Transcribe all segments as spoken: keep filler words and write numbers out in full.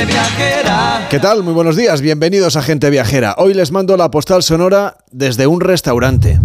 Viajera. ¿Qué tal? Muy buenos días, bienvenidos a Gente Viajera. Hoy les mando la postal sonora desde un restaurante.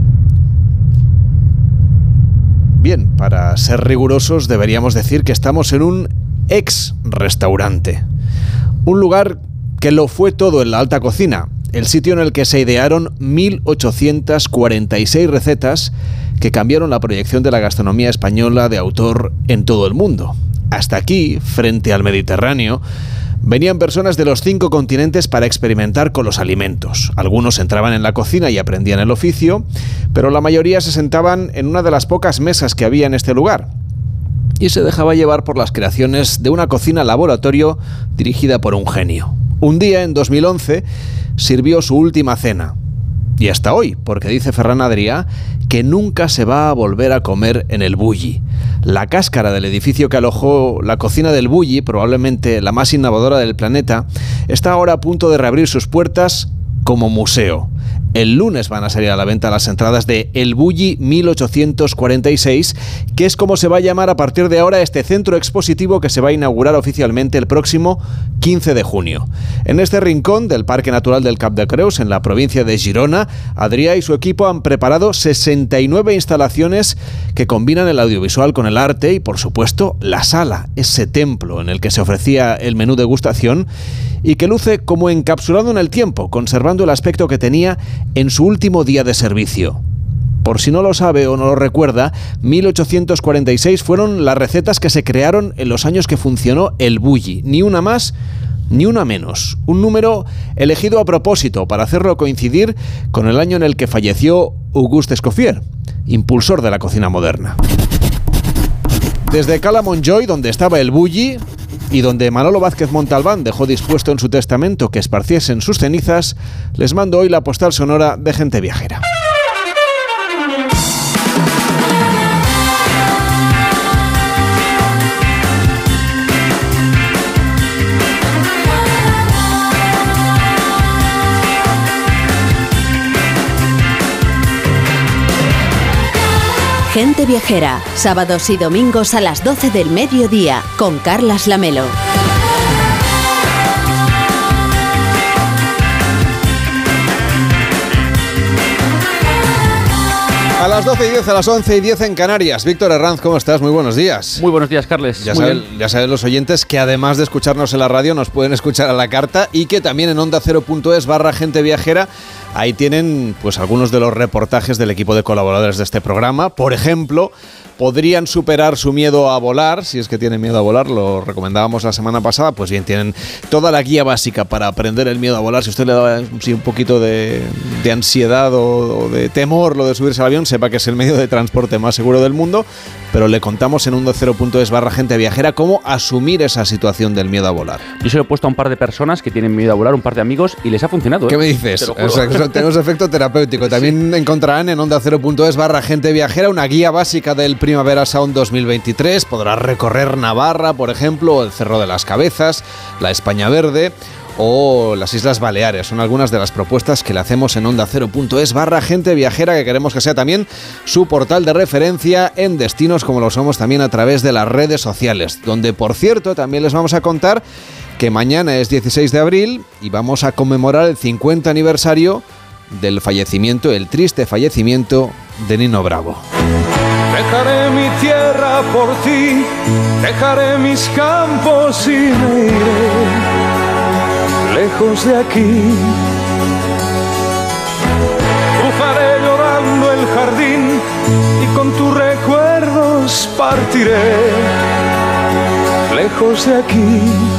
Bien, para ser rigurosos deberíamos decir que estamos en un ex-restaurante. Un lugar que lo fue todo en la alta cocina, el sitio en el que se idearon mil ochocientas cuarenta y seis recetas que cambiaron la proyección de la gastronomía española de autor en todo el mundo. Hasta aquí, frente al Mediterráneo, venían personas de los cinco continentes para experimentar con los alimentos. Algunos entraban en la cocina y aprendían el oficio, pero la mayoría se sentaban en una de las pocas mesas que había en este lugar y se dejaba llevar por las creaciones de una cocina laboratorio dirigida por un genio. Un día, en dos mil once, sirvió su última cena. Y hasta hoy, porque dice Ferran Adrià que nunca se va a volver a comer en el Bulli. La cáscara del edificio que alojó la cocina del Bulli, probablemente la más innovadora del planeta, está ahora a punto de reabrir sus puertas como museo. El lunes van a salir a la venta las entradas de El Bulli mil ochocientos cuarenta y seis, que es como se va a llamar a partir de ahora este centro expositivo que se va a inaugurar oficialmente el próximo quince de junio. En este rincón del Parque Natural del Cap de Creus, en la provincia de Girona, Adrià y su equipo han preparado sesenta y nueve instalaciones que combinan el audiovisual con el arte y, por supuesto, la sala, ese templo en el que se ofrecía el menú degustación y que luce como encapsulado en el tiempo, conservando el aspecto que tenía en su último día de servicio. Por si no lo sabe o no lo recuerda, mil ochocientos cuarenta y seis fueron las recetas que se crearon en los años que funcionó el Bulli. Ni una más, ni una menos. Un número elegido a propósito para hacerlo coincidir con el año en el que falleció Auguste Escoffier, impulsor de la cocina moderna. Desde Cala Montjuïc, donde estaba el Bulli, y donde Manolo Vázquez Montalbán dejó dispuesto en su testamento que esparciesen sus cenizas, les mando hoy la postal sonora de Gente Viajera. Gente Viajera, sábados y domingos a las doce del mediodía, con Carlas Lamelo. A las doce y diez, a las once y diez en Canarias. Víctor Herranz, ¿cómo estás? Muy buenos días. Muy buenos días, Carles. Ya saben, ya saben los oyentes que además de escucharnos en la radio, nos pueden escuchar a la carta y que también en onda cero punto es barra Gente Viajera. Ahí tienen pues algunos de los reportajes del equipo de colaboradores de este programa. Por ejemplo, podrían superar su miedo a volar, si es que tienen miedo a volar, lo recomendábamos la semana pasada. Pues bien, tienen toda la guía básica para aprender el miedo a volar. Si usted le da sí, un poquito de, de ansiedad o, o de temor lo de subirse al avión, sepa que es el medio de transporte más seguro del mundo, pero le contamos en onda cero punto es barra Gente Viajera cómo asumir esa situación del miedo a volar. Yo se lo he puesto a un par de personas que tienen miedo a volar, un par de amigos, y les ha funcionado. ¿Qué ¿eh? me dices? Te lo O sea, que tenemos efecto terapéutico. También sí. Encontrarán en onda cero punto es barra Gente Viajera una guía básica del Primavera Sound dos mil veintitrés. Podrás recorrer Navarra, por ejemplo, el Cerro de las Cabezas, la España Verde o las Islas Baleares. Son algunas de las propuestas que le hacemos en onda cero punto es barra Gente Viajera, que queremos que sea también su portal de referencia en destinos, como lo somos también a través de las redes sociales, donde, por cierto, también les vamos a contar que mañana es dieciséis de abril y vamos a conmemorar el cincuenta aniversario del fallecimiento, el triste fallecimiento de Nino Bravo. Dejaré mi tierra por ti, dejaré mis campos y me iré lejos de aquí. Cruzaré llorando el jardín y con tus recuerdos partiré lejos de aquí.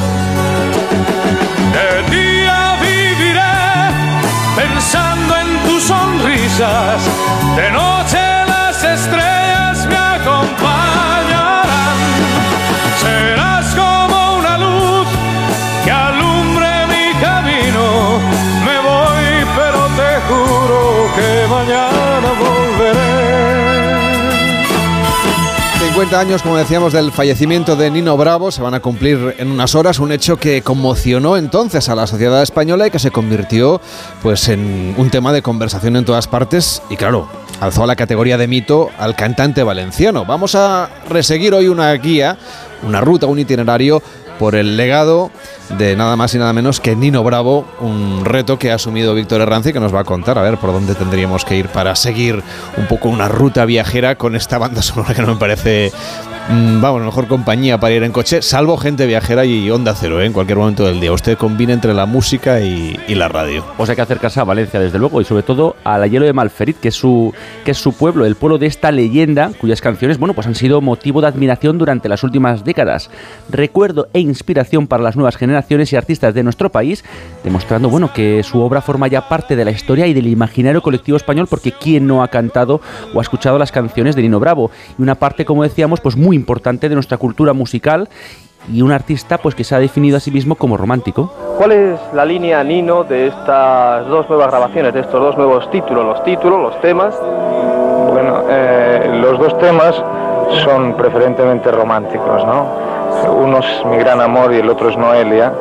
De día viviré pensando en tus sonrisas, de noche las estrellas me acompañarán. Serás como una luz que alumbre mi camino. Me voy, pero te juro que mañana volveré. cincuenta años, como decíamos, del fallecimiento de Nino Bravo se van a cumplir en unas horas, un hecho que conmocionó entonces a la sociedad española y que se convirtió pues en un tema de conversación en todas partes y, claro, alzó a la categoría de mito al cantante valenciano. Vamos a reseguir hoy una guía, una ruta, un itinerario por el legado de nada más y nada menos que Nino Bravo, un reto que ha asumido Víctor Herranz y que nos va a contar a ver por dónde tendríamos que ir para seguir un poco una ruta viajera con esta banda sonora que no me parece, mmm, vamos, mejor compañía para ir en coche, salvo Gente Viajera y Onda Cero, ¿eh? En cualquier momento del día. Usted combina entre la música y, y la radio. Pues hay que acercarse a Valencia, desde luego, y sobre todo a la Hielo de Malferit, que es su que es su pueblo, el pueblo de esta leyenda, cuyas canciones, bueno, pues han sido motivo de admiración durante las últimas décadas, recuerdo e inspiración para las nuevas generaciones y artistas de nuestro país, demostrando, bueno, que su obra forma ya parte de la historia y del imaginario colectivo español, porque quién no ha cantado o ha escuchado las canciones de Nino Bravo, y una parte, como decíamos, pues muy importante de nuestra cultura musical, y un artista pues que se ha definido a sí mismo como romántico. ¿Cuál es la línea, Nino, de estas dos nuevas grabaciones, de estos dos nuevos títulos, los títulos, los temas? Bueno, eh, los dos temas son preferentemente románticos, ¿no? Uno es Mi Gran Amor y el otro es Noelia,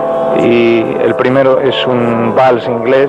y el primero es un vals inglés,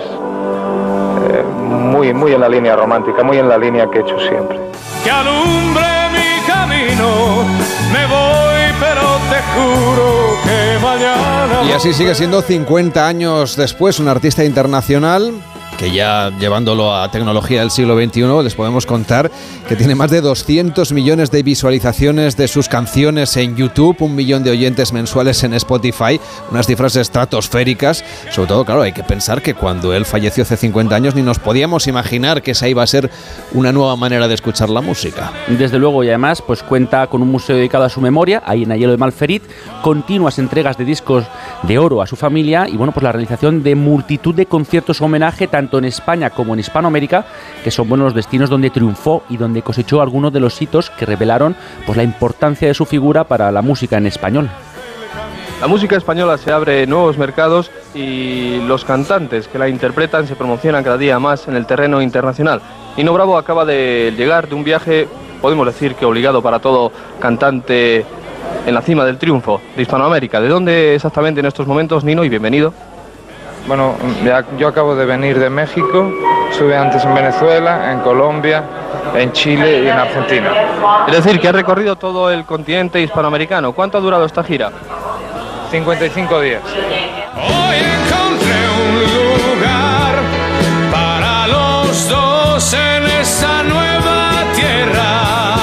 eh, muy, muy en la línea romántica, muy en la línea que he hecho siempre. Que alumbre mi camino, me voy, pero te juro que mañana... Y así sigue siendo cincuenta años después un artista internacional que ya llevándolo a tecnología del siglo veintiuno les podemos contar que tiene más de doscientos millones de visualizaciones de sus canciones en YouTube, un millón de oyentes mensuales en Spotify, unas cifras estratosféricas. Sobre todo, claro, hay que pensar que cuando él falleció hace cincuenta años ni nos podíamos imaginar que esa iba a ser una nueva manera de escuchar la música. Desde luego, y además pues cuenta con un museo dedicado a su memoria, ahí en Aielo de Malferit, continuas entregas de discos de oro a su familia y bueno, pues la realización de multitud de conciertos homenaje tanto en España como en Hispanoamérica, que son buenos los destinos donde triunfó y donde cosechó algunos de los hitos que revelaron pues la importancia de su figura para la música en español. La música española se abre nuevos mercados y los cantantes que la interpretan se promocionan cada día más en el terreno internacional. Nino Bravo acaba de llegar de un viaje, podemos decir que obligado para todo cantante en la cima del triunfo de Hispanoamérica. ¿De dónde exactamente en estos momentos, Nino? Y bienvenido. Bueno, ya, yo acabo de venir de México, estuve antes en Venezuela, en Colombia, en Chile y en Argentina. Es decir, que ha recorrido todo el continente hispanoamericano. ¿Cuánto ha durado esta gira? cincuenta y cinco días. Hoy encontré un lugar para los dos en esa nueva tierra.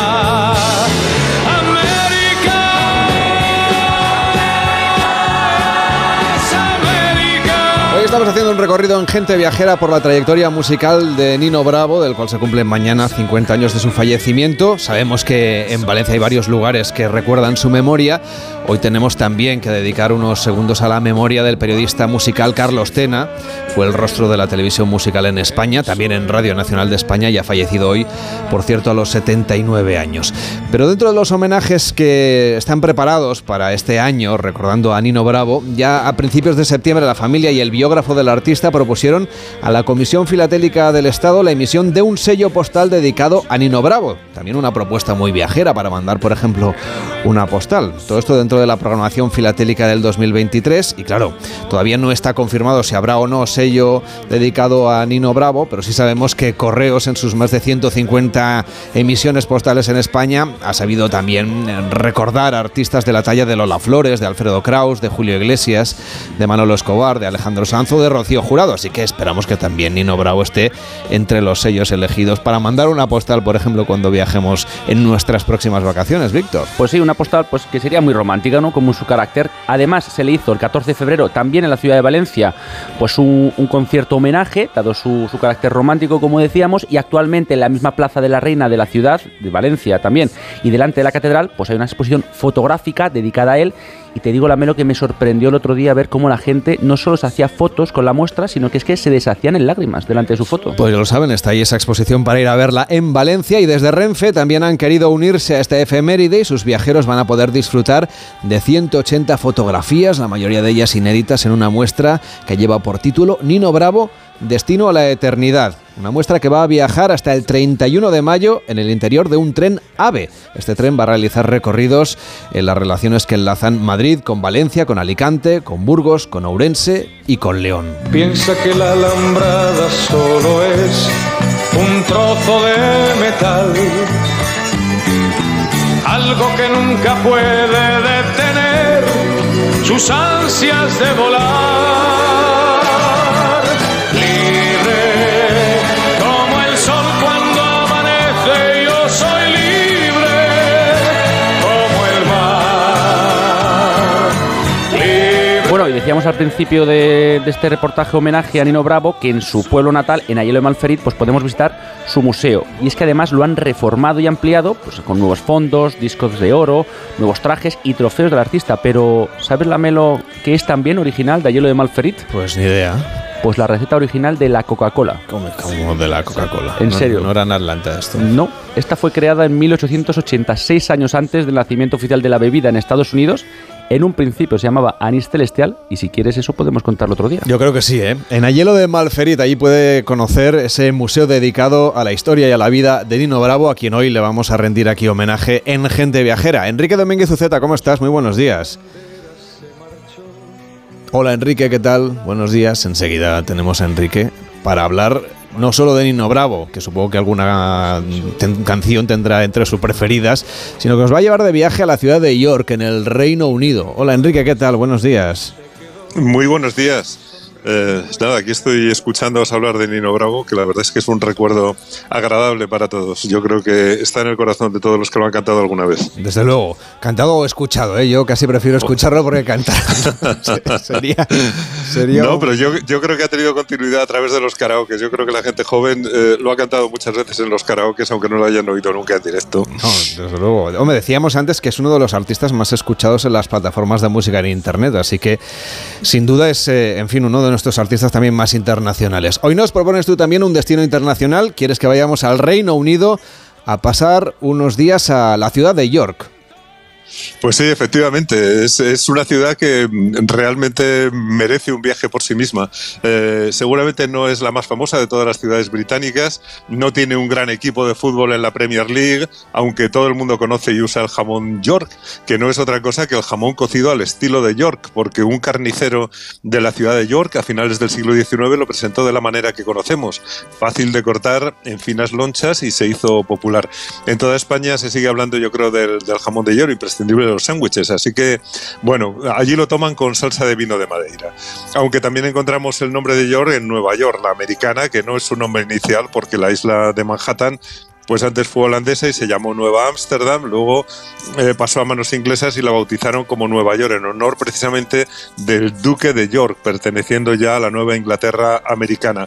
Estamos haciendo un recorrido en Gente Viajera por la trayectoria musical de Nino Bravo, del cual se cumplen mañana cincuenta años de su fallecimiento. Sabemos que en Valencia hay varios lugares que recuerdan su memoria. Hoy tenemos también que dedicar unos segundos a la memoria del periodista musical Carlos Tena. Fue el rostro de la televisión musical en España, también en Radio Nacional de España, y ha fallecido hoy, por cierto, a los setenta y nueve años. Pero dentro de los homenajes que están preparados para este año, recordando a Nino Bravo, ya a principios de septiembre la familia y el biógrafo del artista propusieron a la Comisión Filatélica del Estado la emisión de un sello postal dedicado a Nino Bravo. También una propuesta muy viajera para mandar, por ejemplo, una postal. Todo esto dentro de la programación filatélica del dos mil veintitrés y claro, todavía no está confirmado si habrá o no sello dedicado a Nino Bravo, pero sí sabemos que Correos en sus más de ciento cincuenta emisiones postales en España ha sabido también recordar a artistas de la talla de Lola Flores, de Alfredo Kraus, de Julio Iglesias, de Manolo Escobar, de Alejandro Sanz, de Rocío Jurado, así que esperamos que también Nino Bravo esté entre los sellos elegidos para mandar una postal, por ejemplo, cuando viajemos en nuestras próximas vacaciones, Víctor. Pues sí, una postal pues que sería muy romántica, ¿no? Como su carácter. Además, se le hizo el catorce de febrero también en la ciudad de Valencia pues un, un concierto homenaje, dado su, su carácter romántico, como decíamos, y actualmente en la misma Plaza de la Reina de la ciudad de Valencia también, y delante de la catedral, pues hay una exposición fotográfica dedicada a él. Y te digo, Lamelo, que me sorprendió el otro día ver cómo la gente no solo se hacía fotos con la muestra, sino que es que se deshacían en lágrimas delante de su foto. Pues ya lo saben, está ahí esa exposición para ir a verla en Valencia, y desde Renfe también han querido unirse a esta efeméride y sus viajeros van a poder disfrutar de ciento ochenta fotografías, la mayoría de ellas inéditas, en una muestra que lleva por título Nino Bravo, Destino a la Eternidad. Una muestra que va a viajar hasta el treinta y uno de mayo en el interior de un tren AVE. Este tren va a realizar recorridos en las relaciones que enlazan Madrid con Valencia, con Alicante, con Burgos, con Ourense y con León. Piensa que la alambrada solo es un trozo de metal, algo que nunca puede detener tus ansias de volar, libre como el sol cuando amanece. Yo soy libre como el mar, libre. Bueno, y decíamos al principio de, de este reportaje homenaje a Nino Bravo que en su pueblo natal, en Aielo de Malferit, pues podemos visitar su museo. Y es que además lo han reformado y ampliado, pues con nuevos fondos, discos de oro, nuevos trajes y trofeos del artista. Pero ¿sabes, Lamelo, qué es también original de Aielo de Malferit? Pues ni idea. Pues la receta original de la Coca-Cola. ¿Cómo, cómo de la Coca-Cola? ¿En no, serio? No era en Atlanta esto. No, esta fue creada en mil ochocientos ochenta, seis años antes del nacimiento oficial de la bebida en Estados Unidos. En un principio se llamaba anís celestial y si quieres eso podemos contarlo otro día. Yo creo que sí, ¿eh? En Aielo de Malferit, allí puede conocer ese museo dedicado a la historia y a la vida de Nino Bravo, a quien hoy le vamos a rendir aquí homenaje en Gente Viajera. Enrique Domínguez Uceta, ¿cómo estás? Muy buenos días. Hola Enrique, ¿qué tal? Buenos días. Enseguida tenemos a Enrique para hablar no solo de Nino Bravo, que supongo que alguna ten- canción tendrá entre sus preferidas, sino que nos va a llevar de viaje a la ciudad de York, en el Reino Unido. Hola Enrique, ¿qué tal? Buenos días. Muy buenos días. Eh, nada, aquí estoy escuchándoos hablar de Nino Bravo, que la verdad es que es un recuerdo agradable para todos. Yo creo que está en el corazón de todos los que lo han cantado alguna vez. Desde luego, cantado o escuchado, ¿eh? Yo casi prefiero escucharlo porque cantar sería, sería... No, pero yo, yo creo que ha tenido continuidad a través de los karaokes. Yo creo que la gente joven eh, lo ha cantado muchas veces en los karaokes, aunque no lo hayan oído nunca en directo. No, desde luego. Hombre, decíamos antes que es uno de los artistas más escuchados en las plataformas de música en Internet, así que sin duda es, eh, en fin, uno de nuestros artistas también más internacionales. Hoy nos propones tú también un destino internacional. ¿Quieres que vayamos al Reino Unido a pasar unos días a la ciudad de York? Pues sí, efectivamente, es, es una ciudad que realmente merece un viaje por sí misma. Eh, seguramente no es la más famosa de todas las ciudades británicas, no tiene un gran equipo de fútbol en la Premier League, aunque todo el mundo conoce y usa el jamón York, que no es otra cosa que el jamón cocido al estilo de York, porque un carnicero de la ciudad de York a finales del siglo diecinueve lo presentó de la manera que conocemos, fácil de cortar en finas lonchas y se hizo popular. En toda España se sigue hablando, yo creo, del, del jamón de York, imprescindible de los sándwiches, así que bueno, allí lo toman con salsa de vino de Madeira, aunque también encontramos el nombre de York en Nueva York, la americana, que no es su nombre inicial porque la isla de Manhattan pues antes fue holandesa y se llamó Nueva Ámsterdam, luego eh, pasó a manos inglesas y la bautizaron como Nueva York en honor precisamente del duque de York, perteneciendo ya a la Nueva Inglaterra americana.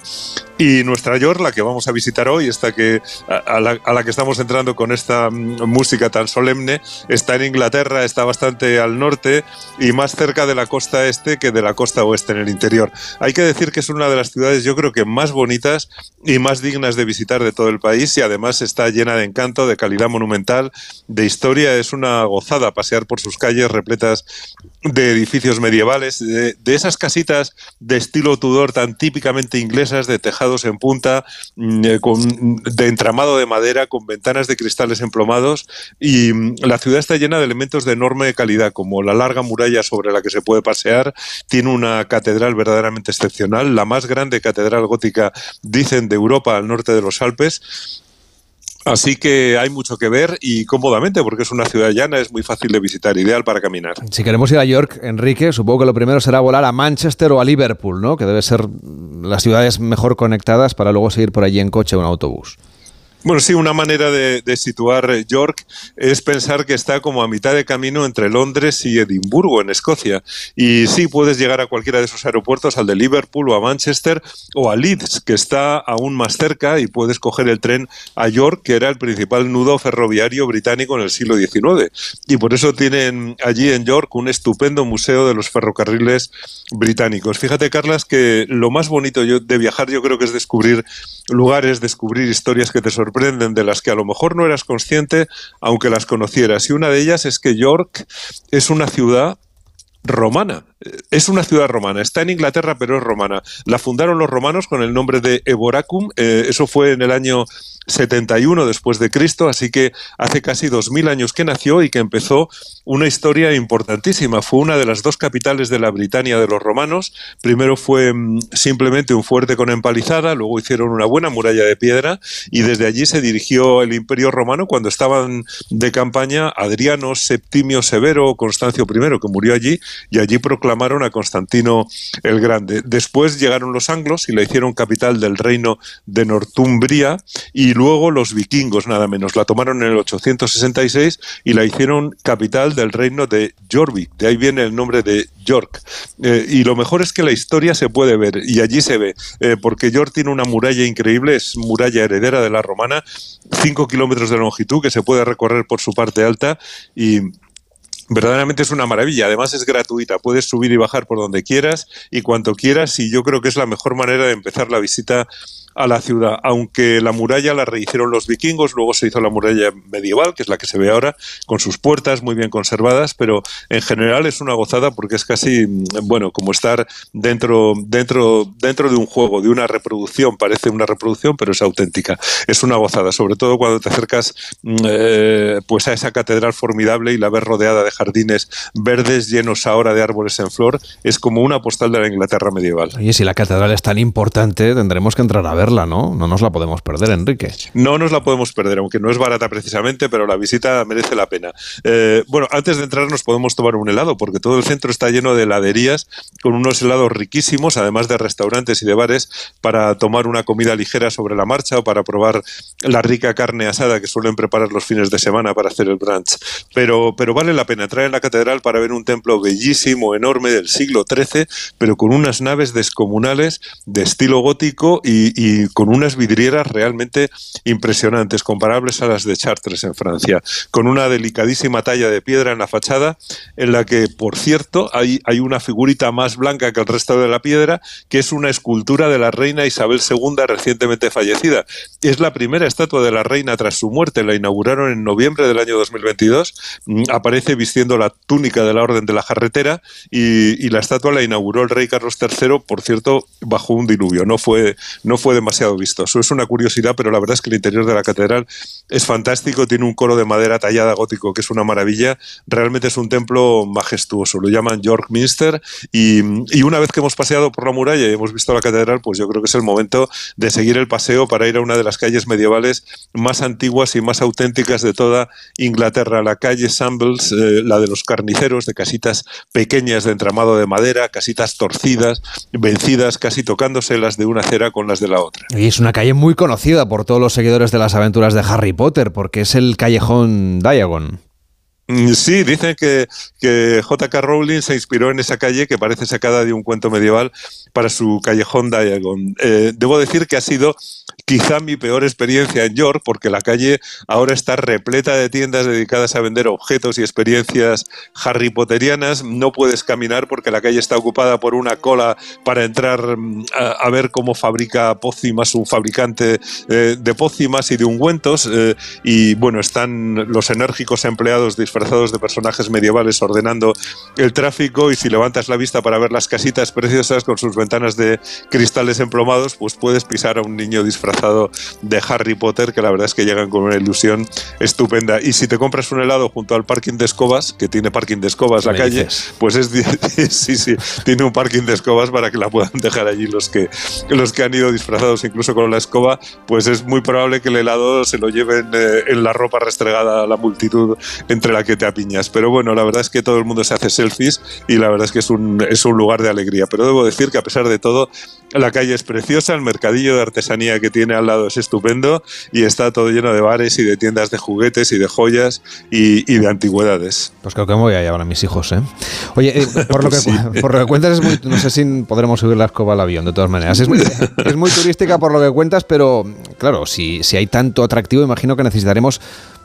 Y nuestra York, la que vamos a visitar hoy, esta que, a, la, a la que estamos entrando con esta música tan solemne, está en Inglaterra, está bastante al norte y más cerca de la costa este que de la costa oeste en el interior. Hay que decir que es una de las ciudades, yo creo que más bonitas y más dignas de visitar de todo el país, y además está llena de encanto, de calidad monumental, de historia. Es una gozada pasear por sus calles repletas de edificios medievales, de, de esas casitas de estilo Tudor tan típicamente inglesas, de tejados en punta, de, con, de entramado de madera, con ventanas de cristales emplomados, y la ciudad está llena de elementos de enorme calidad, como la larga muralla sobre la que se puede pasear. Tiene una catedral verdaderamente excepcional, la más grande catedral gótica, dicen, de Europa al norte de los Alpes. Así que hay mucho que ver y cómodamente, porque es una ciudad llana, es muy fácil de visitar, ideal para caminar. Si queremos ir a York, Enrique, supongo que lo primero será volar a Manchester o a Liverpool, ¿no? Que deben ser las ciudades mejor conectadas para luego seguir por allí en coche o en autobús. Bueno, sí, una manera de, de situar York es pensar que está como a mitad de camino entre Londres y Edimburgo, en Escocia. Y sí, puedes llegar a cualquiera de esos aeropuertos, al de Liverpool o a Manchester o a Leeds, que está aún más cerca, y puedes coger el tren a York, que era el principal nudo ferroviario británico en el siglo diecinueve. Y por eso tienen allí en York un estupendo museo de los ferrocarriles británicos. Fíjate, Carlas, que lo más bonito de viajar yo creo que es descubrir lugares, descubrir historias que te sorprenden, de las que a lo mejor no eras consciente, aunque las conocieras. Y una de ellas es que York es una ciudad romana. es una ciudad romana, está en Inglaterra pero es romana. La fundaron los romanos con el nombre de Eboracum, eh, eso fue en el año setenta y uno después de Cristo, así que hace casi dos mil años que nació y que empezó una historia importantísima. Fue una de las dos capitales de la Britania de los romanos. Primero fue mm, simplemente un fuerte con empalizada, luego hicieron una buena muralla de piedra y desde allí se dirigió el Imperio Romano cuando estaban de campaña Adriano, Septimio Severo, Constancio primero, que murió allí, y allí proclamaron a Constantino el Grande. Después llegaron los anglos y la hicieron capital del reino de Northumbria, y luego los vikingos, nada menos, la tomaron en el ochocientos sesenta y seis y la hicieron capital del reino de Jorvik, de ahí viene el nombre de York. Eh, y lo mejor es que la historia se puede ver, y allí se ve, eh, porque York tiene una muralla increíble, es muralla heredera de la romana, cinco kilómetros de longitud que se puede recorrer por su parte alta y verdaderamente es una maravilla. Además es gratuita, puedes subir y bajar por donde quieras y cuanto quieras, y yo creo que es la mejor manera de empezar la visita a la ciudad, aunque la muralla la rehicieron los vikingos, luego se hizo la muralla medieval, que es la que se ve ahora, con sus puertas muy bien conservadas, pero en general es una gozada porque es casi, bueno, como estar dentro, dentro, dentro de un juego, de una reproducción, parece una reproducción, pero es auténtica. Es una gozada, sobre todo cuando te acercas eh, pues a esa catedral formidable y la ves rodeada de jardines verdes llenos ahora de árboles en flor, es como una postal de la Inglaterra medieval. Oye, si la catedral es tan importante, tendremos que entrar a ver. Verla, ¿no? No nos la podemos perder, Enrique. No nos la podemos perder, aunque no es barata precisamente, pero la visita merece la pena. Eh, bueno, antes de entrar nos podemos tomar un helado, porque todo el centro está lleno de heladerías con unos helados riquísimos, además de restaurantes y de bares para tomar una comida ligera sobre la marcha o para probar la rica carne asada que suelen preparar los fines de semana para hacer el brunch. Pero, pero vale la pena entrar en la catedral para ver un templo bellísimo, enorme, del siglo trece, pero con unas naves descomunales de estilo gótico y, y y con unas vidrieras realmente impresionantes, comparables a las de Chartres en Francia, con una delicadísima talla de piedra en la fachada, en la que, por cierto, hay, hay una figurita más blanca que el resto de la piedra, que es una escultura de la reina Isabel segunda recientemente fallecida. Es la primera estatua de la reina tras su muerte, la inauguraron en noviembre del año dos mil veintidós, aparece vistiendo la túnica de la Orden de la Jarretera y, y la estatua la inauguró el rey Carlos tercero, por cierto, bajo un diluvio, no fue, no fue demasiado vistoso. Es una curiosidad, pero la verdad es que el interior de la catedral es fantástico, tiene un coro de madera tallada gótico que es una maravilla, realmente es un templo majestuoso, lo llaman York Minster y, y una vez que hemos paseado por la muralla y hemos visto la catedral, pues yo creo que es el momento de seguir el paseo para ir a una de las calles medievales más antiguas y más auténticas de toda Inglaterra, la calle Shambles, eh, la de los carniceros, de casitas pequeñas de entramado de madera, casitas torcidas, vencidas, casi tocándose las de una acera con las de la otra. Y es una calle muy conocida por todos los seguidores de las aventuras de Harry Potter, porque es el callejón Diagon. Sí, dicen que, que J K Rowling se inspiró en esa calle que parece sacada de un cuento medieval para su callejón Diagon. Eh, debo decir que ha sido quizá mi peor experiencia en York, porque la calle ahora está repleta de tiendas dedicadas a vender objetos y experiencias Harry Potterianas. No puedes caminar porque la calle está ocupada por una cola para entrar a, a ver cómo fabrica pócimas un fabricante eh, de pócimas y de ungüentos. Eh, y bueno, están los enérgicos empleados disfrazados de personajes medievales ordenando el tráfico, y si levantas la vista para ver las casitas preciosas con sus ventanas de cristales emplomados, pues puedes pisar a un niño disfrazado de Harry Potter, que la verdad es que llegan con una ilusión estupenda. Y si te compras un helado junto al parking de escobas, que tiene parking de escobas la calle, dices? Pues es sí, sí, tiene un parking de escobas para que la puedan dejar allí los que, los que han ido disfrazados incluso con la escoba, pues es muy probable que el helado se lo lleven eh, en la ropa restregada a la multitud entre la que te apiñas. Pero bueno, la verdad es que todo el mundo se hace selfies y la verdad es que es un, es un lugar de alegría. Pero debo decir que a pesar de todo, la calle es preciosa, el mercadillo de artesanía que tiene al lado es estupendo y está todo lleno de bares y de tiendas de juguetes y de joyas y, y de antigüedades. Pues creo que me voy a llevar a mis hijos, ¿eh? Oye, eh, por, lo que, sí. por lo que cuentas, es muy, no sé si podremos subir la escoba al avión, de todas maneras. Es muy, es muy turística por lo que cuentas, pero claro, si, si hay tanto atractivo, imagino que necesitaremos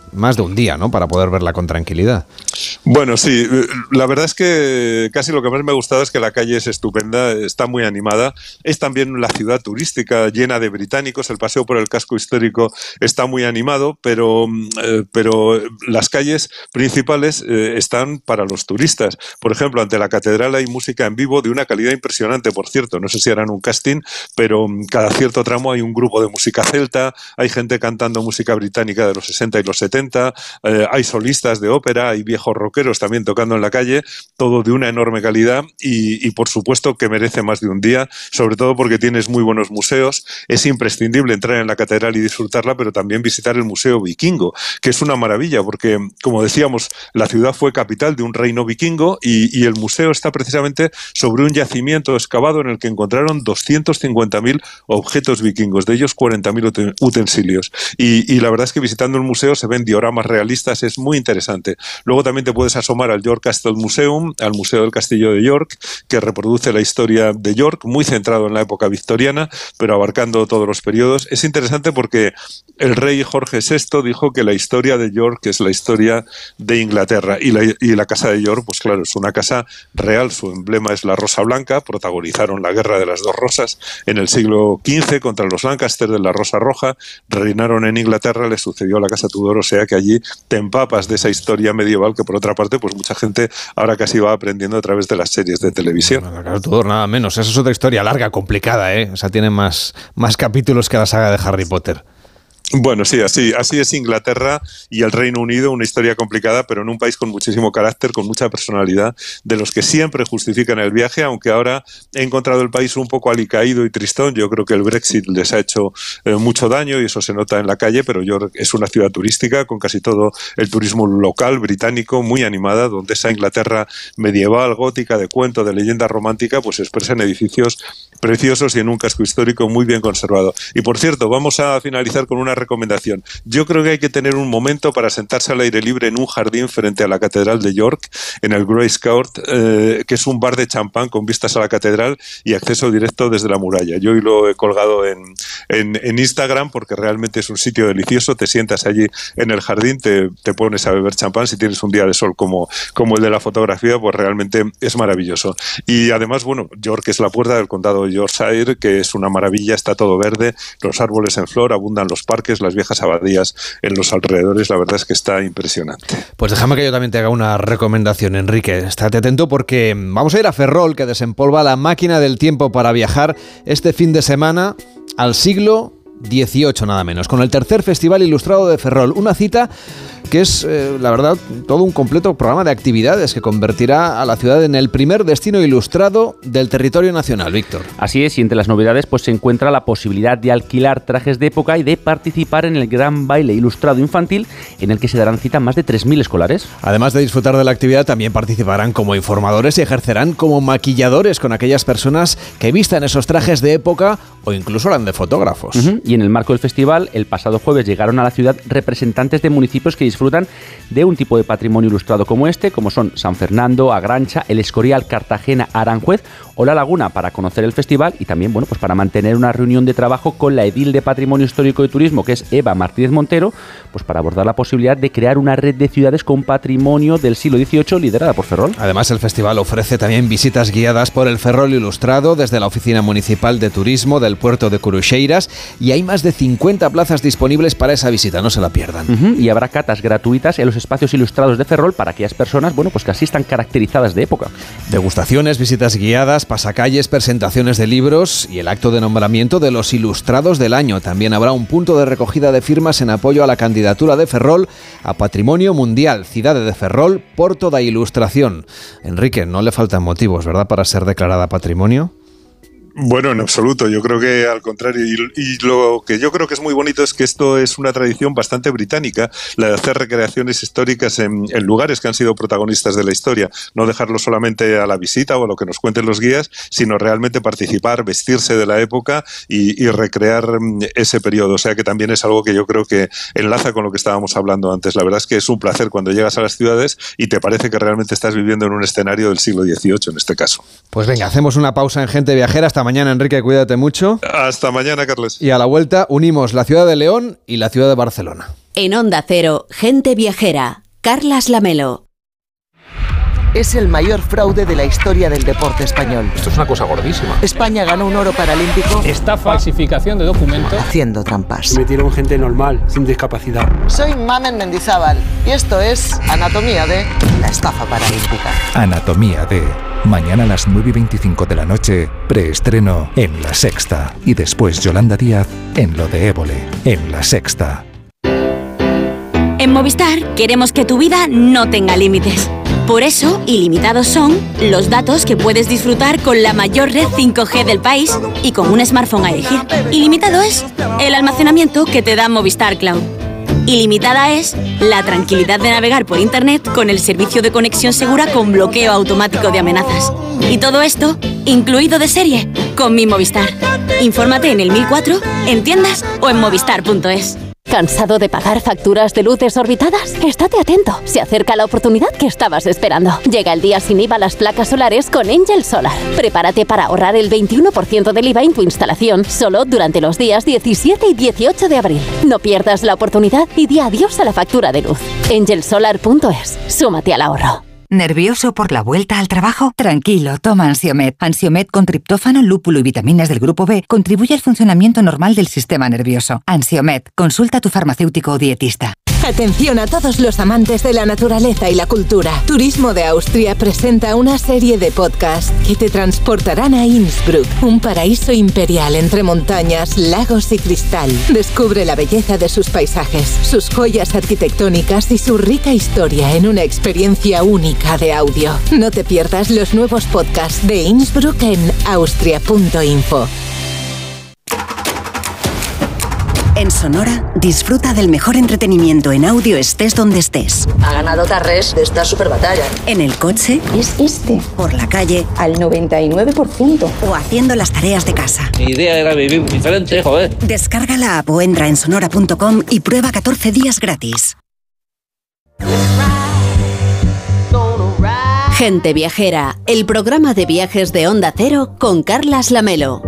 más de un día, ¿no?, para poder verla con tranquilidad. Bueno, sí, la verdad es que casi lo que más me ha gustado es que la calle es estupenda, está muy animada, es también la ciudad turística llena de británicos, el paseo por el casco histórico está muy animado, pero, eh, pero las calles principales eh, están para los turistas. Por ejemplo, ante la catedral hay música en vivo de una calidad impresionante, por cierto, no sé si harán un casting, pero cada cierto tramo hay un grupo de música celta, hay gente cantando música británica de los sesenta y los setenta, eh, hay solistas de ópera, hay viejos rockeros también tocando en la calle, todo de una enorme calidad y, y por supuesto que merece más de un día, sobre todo porque tienes muy buenos museos. Es imprescindible entrar en la catedral y disfrutarla, pero también visitar el Museo Vikingo, que es una maravilla porque, como decíamos, la ciudad fue capital de un reino vikingo y, y el museo está precisamente sobre un yacimiento excavado en el que encontraron doscientos cincuenta mil objetos vikingos, de ellos cuarenta mil utensilios. Y, y la verdad es que visitando el museo se ven dioramas realistas, es muy interesante. Luego también te puedes asomar al York Castle Museum, al Museo del Castillo de York, que reproduce la historia de York, muy centrado en la época victoriana, pero abarcando todos los periodos. Es interesante porque el rey Jorge sexto dijo que la historia de York es la historia de Inglaterra, y la, y la casa de York, pues claro, es una casa real, su emblema es la rosa blanca, protagonizaron la guerra de las dos rosas en el siglo quince contra los Lancaster de la rosa roja, reinaron en Inglaterra, le sucedió la casa Tudor, o sea que allí te empapas de esa historia medieval que por otra parte pues mucha gente ahora casi va aprendiendo a través de las series de televisión. Bueno, claro, Tudor, nada menos, esa es otra historia larga, complicada, ¿eh? O sea, tiene más, más capítulos que la saga de Harry Potter. Bueno, sí, así, así es Inglaterra y el Reino Unido, una historia complicada, pero en un país con muchísimo carácter, con mucha personalidad, de los que siempre justifican el viaje, aunque ahora he encontrado el país un poco alicaído y tristón. Yo creo que el Brexit les ha hecho eh, mucho daño y eso se nota en la calle, pero York es una ciudad turística con casi todo el turismo local, británico, muy animada, donde esa Inglaterra medieval, gótica, de cuento, de leyenda romántica, pues se expresa en edificios preciosos y en un casco histórico muy bien conservado. Y por cierto, vamos a finalizar con una recomendación. Yo creo que hay que tener un momento para sentarse al aire libre en un jardín frente a la Catedral de York, en el Grace Court, eh, que es un bar de champán con vistas a la catedral y acceso directo desde la muralla. Yo hoy lo he colgado en, en, en Instagram porque realmente es un sitio delicioso. Te sientas allí en el jardín, te, te pones a beber champán. Si tienes un día de sol como, como el de la fotografía, pues realmente es maravilloso. Y además, bueno, York es la puerta del condado de Yorkshire, que es una maravilla, está todo verde, los árboles en flor, abundan los parques, las viejas abadías en los alrededores, la verdad es que está impresionante. Pues déjame que yo también te haga una recomendación, Enrique. Estate atento porque vamos a ir a Ferrol, que desempolva la máquina del tiempo para viajar este fin de semana al siglo dieciocho, nada menos, con el tercer Festival Ilustrado de Ferrol. Una cita que es, eh, la verdad, todo un completo programa de actividades que convertirá a la ciudad en el primer destino ilustrado del territorio nacional, Víctor. Así es, y entre las novedades pues se encuentra la posibilidad de alquilar trajes de época y de participar en el gran baile ilustrado infantil, en el que se darán cita más de tres mil escolares. Además de disfrutar de la actividad, también participarán como informadores y ejercerán como maquilladores con aquellas personas que vistan esos trajes de época o incluso harán de fotógrafos. Uh-huh. Y en el marco del festival, el pasado jueves llegaron a la ciudad representantes de municipios que disfrutan de un tipo de patrimonio ilustrado como este, como son San Fernando, Agrancha, El Escorial, Cartagena, Aranjuez o La Laguna, para conocer el festival y también, bueno, pues para mantener una reunión de trabajo con la edil de Patrimonio Histórico y Turismo, que es Eva Martínez Montero, pues para abordar la posibilidad de crear una red de ciudades con patrimonio del siglo dieciocho liderada por Ferrol. Además, el festival ofrece también visitas guiadas por el Ferrol Ilustrado desde la Oficina Municipal de Turismo del puerto de Curuxeiras, y hay más de cincuenta plazas disponibles para esa visita, no se la pierdan. Uh-huh. Y habrá catas gratuitas en los espacios ilustrados de Ferrol para aquellas personas, bueno, pues que asistan caracterizadas de época. Degustaciones, visitas guiadas, pasacalles, presentaciones de libros y el acto de nombramiento de los ilustrados del año. También habrá un punto de recogida de firmas en apoyo a la candidatura de Ferrol a Patrimonio Mundial, Cidade de Ferrol, Porto da Ilustración. Enrique, no le faltan motivos, ¿verdad?, para ser declarada patrimonio. Bueno, en absoluto. Yo creo que al contrario. Y, y lo que yo creo que es muy bonito es que esto es una tradición bastante británica, la de hacer recreaciones históricas en, en lugares que han sido protagonistas de la historia. No dejarlo solamente a la visita o a lo que nos cuenten los guías, sino realmente participar, vestirse de la época y, y recrear ese periodo. O sea que también es algo que yo creo que enlaza con lo que estábamos hablando antes. La verdad es que es un placer cuando llegas a las ciudades y te parece que realmente estás viviendo en un escenario del siglo dieciocho en este caso. Pues venga, hacemos una pausa en Gente Viajera. Hasta mañana, Enrique, cuídate mucho. Hasta mañana, Carles. Y a la vuelta unimos la ciudad de León y la ciudad de Barcelona. En Onda Cero, Gente Viajera, Carlas Lamelo. Es el mayor fraude de la historia del deporte español. Esto es una cosa gordísima. España ganó un oro paralímpico. Esta falsificación de documentos. Haciendo trampas. Metieron gente normal, sin discapacidad. Soy Mamen Mendizábal y esto es Anatomía de la estafa paralímpica. Anatomía de... Mañana a las nueve y veinticinco de la noche, preestreno en La Sexta. Y después Yolanda Díaz en Lo de Évole, en La Sexta. En Movistar queremos que tu vida no tenga límites. Por eso, ilimitados son los datos que puedes disfrutar con la mayor red cinco G del país y con un smartphone a elegir. Ilimitado es el almacenamiento que te da Movistar Cloud. Ilimitada es la tranquilidad de navegar por Internet con el servicio de conexión segura con bloqueo automático de amenazas. Y todo esto, incluido de serie, con mi Movistar. Infórmate en el mil cuatro, en tiendas o en movistar punto es. ¿Cansado de pagar facturas de luz desorbitadas? Estate atento, se acerca la oportunidad que estabas esperando. Llega el día sin I V A a las placas solares con Angel Solar. Prepárate para ahorrar el veintiuno por ciento del I V A en tu instalación solo durante los días diecisiete y dieciocho de abril. No pierdas la oportunidad y di adiós a la factura de luz. angel solar punto es. Súmate al ahorro. ¿Nervioso por la vuelta al trabajo? Tranquilo, toma Ansiomed. Ansiomed con triptófano, lúpulo y vitaminas del grupo B contribuye al funcionamiento normal del sistema nervioso. Ansiomed, consulta a tu farmacéutico o dietista. Atención a todos los amantes de la naturaleza y la cultura. Turismo de Austria presenta una serie de podcasts que te transportarán a Innsbruck, un paraíso imperial entre montañas, lagos y cristal. Descubre la belleza de sus paisajes, sus joyas arquitectónicas y su rica historia en una experiencia única de audio. No te pierdas los nuevos podcasts de Innsbruck en austria punto info. En Sonora, disfruta del mejor entretenimiento en audio estés donde estés. Ha ganado Tarrés de esta super batalla. En el coche. Es este. Por la calle. Al noventa y nueve por ciento. O haciendo las tareas de casa. Mi idea era vivir diferente, joder. Descarga la app o entra en sonora punto com y prueba catorce días gratis. Gente Viajera, el programa de viajes de Onda Cero con Carlas Lamelo.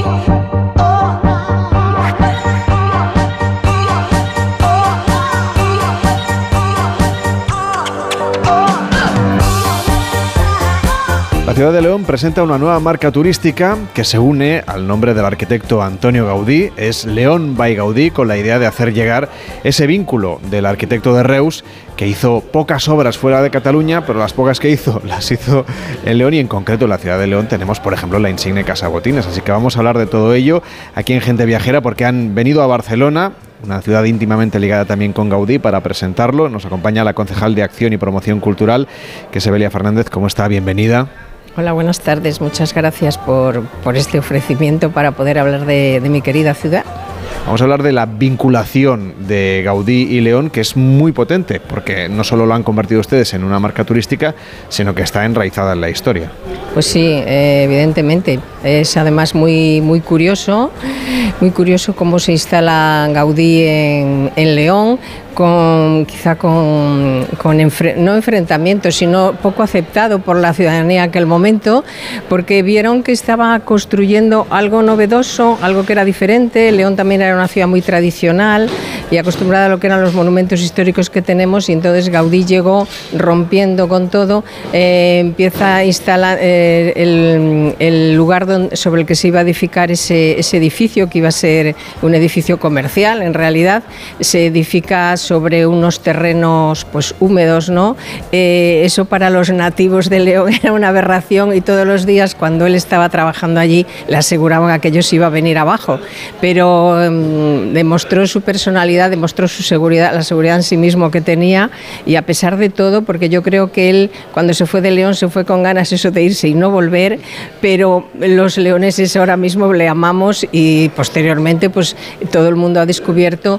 La ciudad de León presenta una nueva marca turística que se une al nombre del arquitecto Antonio Gaudí. Es León by Gaudí, con la idea de hacer llegar ese vínculo del arquitecto de Reus, que hizo pocas obras fuera de Cataluña, pero las pocas que hizo las hizo en León, y en concreto en la ciudad de León tenemos, por ejemplo, la insigne Casa Botines. Así que vamos a hablar de todo ello aquí en Gente Viajera, porque han venido a Barcelona, una ciudad íntimamente ligada también con Gaudí, para presentarlo. Nos acompaña la concejal de Acción y Promoción Cultural, que es Evelia Fernández. ¿Cómo está? Bienvenida. Hola, buenas tardes. Muchas gracias por, por este ofrecimiento para poder hablar de, de mi querida ciudad. Vamos a hablar de la vinculación de Gaudí y León, que es muy potente, porque no solo lo han convertido ustedes en una marca turística, sino que está enraizada en la historia. Pues sí, eh, evidentemente. Es además muy, muy curioso, muy curioso cómo se instala Gaudí en, en León, con quizá con, con enfre- no enfrentamientos, sino poco aceptado por la ciudadanía en aquel momento, porque vieron que estaba construyendo algo novedoso, algo que era diferente. León también era una ciudad muy tradicional y acostumbrada a lo que eran los monumentos históricos que tenemos, y entonces Gaudí llegó rompiendo con todo, eh, empieza a instalar eh, el, el lugar donde, sobre el que se iba a edificar ese, ese edificio, que iba a ser un edificio comercial. En realidad se edifica sobre unos terrenos pues húmedos, ¿no? Eh, eso para los nativos de León era una aberración, y todos los días cuando él estaba trabajando allí le aseguraban a que aquello se iba a venir abajo, pero eh, demostró su personalidad, demostró su seguridad, la seguridad en sí mismo que tenía, y a pesar de todo, porque yo creo que él cuando se fue de León se fue con ganas eso de irse y no volver, pero los leoneses ahora mismo le amamos, y posteriormente pues todo el mundo ha descubierto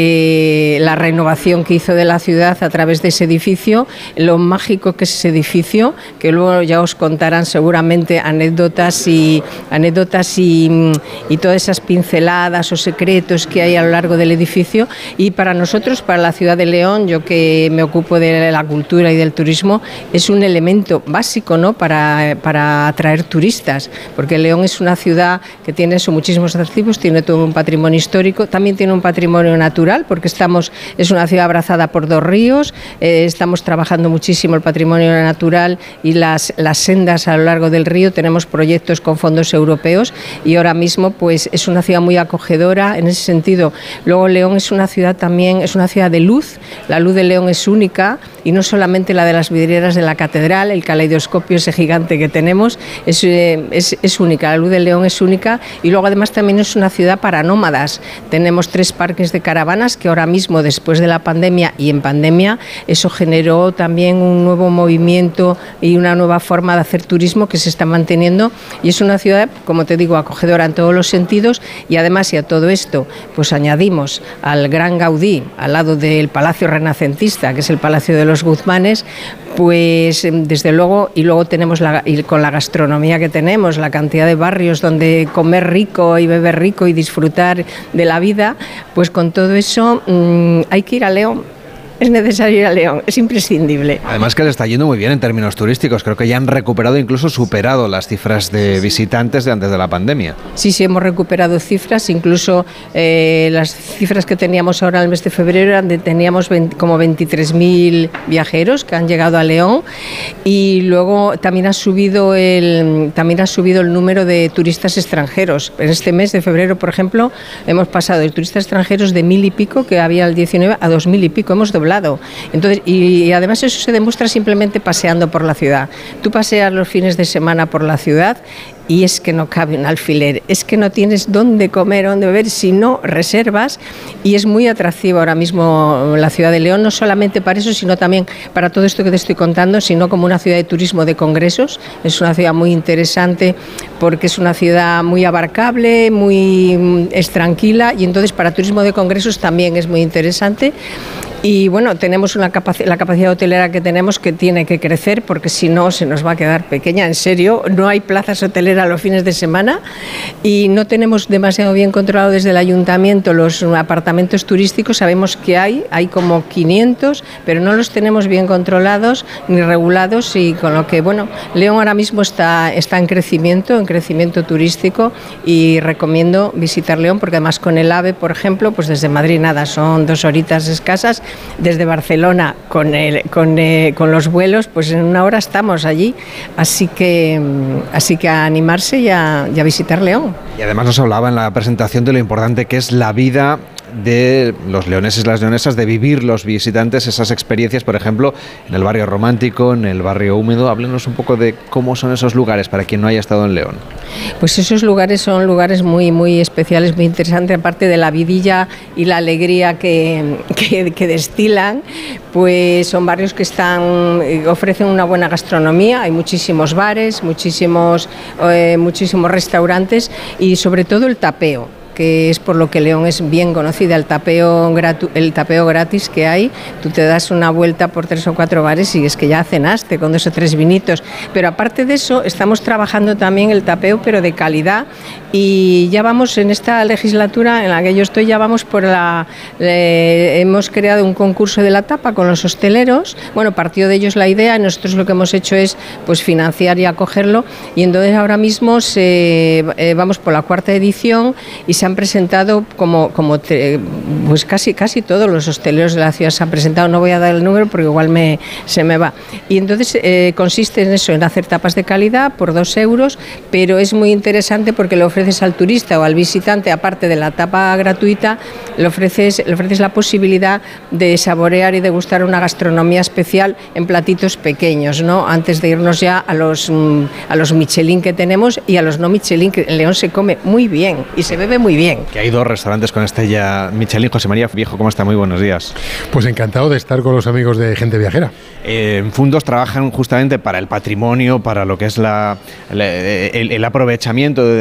que la renovación que hizo de la ciudad a través de ese edificio, lo mágico que es ese edificio, que luego ya os contarán seguramente anécdotas y anécdotas y, y todas esas pinceladas o secretos que hay a lo largo del edificio, sentido. Y para nosotros, para la ciudad de León, yo que me ocupo de la cultura y del turismo, es un elemento básico, ¿no?, para, para atraer turistas, porque León es una ciudad que tiene eso, muchísimos atractivos, tiene todo un patrimonio histórico, también tiene un patrimonio natural, porque estamos, es una ciudad abrazada por dos ríos, eh, estamos trabajando muchísimo el patrimonio natural y las, las sendas a lo largo del río, tenemos proyectos con fondos europeos y ahora mismo pues es una ciudad muy acogedora en ese sentido. Luego León es una ciudad también, es una ciudad de luz, la luz de León es única y no solamente la de las vidrieras de la catedral, el caleidoscopio ese gigante que tenemos, es, es, es única, la luz de León es única y luego además también es una ciudad para nómadas. Tenemos tres parques de caravanas que ahora mismo, después de la pandemia y en pandemia, eso generó también un nuevo movimiento y una nueva forma de hacer turismo que se está manteniendo y es una ciudad, como te digo, acogedora en todos los sentidos y además, y a todo esto pues añadimos al Gran Gaudí al lado del Palacio Renacentista, que es el Palacio de los Guzmanes, pues desde luego, y luego tenemos la, y con la gastronomía que tenemos, la cantidad de barrios donde comer rico y beber rico y disfrutar de la vida, pues con todo eso mmm, hay que ir a León. Es necesario ir a León, es imprescindible. Además que le está yendo muy bien en términos turísticos. Creo que ya han recuperado, incluso superado las cifras de visitantes de antes de la pandemia. Sí, sí, hemos recuperado cifras. Incluso eh, las cifras que teníamos ahora en el mes de febrero eran de, teníamos veinte, como veintitrés mil viajeros que han llegado a León. Y luego también ha subido el, también ha subido el número de turistas extranjeros. En este mes de febrero, por ejemplo, hemos pasado de turistas extranjeros de mil y pico, que había el diecinueve, a dos mil y pico. Hemos doblado. Entonces, y, y además eso se demuestra simplemente paseando por la ciudad. Tú paseas los fines de semana por la ciudad y es que no cabe un alfiler, es que no tienes dónde comer, dónde beber si no reservas, y es muy atractivo ahora mismo la ciudad de León, no solamente para eso, sino también para todo esto que te estoy contando, sino como una ciudad de turismo de congresos. Es una ciudad muy interesante porque es una ciudad muy abarcable, muy es tranquila, y entonces para turismo de congresos también es muy interesante. Y bueno, tenemos una capac- la capacidad hotelera que tenemos que tiene que crecer, porque si no se nos va a quedar pequeña, en serio. No hay plazas hoteleras los fines de semana y no tenemos demasiado bien controlado desde el ayuntamiento los apartamentos turísticos. Sabemos que hay, hay como quinientos, pero no los tenemos bien controlados ni regulados, y con lo que, bueno, León ahora mismo está, está en crecimiento, en crecimiento turístico, y recomiendo visitar León, porque además con el AVE, por ejemplo, pues desde Madrid nada, son dos horitas escasas. Desde Barcelona con, el, con, eh, con los vuelos, pues en una hora estamos allí, así que, así que a animarse y a, y a visitar León. Y además nos hablaba en la presentación de lo importante que es la vida de los leoneses y las leonesas, de vivir los visitantes esas experiencias, por ejemplo, en el barrio romántico, en el barrio húmedo. Háblenos un poco de cómo son esos lugares para quien no haya estado en León. Pues esos lugares son lugares muy, muy especiales, muy interesantes, aparte de la vidilla y la alegría que, que, que destilan, pues son barrios que están, ofrecen una buena gastronomía, hay muchísimos bares, muchísimos, eh, muchísimos restaurantes y sobre todo el tapeo, que es por lo que León es bien conocida, el tapeo, gratu- el tapeo gratis que hay. Tú te das una vuelta por tres o cuatro bares y es que ya cenaste con dos o tres vinitos. Pero aparte de eso, estamos trabajando también el tapeo, pero de calidad, y ya vamos en esta legislatura en la que yo estoy, ya vamos por la... Eh, hemos creado un concurso de la tapa con los hosteleros. Bueno, partió de ellos la idea y nosotros lo que hemos hecho es pues financiar y acogerlo, y entonces ahora mismo se, eh, vamos por la cuarta edición y se han presentado como, como te, pues casi, casi todos los hosteleros de la ciudad se han presentado. No voy a dar el número porque igual me, se me va. Y entonces eh, consiste en eso, en hacer tapas de calidad por dos euros, pero es muy interesante porque le ofreces al turista o al visitante, aparte de la tapa gratuita, le ofreces, le ofreces la posibilidad de saborear y degustar una gastronomía especial en platitos pequeños, ¿no? Antes de irnos ya a los, a los Michelin que tenemos y a los no Michelin, que en León se come muy bien y se bebe muy bien. Bien. Que hay dos restaurantes con estrella Michelin. José María Viejo, ¿cómo está? Muy buenos días. Pues encantado de estar con los amigos de Gente Viajera. Eh, en Fundos trabajan justamente para el patrimonio, para lo que es la, la, el, el aprovechamiento de, de,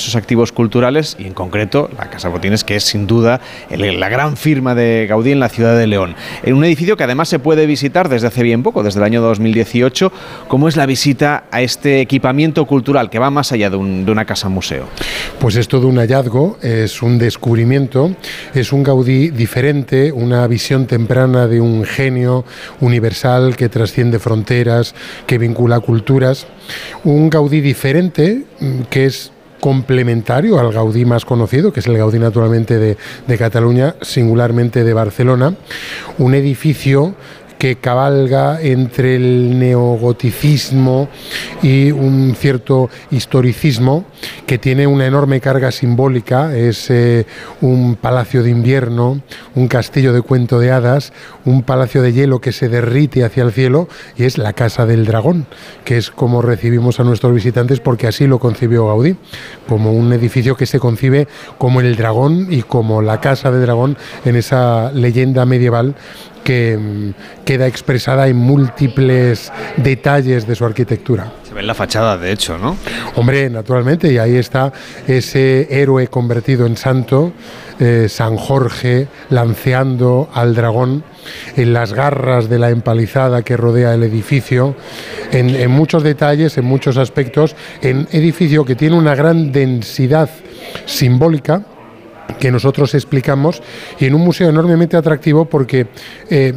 esos activos culturales y en concreto la Casa Botines, que es sin duda el, la gran firma de Gaudí en la ciudad de León. En un edificio que además se puede visitar desde hace bien poco, desde el año dos mil dieciocho. ¿Cómo es la visita a este equipamiento cultural que va más allá de, un, de una casa museo? Pues es todo un hallazgo, es un descubrimiento, es un Gaudí diferente, una visión temprana de un genio universal que trasciende fronteras, que vincula culturas, un Gaudí diferente que es complementario al Gaudí más conocido, que es el Gaudí naturalmente de, de Cataluña, singularmente de Barcelona, un edificio que cabalga entre el neogoticismo y un cierto historicismo, que tiene una enorme carga simbólica. Es eh, un palacio de invierno, un castillo de cuento de hadas, un palacio de hielo que se derrite hacia el cielo, y es la Casa del Dragón, que es como recibimos a nuestros visitantes, porque así lo concibió Gaudí, como un edificio que se concibe como el dragón y como la Casa de Dragón en esa leyenda medieval que queda expresada en múltiples detalles de su arquitectura. Se ve en la fachada, de hecho, ¿no? Hombre, naturalmente, y ahí está ese héroe convertido en santo, eh, San Jorge, lanceando al dragón en las garras de la empalizada que rodea el edificio, en, en muchos detalles, en muchos aspectos, en edificio que tiene una gran densidad simbólica, que nosotros explicamos, y en un museo enormemente atractivo porque eh,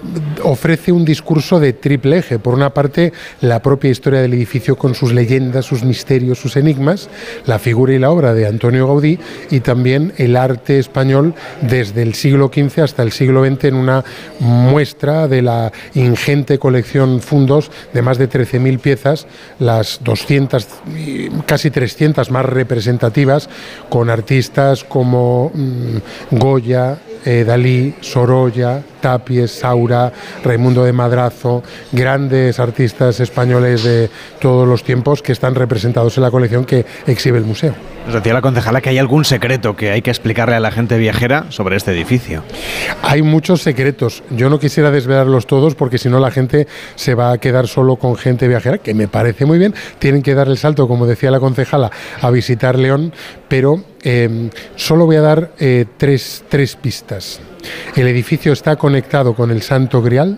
ofrece un discurso de triple eje. Por una parte, la propia historia del edificio con sus leyendas, sus misterios, sus enigmas, la figura y la obra de Antonio Gaudí, y también el arte español desde el siglo quince hasta el siglo veinte, en una muestra de la ingente colección fundos de más de trece mil piezas, las doscientas, casi trescientas más representativas, con artistas como mmm, Goya, Eh, Dalí, Sorolla, Tapies, Saura, Raimundo de Madrazo, grandes artistas españoles de todos los tiempos que están representados en la colección que exhibe el museo. Nos decía la concejala que hay algún secreto que hay que explicarle a la gente viajera sobre este edificio. Hay muchos secretos. Yo no quisiera desvelarlos todos porque si no la gente se va a quedar solo con gente viajera, que me parece muy bien. Tienen que dar el salto, como decía la concejala, a visitar León, pero eh, solo voy a dar eh, tres, tres pistas. El edificio está conectado con el Santo Grial.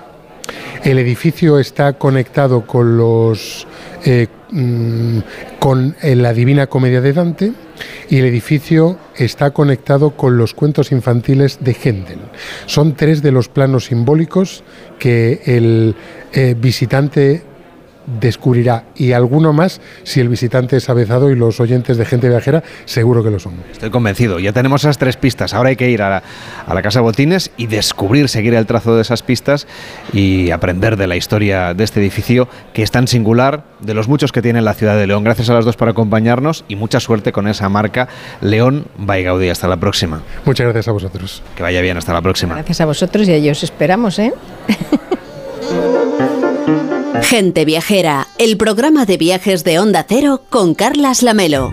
El edificio está conectado con los eh, mm, con eh, la Divina Comedia de Dante, y el edificio está conectado con los cuentos infantiles de Händel. Son tres de los planos simbólicos que el eh, visitante descubrirá, y alguno más si el visitante es avezado, y los oyentes de Gente Viajera seguro que lo son. Estoy convencido. Ya tenemos esas tres pistas. Ahora hay que ir a la, a la Casa Botines y descubrir, seguir el trazo de esas pistas y aprender de la historia de este edificio, que es tan singular, de los muchos que tiene la ciudad de León. Gracias a las dos por acompañarnos y mucha suerte con esa marca León by Gaudí. Hasta la próxima. Muchas gracias a vosotros. Que vaya bien. Hasta la próxima. Gracias a vosotros y a ellos esperamos, ¿eh? Gente Viajera, el programa de viajes de Onda Cero con Carlas Lamelo.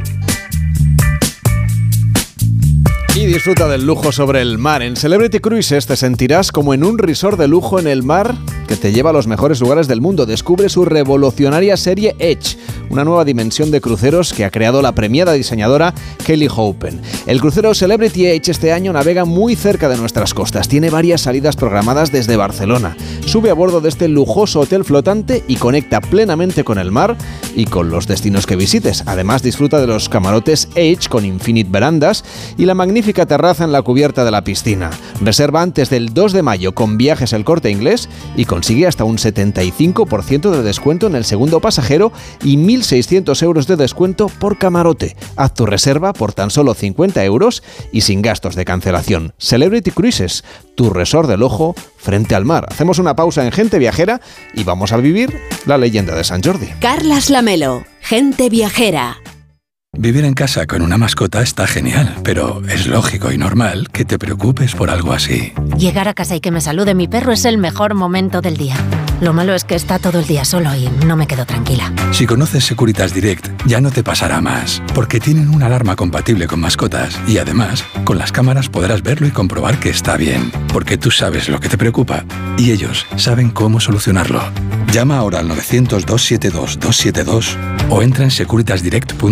Y disfruta del lujo sobre el mar. En Celebrity Cruises te sentirás como en un resort de lujo en el mar que te lleva a los mejores lugares del mundo. Descubre su revolucionaria serie Edge, una nueva dimensión de cruceros que ha creado la premiada diseñadora Kelly Hopen. El crucero Celebrity Edge este año navega muy cerca de nuestras costas. Tiene varias salidas programadas desde Barcelona. Sube a bordo de este lujoso hotel flotante y conecta plenamente con el mar y con los destinos que visites. Además, disfruta de los camarotes Edge con infinite verandas y la magnífica terraza en la cubierta de la piscina. Reserva antes del dos de mayo con Viajes El Corte Inglés y consigue hasta un setenta y cinco por ciento de descuento en el segundo pasajero y mil seiscientos euros de descuento por camarote. Haz tu reserva por tan solo cincuenta euros y sin gastos de cancelación. Celebrity Cruises, tu resort del ojo frente al mar. Hacemos una pausa en Gente Viajera y vamos a vivir la leyenda de San Jordi. Carlas Lamelo, Gente Viajera. Vivir en casa con una mascota está genial, pero es lógico y normal que te preocupes por algo así. Llegar a casa y que me salude mi perro es el mejor momento del día. Lo malo es que está todo el día solo y no me quedo tranquila. Si conoces Securitas Direct, ya no te pasará más, porque tienen una alarma compatible con mascotas y además, con las cámaras podrás verlo y comprobar que está bien, porque tú sabes lo que te preocupa y ellos saben cómo solucionarlo. Llama ahora al novecientos, doscientos setenta y dos, doscientos setenta y dos o entra en securitas direct punto es.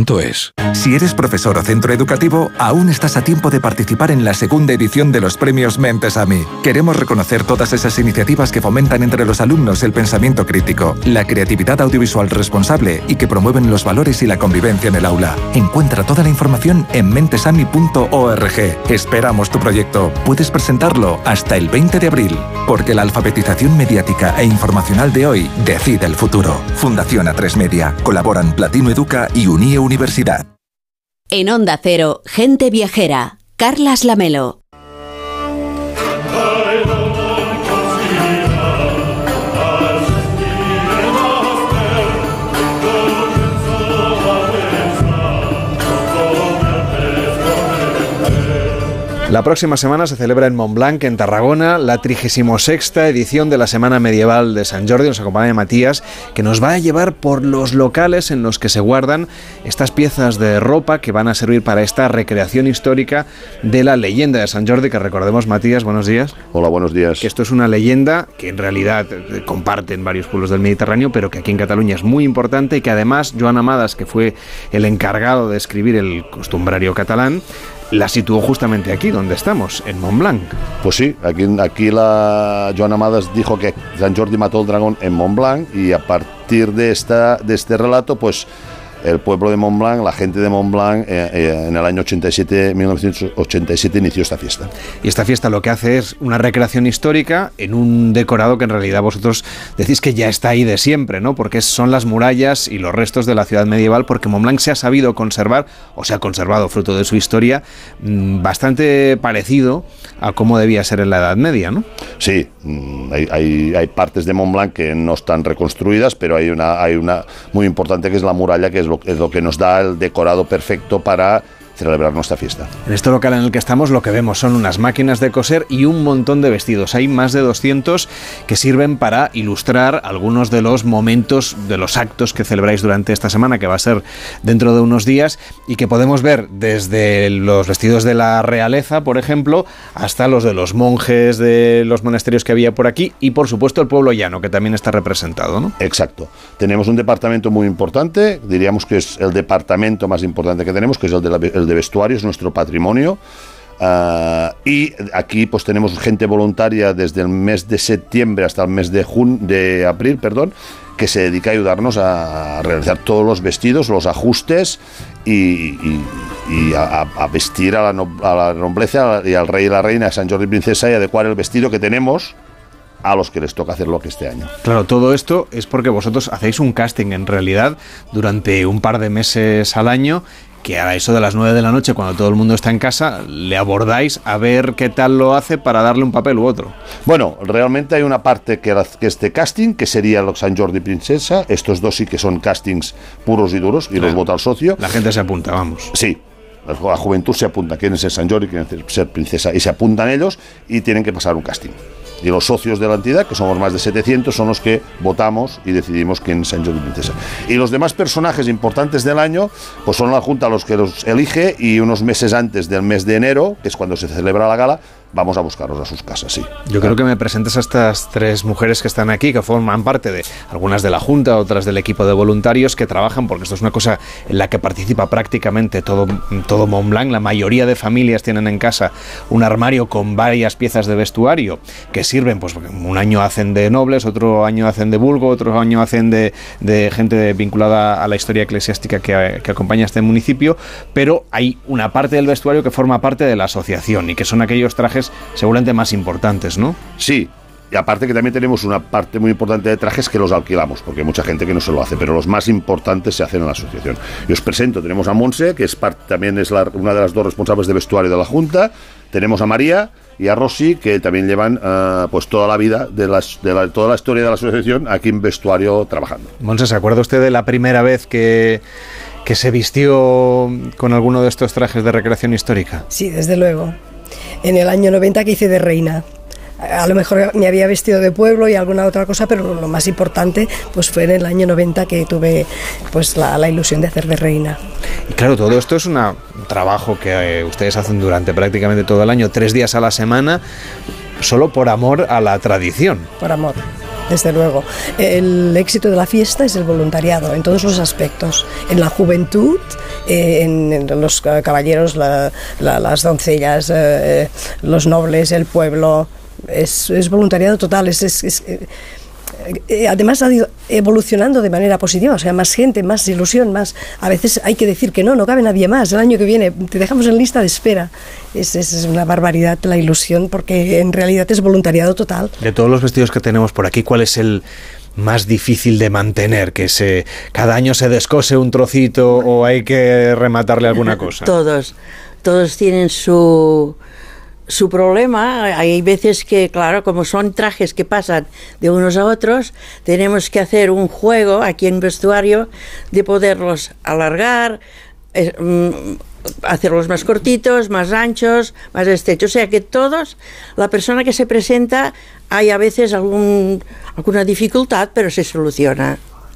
premios. Si eres profesor o centro educativo, aún estás a tiempo de participar en la segunda edición de los premios Mentes A Mí. Queremos reconocer todas esas iniciativas que fomentan entre los alumnos el pensamiento crítico, la creatividad audiovisual responsable y que promueven los valores y la convivencia en el aula. Encuentra toda la información en mentesami punto org. Esperamos tu proyecto. Puedes presentarlo hasta el veinte de abril, porque la alfabetización mediática e informacional de hoy decide el futuro. Fundación A tres Media. Colaboran Platino Educa y Unie Universidad. En Onda Cero, Gente Viajera, Carlas Lamelo. La próxima semana se celebra en Montblanc, en Tarragona, la trigésima sexta edición de la Semana Medieval de Sant Jordi. Nos acompaña Matías, que nos va a llevar por los locales en los que se guardan estas piezas de ropa que van a servir para esta recreación histórica de la leyenda de Sant Jordi, que recordemos, Matías, buenos días. Hola, buenos días. Que esto es una leyenda que en realidad comparten varios pueblos del Mediterráneo, pero que aquí en Cataluña es muy importante y que además Joan Amades, que fue el encargado de escribir el costumbrario catalán, la situó justamente aquí, donde estamos, en Montblanc. Pues sí, aquí, aquí la Joan Amades dijo que Sant Jordi mató al dragón en Montblanc y a partir de, esta, de este relato, pues el pueblo de Montblanc, la gente de Montblanc, eh, eh, en el año ochenta y siete, mil novecientos ochenta y siete inició esta fiesta. Y esta fiesta lo que hace es una recreación histórica en un decorado que en realidad vosotros decís que ya está ahí de siempre, ¿no? Porque son las murallas y los restos de la ciudad medieval, porque Montblanc se ha sabido conservar, o se ha conservado fruto de su historia, mmm, bastante parecido a cómo debía ser en la Edad Media, ¿no? Sí, hay, hay, hay partes de Montblanc que no están reconstruidas, pero hay una, hay una muy importante que es la muralla, que es lo, es lo que nos da el decorado perfecto para celebrar nuestra fiesta. En este local en el que estamos lo que vemos son unas máquinas de coser y un montón de vestidos. Hay más de doscientos que sirven para ilustrar algunos de los momentos, de los actos que celebráis durante esta semana, que va a ser dentro de unos días, y que podemos ver desde los vestidos de la realeza, por ejemplo, hasta los de los monjes de los monasterios que había por aquí, y por supuesto el pueblo llano, que también está representado, ¿no? Exacto. Tenemos un departamento muy importante, diríamos que es el departamento más importante que tenemos, que es el de, la, el de vestuario, es nuestro patrimonio. Uh, y aquí pues tenemos gente voluntaria desde el mes de septiembre hasta el mes de, jun de abril, perdón, que se dedica a ayudarnos a realizar todos los vestidos, los ajustes y, y, y a, a vestir a la, no, a la nobleza y al rey y la reina de Sant Jordi y Princesa y adecuar el vestido que tenemos a los que les toca hacerlo que este año. Claro, todo esto es porque vosotros hacéis un casting en realidad durante un par de meses al año, que a eso de las nueve de la noche, cuando todo el mundo está en casa, le abordáis a ver qué tal lo hace para darle un papel u otro. Bueno, realmente hay una parte que, que es de casting, que sería los Sant Jordi Princesa. Estos dos sí que son castings puros y duros, y claro, los vota el socio. La gente se apunta, vamos. Sí. La juventud se apunta, quieren ser Sant Jordi, quieren ser princesa, y se apuntan ellos y tienen que pasar un casting. Y los socios de la entidad, que somos más de setecientos, son los que votamos y decidimos quién es Sant Jordi Princesa. Y los demás personajes importantes del año, pues son la Junta los que los elige, y unos meses antes del mes de enero, que es cuando se celebra la gala, vamos a buscarlos a sus casas, sí. Yo creo que me presentes a estas tres mujeres que están aquí, que forman parte de algunas de la Junta, otras del equipo de voluntarios que trabajan, porque esto es una cosa en la que participa prácticamente todo, todo Montblanc. La mayoría de familias tienen en casa un armario con varias piezas de vestuario que sirven, pues un año hacen de nobles, otro año hacen de vulgo, otro año hacen de, de gente vinculada a la historia eclesiástica que, que acompaña a este municipio, pero hay una parte del vestuario que forma parte de la asociación y que son aquellos trajes seguramente más importantes, ¿no? Sí, y aparte que también tenemos una parte muy importante de trajes que los alquilamos, porque hay mucha gente que no se lo hace, pero los más importantes se hacen en la asociación. Y os presento, tenemos a Montse, que es parte, también es la, una de las dos responsables de vestuario de la Junta, tenemos a María y a Rosy, que también llevan uh, pues toda la vida, de, las, de la, toda la historia de la asociación aquí en vestuario trabajando. Montse, ¿se acuerda usted de la primera vez que... que se vistió con alguno de estos trajes de recreación histórica? Sí, desde luego. En el año noventa, que hice de reina. A lo mejor me había vestido de pueblo y alguna otra cosa, pero lo más importante pues fue en el año noventa que tuve pues la, la ilusión de hacer de reina. Y claro, todo esto es una, un trabajo que eh, ustedes hacen durante prácticamente todo el año, tres días a la semana, solo por amor a la tradición. Por amor. desde luego. El éxito de la fiesta es el voluntariado en todos los aspectos, en la juventud, eh, en, en los caballeros, la, la, las doncellas, eh, los nobles, el pueblo. Es, es voluntariado total, es, es, es eh, además ha ido evolucionando de manera positiva, o sea, más gente, más ilusión, más. A veces hay que decir que no, no cabe nadie más. El año que viene te dejamos en lista de espera. Es, es, es una barbaridad la ilusión, porque en realidad es voluntariado total. De todos los vestidos que tenemos por aquí, ¿cuál es el más difícil de mantener? ¿Que se cada año se descose un trocito o hay que rematarle alguna cosa? Todos, todos tienen su... su problema. Hay veces que, claro, como son trajes que pasan de unos a otros, tenemos que hacer un juego aquí en vestuario de poderlos alargar, eh, hacerlos más cortitos, más anchos, más estrechos. O sea que todos, la persona que se presenta, hay a veces algún, alguna dificultad, pero se soluciona.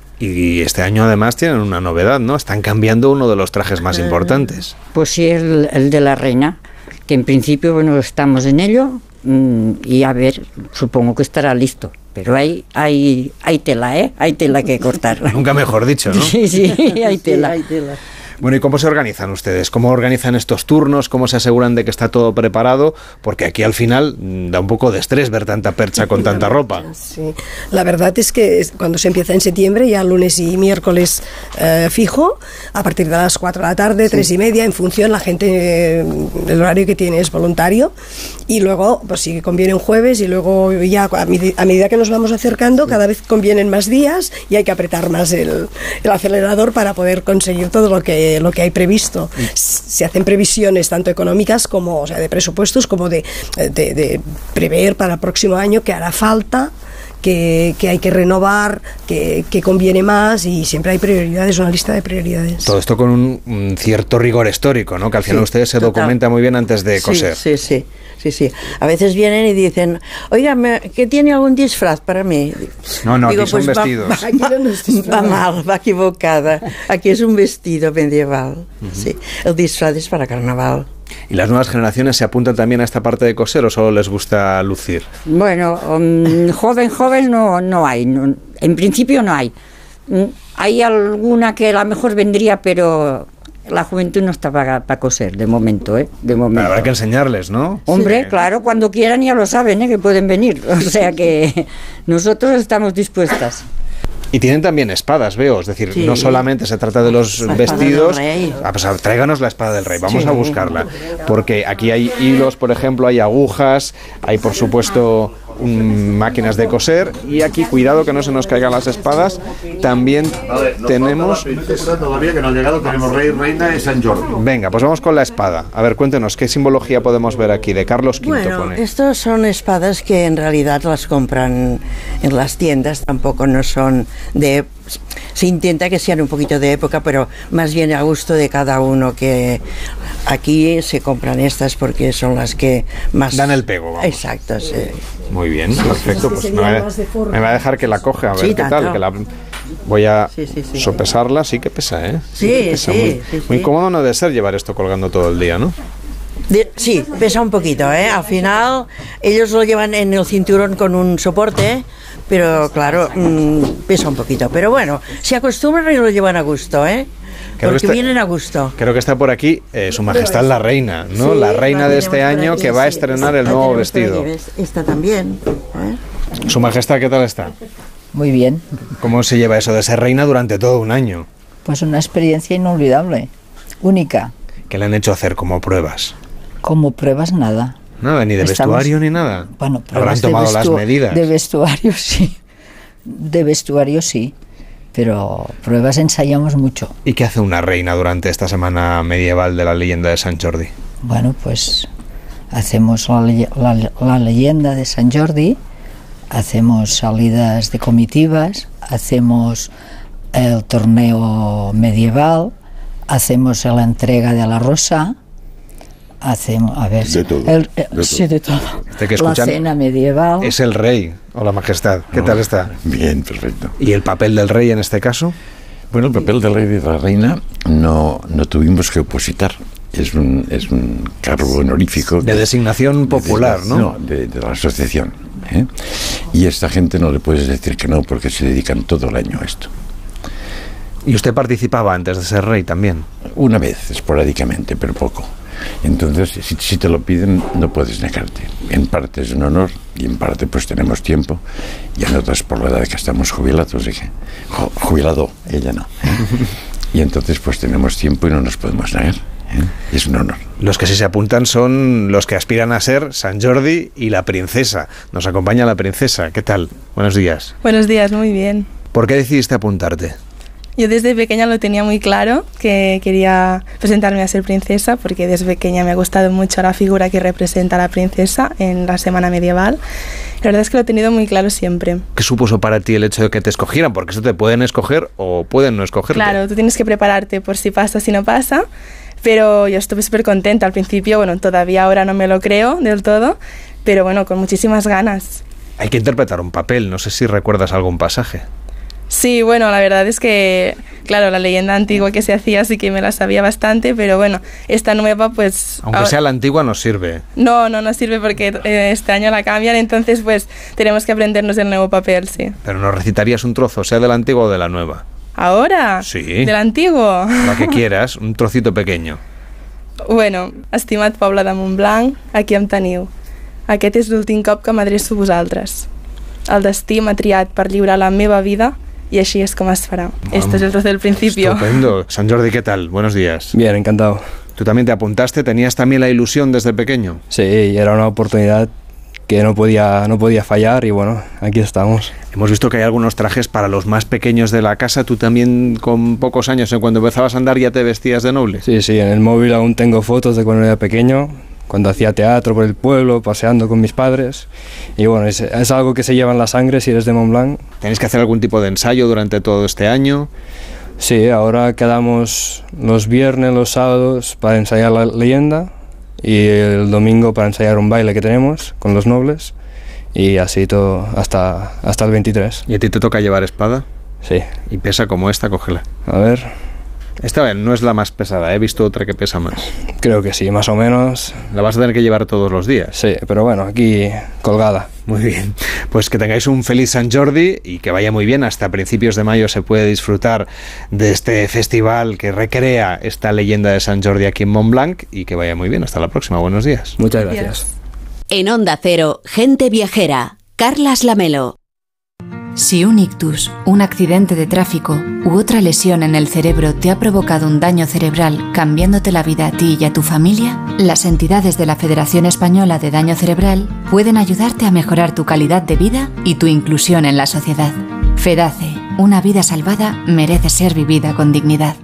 Y este año además tienen una novedad, ¿no? Están cambiando uno de los trajes más importantes. Pues sí, el, el de la reina, que en principio, bueno, estamos en ello mmm, y a ver, supongo que estará listo. Pero hay, hay, hay tela, ¿eh? Hay tela que cortar. Nunca mejor dicho, ¿no? Sí, sí, hay tela. Sí, hay tela. Bueno, ¿y cómo se organizan ustedes? ¿Cómo organizan estos turnos? ¿Cómo se aseguran de que está todo preparado? Porque aquí al final mmm, da un poco de estrés ver tanta percha con tanta ropa. Sí, la verdad es que cuando se empieza en septiembre, ya lunes y miércoles eh, fijo, a partir de las cuatro de la tarde, tres sí. y media, en función, la gente, eh, el horario que tiene es voluntario, y luego, pues si conviene un jueves, y luego ya a, med- a medida que nos vamos acercando, sí. cada vez convienen más días, y hay que apretar más el, el acelerador para poder conseguir todo lo que lo que hay previsto. Se hacen previsiones tanto económicas como, o sea, de presupuestos, como de, de, de prever para el próximo año que hará falta, que, que hay que renovar, que, que conviene más, y siempre hay prioridades, una lista de prioridades. Todo esto con un, un cierto rigor histórico, ¿no? Que al final sí, ustedes se total. documentan muy bien antes de coser. Sí, sí, sí. Sí, sí. A veces vienen y dicen, oiga, ¿que tiene algún disfraz para mí? No, no, Digo, aquí son pues vestidos. Va, va, va mal, va equivocada. Aquí es un vestido medieval. Uh-huh. Sí. El disfraz es para carnaval. ¿Y las nuevas generaciones se apuntan también a esta parte de coser o solo les gusta lucir? Bueno, um, joven, joven no, no hay. No, en principio no hay. Hay alguna que a lo mejor vendría, pero la juventud no está para, para coser, de momento, ¿eh? De momento. Pero habrá que enseñarles, ¿no? Hombre, sí. claro, cuando quieran ya lo saben, ¿eh? Que pueden venir. O sea que nosotros estamos dispuestas. Y tienen también espadas, veo, es decir, sí. no solamente se trata de los la vestidos. Ah, pues tráiganos la espada del rey, vamos sí. a buscarla. Porque aquí hay hilos, por ejemplo, hay agujas, hay por supuesto un, máquinas de coser, y aquí, cuidado que no se nos caigan las espadas, también ver, tenemos... Todavía que no ha llegado, tenemos rey, reina y San Jordi. Venga, pues vamos con la espada. A ver, cuéntenos, ¿qué simbología podemos ver aquí? De Carlos quinto, bueno, pone. Estos son espadas que en realidad las compran en las tiendas, tampoco no son de... Se intenta que sean un poquito de época, pero más bien a gusto de cada uno, que aquí se compran estas porque son las que más... Dan el pego, vamos. Exacto, sí. Muy bien, perfecto, pues me va, me va a dejar que la coja, a ver sí, qué tanto. tal, que la voy a sí, sí, sí. sopesarla, sí que pesa, ¿eh? Sí, sí, pesa sí, muy, sí, muy sí. cómodo no debe ser llevar esto colgando todo el día, ¿no? De, sí, pesa un poquito, ¿eh? Al final ellos lo llevan en el cinturón con un soporte, pero claro, mmm, pesa un poquito. Pero bueno, se acostumbran y lo llevan a gusto, ¿eh? Creo Porque está, vienen a gusto. Creo que está por aquí eh, Su Majestad la Reina, ¿no? Sí, la reina de este año aquí, que va a estrenar sí, el nuevo vestido. Esta también. ¿eh? Su Majestad, ¿qué tal está? Muy bien. ¿Cómo se lleva eso de ser reina durante todo un año? Pues una experiencia inolvidable, única. ¿Qué le han hecho hacer como pruebas? Como pruebas nada. Nada, ni de Estamos, vestuario ni nada. Bueno, habrán tomado las medidas. De vestuario sí. De vestuario sí. Pero pruebas ensayamos mucho. ¿Y qué hace una reina durante esta semana medieval de la leyenda de Sant Jordi? Bueno, pues hacemos la, la, la leyenda de Sant Jordi, hacemos salidas de comitivas, hacemos el torneo medieval, hacemos la entrega de la rosa, hacemos, a ver, de todo, el, de todo. sí, de todo. Este que la cena medieval. Es el rey o la majestad. ¿Qué no, tal está? Bien, perfecto. ¿Y el papel del rey en este caso? Bueno, el papel del rey y de la reina no, no tuvimos que opositar. Es un, es un cargo honorífico. De, de designación popular, de, ¿no? No, de, de la asociación. ¿eh? Y a esta gente no le puedes decir que no, porque se dedican todo el año a esto. ¿Y usted participaba antes de ser rey también? Una vez, esporádicamente, pero poco. Entonces, si, si te lo piden, no puedes negarte. En parte es un honor y en parte pues tenemos tiempo. Y en otras por la edad que estamos jubilados, dije, jo, jubilado, ella no. Y entonces pues tenemos tiempo y no nos podemos negar. ¿eh? Es un honor. Los que sí se apuntan son los que aspiran a ser Sant Jordi y la princesa. Nos acompaña la princesa. ¿Qué tal? Buenos días. Buenos días, muy bien. ¿Por qué decidiste apuntarte? Yo desde pequeña lo tenía muy claro, que quería presentarme a ser princesa, porque desde pequeña me ha gustado mucho la figura que representa a la princesa en la semana medieval. La verdad es que lo he tenido muy claro siempre. ¿Qué supuso para ti el hecho de que te escogieran? Porque eso te pueden escoger o pueden no escogerte. Claro, tú tienes que prepararte por si pasa, si no pasa, pero yo estuve súper contenta al principio. Bueno, todavía ahora no me lo creo del todo, pero bueno, con muchísimas ganas. Hay que interpretar un papel, no sé si recuerdas algún pasaje. Sí, bueno, la verdad es que, claro, la leyenda antigua que se hacía sí que me la sabía bastante, pero bueno, esta nueva pues... Aunque ahora... sea la antigua nos sirve. No, no nos sirve porque eh, este año la cambian, entonces pues tenemos que aprendernos el nuevo papel, sí. Pero nos recitarías un trozo, sea de la antigua o de la nueva. ¿Ahora? Sí. ¿Del antiguo? La que quieras, un trocito pequeño. Bueno, estimat poble de Montblanc, aquí em teniu. Aquest és l'últim cop que m'adreço a vosaltres. El destí m'ha triat per lliurar la meva vida y así es como se fará. Wow. Este es el trozo del principio. Estupendo. Sant Jordi, ¿qué tal? Buenos días. Bien, encantado. ¿Tú también te apuntaste? ¿Tenías también la ilusión desde pequeño? Sí, era una oportunidad que no podía, no podía fallar y bueno, aquí estamos. Hemos visto que hay algunos trajes para los más pequeños de la casa. ¿Tú también con pocos años, en cuando empezabas a andar, ya te vestías de noble? Sí, sí, en el móvil aún tengo fotos de cuando era pequeño, cuando hacía teatro por el pueblo, paseando con mis padres. Y bueno, es, es algo que se lleva en la sangre si eres de Montblanc. ¿Tenéis que hacer algún tipo de ensayo durante todo este año? Sí, ahora quedamos los viernes, los sábados para ensayar la leyenda y el domingo para ensayar un baile que tenemos con los nobles y así todo hasta, hasta el veintitrés. ¿Y a ti te toca llevar espada? Sí. ¿Y pesa como esta? Cógela. A ver... Esta vez no es la más pesada, he visto otra que pesa más. Creo que sí, más o menos. La vas a tener que llevar todos los días. Sí, pero bueno, aquí colgada. Muy bien, pues que tengáis un feliz Sant Jordi y que vaya muy bien. Hasta principios de mayo se puede disfrutar de este festival que recrea esta leyenda de Sant Jordi aquí en Montblanc y que vaya muy bien. Hasta la próxima, buenos días. Muchas gracias. En Onda Cero, Gente Viajera, Carlas Lamelo. Si un ictus, un accidente de tráfico u otra lesión en el cerebro te ha provocado un daño cerebral cambiándote la vida a ti y a tu familia, las entidades de la Federación Española de Daño Cerebral pueden ayudarte a mejorar tu calidad de vida y tu inclusión en la sociedad. FEDACE, una vida salvada merece ser vivida con dignidad.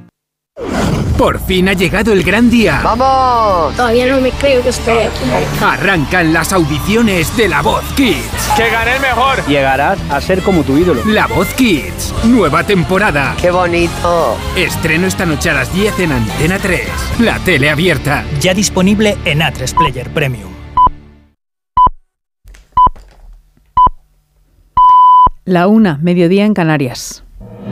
Por fin ha llegado el gran día. ¡Vamos! Todavía no me creo que esté aquí. Arrancan las audiciones de La Voz Kids. ¡Que gane el mejor! Llegarás a ser como tu ídolo. La Voz Kids, nueva temporada. ¡Qué bonito! Estreno esta noche a las diez en Antena tres. La tele abierta. Ya disponible en A tres Player Premium. La una, mediodía en Canarias.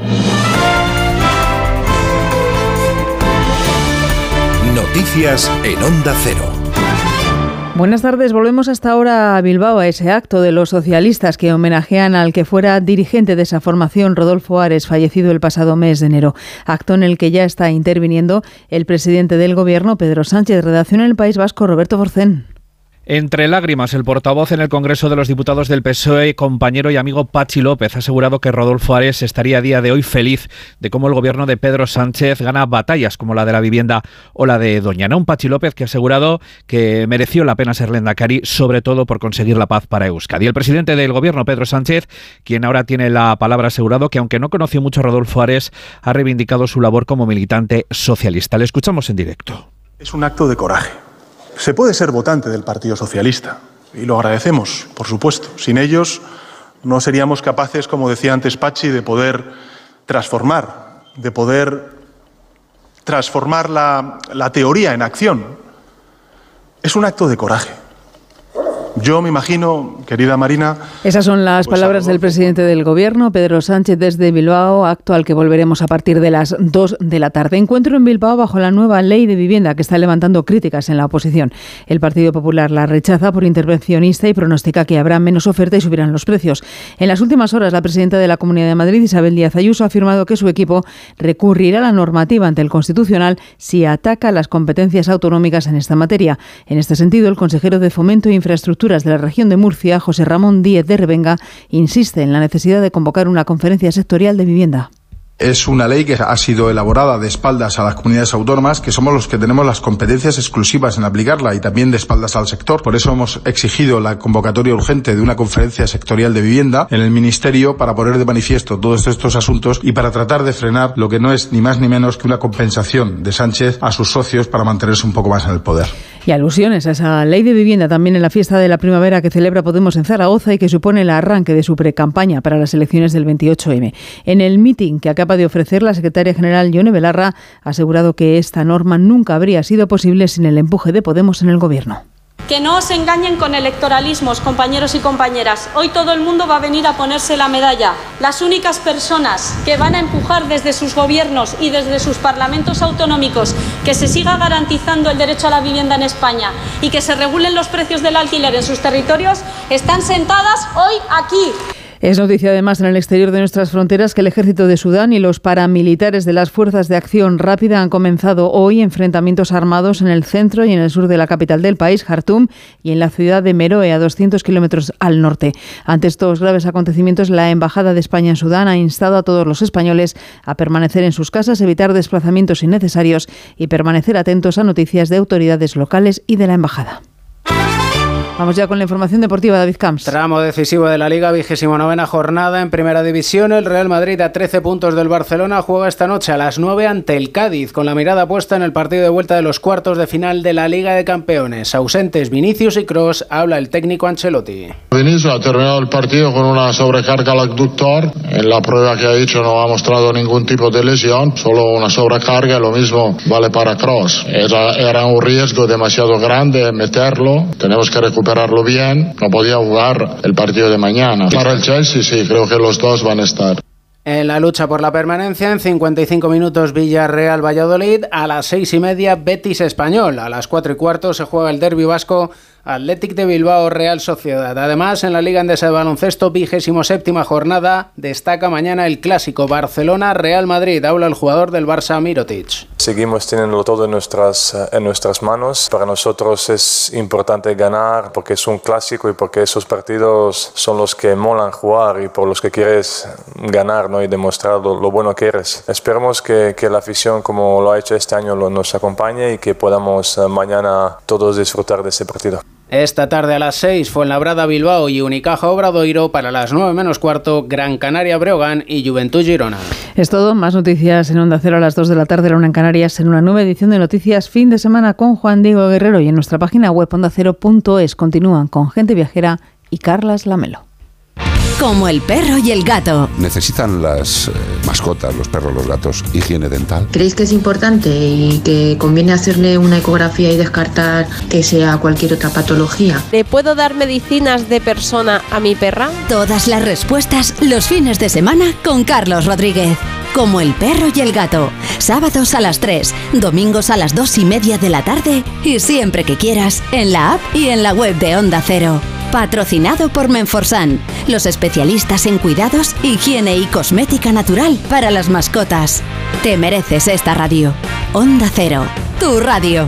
Noticias en Onda Cero. Buenas tardes, volvemos hasta ahora a Bilbao, a ese acto de los socialistas que homenajean al que fuera dirigente de esa formación, Rodolfo Ares, fallecido el pasado mes de enero. Acto en el que ya está interviniendo el presidente del Gobierno, Pedro Sánchez. Redacción en El País Vasco, Roberto Forcén. Entre lágrimas, el portavoz en el Congreso de los Diputados del P S O E, compañero y amigo Patxi López, ha asegurado que Rodolfo Ares estaría a día de hoy feliz de cómo el gobierno de Pedro Sánchez gana batallas como la de la vivienda o la de Doñana. Un Patxi López que ha asegurado que mereció la pena ser lehendakari, sobre todo por conseguir la paz para Euskadi. El presidente del gobierno, Pedro Sánchez, quien ahora tiene la palabra, ha asegurado que aunque no conoció mucho a Rodolfo Ares, ha reivindicado su labor como militante socialista. Le escuchamos en directo. Es un acto de coraje. Se puede ser votante del Partido Socialista y lo agradecemos, por supuesto. Sin ellos no seríamos capaces, como decía antes Patxi, de poder transformar, de poder transformar la, la teoría en acción. Es un acto de coraje. Yo me imagino, querida Marina... Esas son las pues palabras del presidente del Gobierno, Pedro Sánchez, desde Bilbao, acto al que volveremos a partir de las dos de la tarde. Encuentro en Bilbao bajo la nueva ley de vivienda que está levantando críticas en la oposición. El Partido Popular la rechaza por intervencionista y pronostica que habrá menos oferta y subirán los precios. En las últimas horas, la presidenta de la Comunidad de Madrid, Isabel Díaz Ayuso, ha afirmado que su equipo recurrirá a la normativa ante el Constitucional si ataca las competencias autonómicas en esta materia. En este sentido, el consejero de Fomento e Infraestructuras de la región de Murcia, José Ramón Díez de Revenga, insiste en la necesidad de convocar una conferencia sectorial de vivienda. Es una ley que ha sido elaborada de espaldas a las comunidades autónomas, que somos los que tenemos las competencias exclusivas en aplicarla y también de espaldas al sector. Por eso hemos exigido la convocatoria urgente de una conferencia sectorial de vivienda en el Ministerio para poner de manifiesto todos estos asuntos y para tratar de frenar lo que no es ni más ni menos que una compensación de Sánchez a sus socios para mantenerse un poco más en el poder. Y alusiones a esa ley de vivienda también en la fiesta de la primavera que celebra Podemos en Zaragoza y que supone el arranque de su precampaña para las elecciones del veintiocho eme. En el mitin que acaba de ofrecer, la secretaria general Yone Belarra ha asegurado que esta norma nunca habría sido posible sin el empuje de Podemos en el Gobierno. Que no os engañen con electoralismos, compañeros y compañeras. Hoy todo el mundo va a venir a ponerse la medalla. Las únicas personas que van a empujar desde sus gobiernos y desde sus parlamentos autonómicos que se siga garantizando el derecho a la vivienda en España y que se regulen los precios del alquiler en sus territorios están sentadas hoy aquí. Es noticia además en el exterior de nuestras fronteras que el ejército de Sudán y los paramilitares de las Fuerzas de Acción Rápida han comenzado hoy enfrentamientos armados en el centro y en el sur de la capital del país, Jartum, y en la ciudad de Meroe, a doscientos kilómetros al norte. Ante estos graves acontecimientos, la Embajada de España en Sudán ha instado a todos los españoles a permanecer en sus casas, evitar desplazamientos innecesarios y permanecer atentos a noticias de autoridades locales y de la Embajada. Vamos ya con la información deportiva, David Camps. Tramo decisivo de la Liga, vigésimo novena jornada en Primera División. El Real Madrid, a trece puntos del Barcelona, juega esta noche a las nueve ante el Cádiz, con la mirada puesta en el partido de vuelta de los cuartos de final de la Liga de Campeones. Ausentes Vinicius y Kroos, habla el técnico Ancelotti. Vinicius ha terminado el partido con una sobrecarga al abductor. En la prueba que ha hecho no ha mostrado ningún tipo de lesión, solo una sobrecarga. Lo mismo vale para Kroos. Era, era un riesgo demasiado grande meterlo. Tenemos que recuperar bien, no podía jugar el partido de mañana. Para el Chelsea sí, creo que los dos van a estar. En la lucha por la permanencia, en cincuenta y cinco minutos Villarreal-Valladolid, a las seis y media Betis-Español, a las cuatro y cuarto se juega el derbi vasco Athletic de Bilbao Real Sociedad. Además, en la Liga Endesa de Baloncesto, vigésimo séptima jornada, destaca mañana el clásico Barcelona-Real Madrid. Habla el jugador del Barça, Mirotic. Seguimos teniendo todo en nuestras, en nuestras manos. Para nosotros es importante ganar porque es un clásico y porque esos partidos son los que molan jugar y por los que quieres ganar, ¿no? Y demostrar lo, lo bueno que eres. Esperemos que, que la afición, como lo ha hecho este año, lo, nos acompañe y que podamos uh, mañana todos disfrutar de ese partido. Esta tarde a las seis, Fuenlabrada Bilbao y Unicaja Obradoiro. Para las nueve menos cuarto, Gran Canaria Breogán y Juventud Girona. Es todo, más noticias en Onda Cero a las dos de la tarde, la una en Canarias, en una nueva edición de Noticias Fin de Semana con Juan Diego Guerrero y en nuestra página web onda cero punto es. Continúan con Gente Viajera y Carlas Lamelo. Como el perro y el gato. ¿Necesitan las eh, mascotas, los perros, los gatos, higiene dental? ¿Creéis que es importante y que conviene hacerle una ecografía y descartar que sea cualquier otra patología? ¿Le puedo dar medicinas de persona a mi perra? Todas las respuestas los fines de semana con Carlos Rodríguez. Como el perro y el gato. Sábados a las tres, domingos a las dos y media de la tarde y siempre que quieras en la app y en la web de Onda Cero. Patrocinado por Menforsan, los especialistas en cuidados, higiene y cosmética natural para las mascotas. Te mereces esta radio. Onda Cero, tu radio.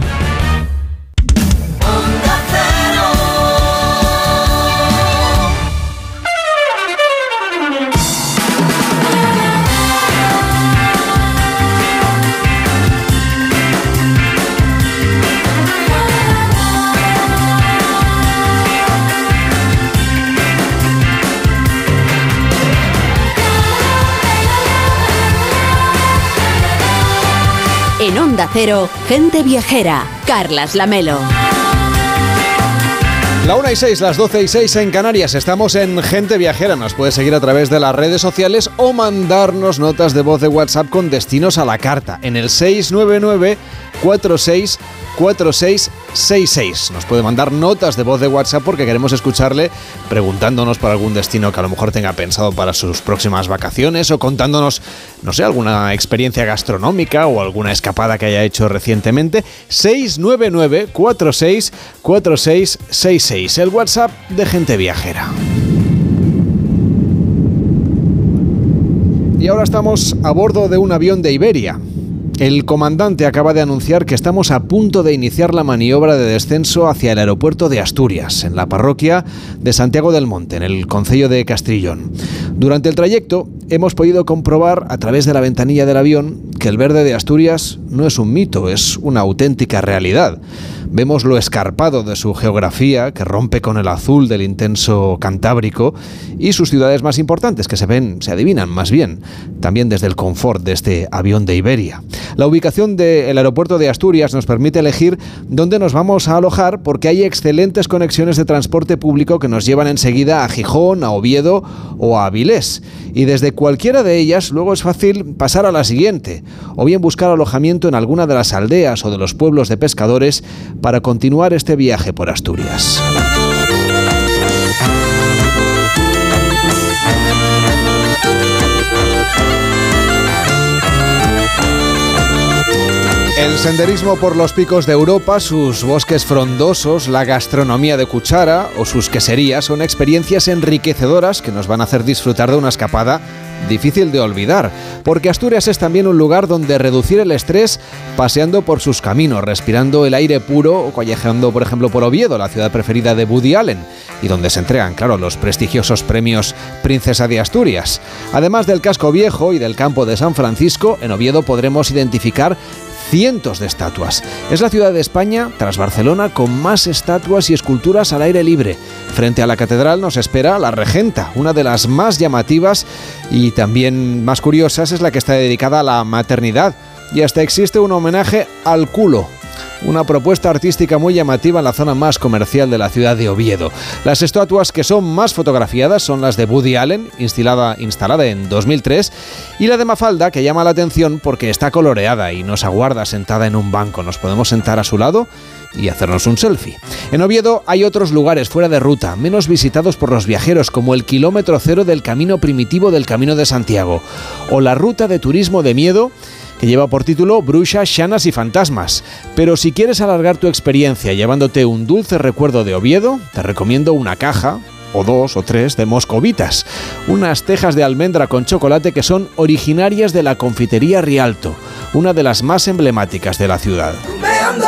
En Onda Cero, Gente Viajera, Carlas Lamelo. La una y seis, las doce y seis en Canarias. Estamos en Gente Viajera. Nos puedes seguir a través de las redes sociales o mandarnos notas de voz de WhatsApp con destinos a la carta en el seis nueve nueve, cuatro seis cuatro seis seis seis. Nos puede mandar notas de voz de WhatsApp porque queremos escucharle preguntándonos por algún destino que a lo mejor tenga pensado para sus próximas vacaciones o contándonos, no sé, alguna experiencia gastronómica o alguna escapada que haya hecho recientemente. seis nueve nueve cuatro seis cuatro seis seis seis, el WhatsApp de Gente Viajera. Y ahora estamos a bordo de un avión de Iberia. El comandante acaba de anunciar que estamos a punto de iniciar la maniobra de descenso hacia el aeropuerto de Asturias, en la parroquia de Santiago del Monte, en el concello de Castrillón. Durante el trayecto hemos podido comprobar a través de la ventanilla del avión que el verde de Asturias no es un mito, es una auténtica realidad. Vemos lo escarpado de su geografía, que rompe con el azul del intenso Cantábrico, y sus ciudades más importantes, que se ven, se adivinan más bien, también desde el confort de este avión de Iberia. La ubicación del aeropuerto de Asturias nos permite elegir dónde nos vamos a alojar, porque hay excelentes conexiones de transporte público que nos llevan enseguida a Gijón, a Oviedo o a Avilés. Y desde cualquiera de ellas luego es fácil pasar a la siguiente, o bien buscar alojamiento en alguna de las aldeas o de los pueblos de pescadores para continuar este viaje por Asturias. El senderismo por los picos de Europa, sus bosques frondosos, la gastronomía de cuchara o sus queserías son experiencias enriquecedoras que nos van a hacer disfrutar de una escapada difícil de olvidar, porque Asturias es también un lugar donde reducir el estrés paseando por sus caminos, respirando el aire puro o callejeando, por ejemplo, por Oviedo, la ciudad preferida de Woody Allen, y donde se entregan, claro, los prestigiosos premios Princesa de Asturias. Además del casco viejo y del campo de San Francisco, en Oviedo podremos identificar cientos de estatuas. Es la ciudad de España, tras Barcelona, con más estatuas y esculturas al aire libre. Frente a la catedral nos espera la Regenta, una de las más llamativas y también más curiosas es la que está dedicada a la maternidad. Y hasta existe un homenaje al culo. Una propuesta artística muy llamativa en la zona más comercial de la ciudad de Oviedo. Las estatuas que son más fotografiadas son las de Woody Allen, instalada, instalada en dos mil tres, y la de Mafalda, que llama la atención porque está coloreada y nos aguarda sentada en un banco. Nos podemos sentar a su lado y hacernos un selfie. En Oviedo hay otros lugares fuera de ruta, menos visitados por los viajeros, como el kilómetro cero del camino primitivo del Camino de Santiago, o la ruta de turismo de miedo, que lleva por título Bruxas, Xanas y Fantasmas. Pero si quieres alargar tu experiencia llevándote un dulce recuerdo de Oviedo, te recomiendo una caja, o dos o tres, de moscovitas, unas tejas de almendra con chocolate que son originarias de la confitería Rialto, una de las más emblemáticas de la ciudad. Rumbeando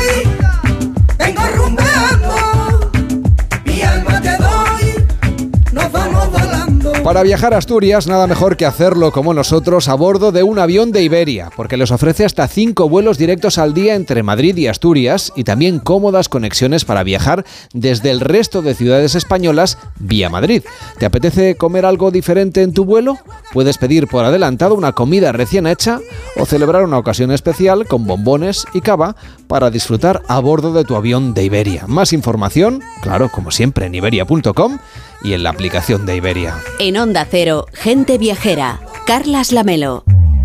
voy, vengo rumbeando, mi alma te doy, nos vamos volando. Para viajar a Asturias, nada mejor que hacerlo como nosotros a bordo de un avión de Iberia, porque les ofrece hasta cinco vuelos directos al día entre Madrid y Asturias y también cómodas conexiones para viajar desde el resto de ciudades españolas vía Madrid. ¿Te apetece comer algo diferente en tu vuelo? Puedes pedir por adelantado una comida recién hecha o celebrar una ocasión especial con bombones y cava para disfrutar a bordo de tu avión de Iberia. Más información, claro, como siempre, en iberia punto com y en la aplicación de Iberia. En Onda Cero, Gente Viajera, Carlas Lamelo.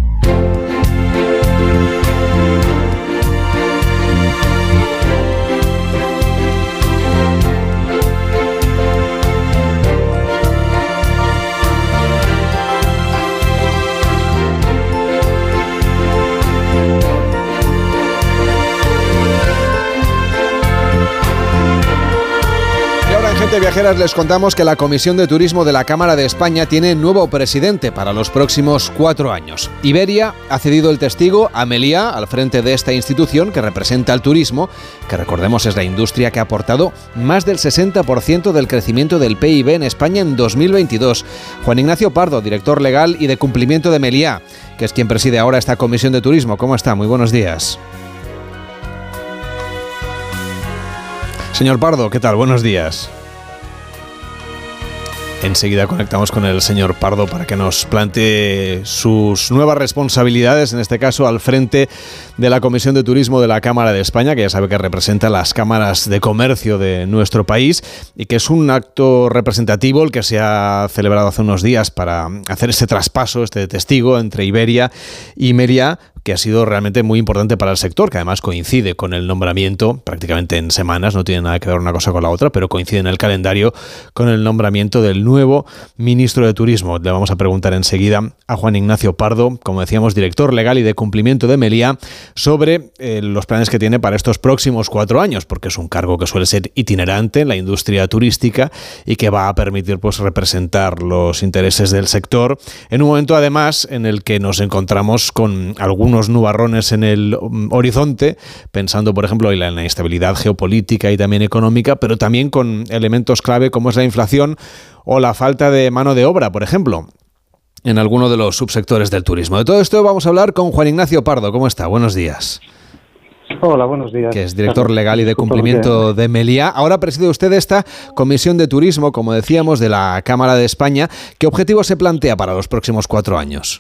Gente Viajeras, les contamos que la Comisión de Turismo de la Cámara de España tiene nuevo presidente para los próximos cuatro años. Iberia ha cedido el testigo a Meliá al frente de esta institución que representa al turismo, que recordemos es la industria que ha aportado más del sesenta por ciento del crecimiento del P I B en España en dos mil veintidós. Juan Ignacio Pardo, director legal y de cumplimiento de Meliá, que es quien preside ahora esta Comisión de Turismo. ¿Cómo está? Muy buenos días. Señor Pardo, ¿qué tal? Buenos días. Enseguida conectamos con el señor Pardo para que nos plantee sus nuevas responsabilidades, en este caso al frente de la Comisión de Turismo de la Cámara de España, que ya sabe que representa las cámaras de comercio de nuestro país y que es un acto representativo el que se ha celebrado hace unos días para hacer este traspaso, este testigo entre Iberia y Meliá, que ha sido realmente muy importante para el sector, que además coincide con el nombramiento, prácticamente en semanas, no tiene nada que ver una cosa con la otra, pero coincide en el calendario con el nombramiento del nuevo ministro de Turismo. Le vamos a preguntar enseguida a Juan Ignacio Pardo, como decíamos, director legal y de cumplimiento de Meliá, sobre eh, los planes que tiene para estos próximos cuatro años, porque es un cargo que suele ser itinerante en la industria turística y que va a permitir pues representar los intereses del sector en un momento además en el que nos encontramos con algunos unos nubarrones en el horizonte, pensando por ejemplo en la inestabilidad geopolítica y también económica, pero también con elementos clave como es la inflación o la falta de mano de obra, por ejemplo, en alguno de los subsectores del turismo. De todo esto vamos a hablar con Juan Ignacio Pardo. ¿Cómo está? Buenos días. Hola, buenos días. Que es director legal y de cumplimiento de Meliá. Ahora preside usted esta Comisión de Turismo, como decíamos, de la Cámara de España. ¿Qué objetivo se plantea para los próximos cuatro años?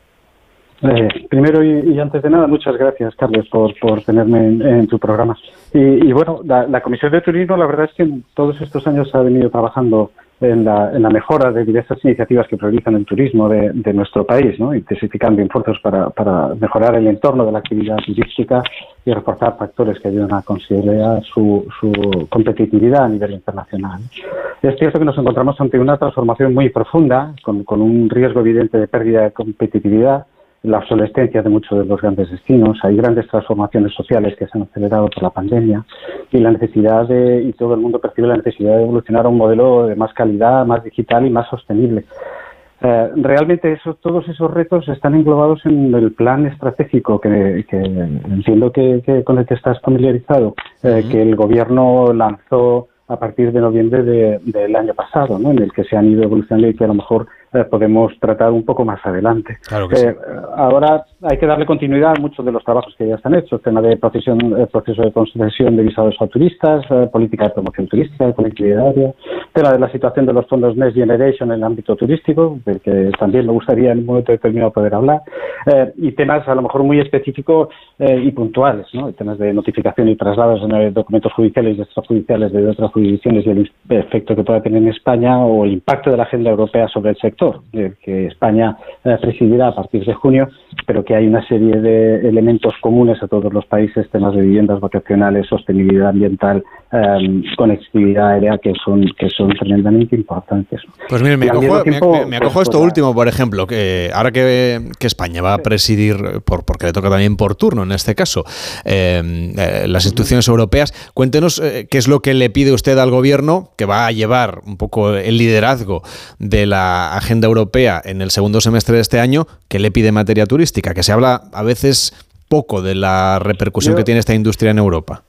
Eh, primero y, y antes de nada, muchas gracias, Carlos, por, por tenerme en, en tu programa. Y, y bueno, la, la Comisión de Turismo, la verdad es que en todos estos años ha venido trabajando en la, en la mejora de diversas iniciativas que priorizan el turismo de, de nuestro país, ¿no? Intensificando esfuerzos para, para mejorar el entorno de la actividad turística y reforzar factores que ayudan a consolidar su, su competitividad a nivel internacional. Es cierto que nos encontramos ante una transformación muy profunda, con, con un riesgo evidente de pérdida de competitividad, la obsolescencia de muchos de los grandes destinos, hay grandes transformaciones sociales que se han acelerado por la pandemia y la necesidad de, y todo el mundo percibe la necesidad de evolucionar a un modelo de más calidad, más digital y más sostenible. Eh, realmente eso, todos esos retos están englobados en el plan estratégico que, que entiendo que, que con el que estás familiarizado, eh, uh-huh. que el Gobierno lanzó a partir de noviembre de, del año pasado, ¿no? En el que se han ido evolucionando y que a lo mejor eh, podemos tratar un poco más adelante. Claro que eh, sí. Ahora hay que darle continuidad a muchos de los trabajos que ya están hechos, tema de procesión, el proceso de concesión de visados a turistas, eh, política de promoción turística, de conectividad aérea, tema de la situación de los fondos Next Generation en el ámbito turístico, del que también me gustaría en un momento determinado poder hablar, eh, y temas a lo mejor muy específicos eh, y puntuales, ¿no? Temas de notificación y traslados en documentos judiciales y extrajudiciales de otras jurisdicciones y el efecto que pueda tener en España o el impacto de la agenda europea sobre el sector, eh, que España eh, presidirá a partir de junio, pero que hay una serie de elementos comunes a todos los países, temas de viviendas vacacionales, sostenibilidad ambiental, eh, conectividad aérea, que son que son tremendamente importantes. Pues mire, me acojo, tiempo, me, me acojo pues, esto pues, último, por ejemplo, que ahora que, que España va a presidir, por porque le toca también por turno en este caso, eh, eh, las instituciones europeas, cuéntenos eh, qué es lo que le pide usted al Gobierno, que va a llevar un poco el liderazgo de la agenda europea en el segundo semestre de este año, que le pide en materia turística, que se habla a veces poco de la repercusión Yo, que tiene esta industria en Europa.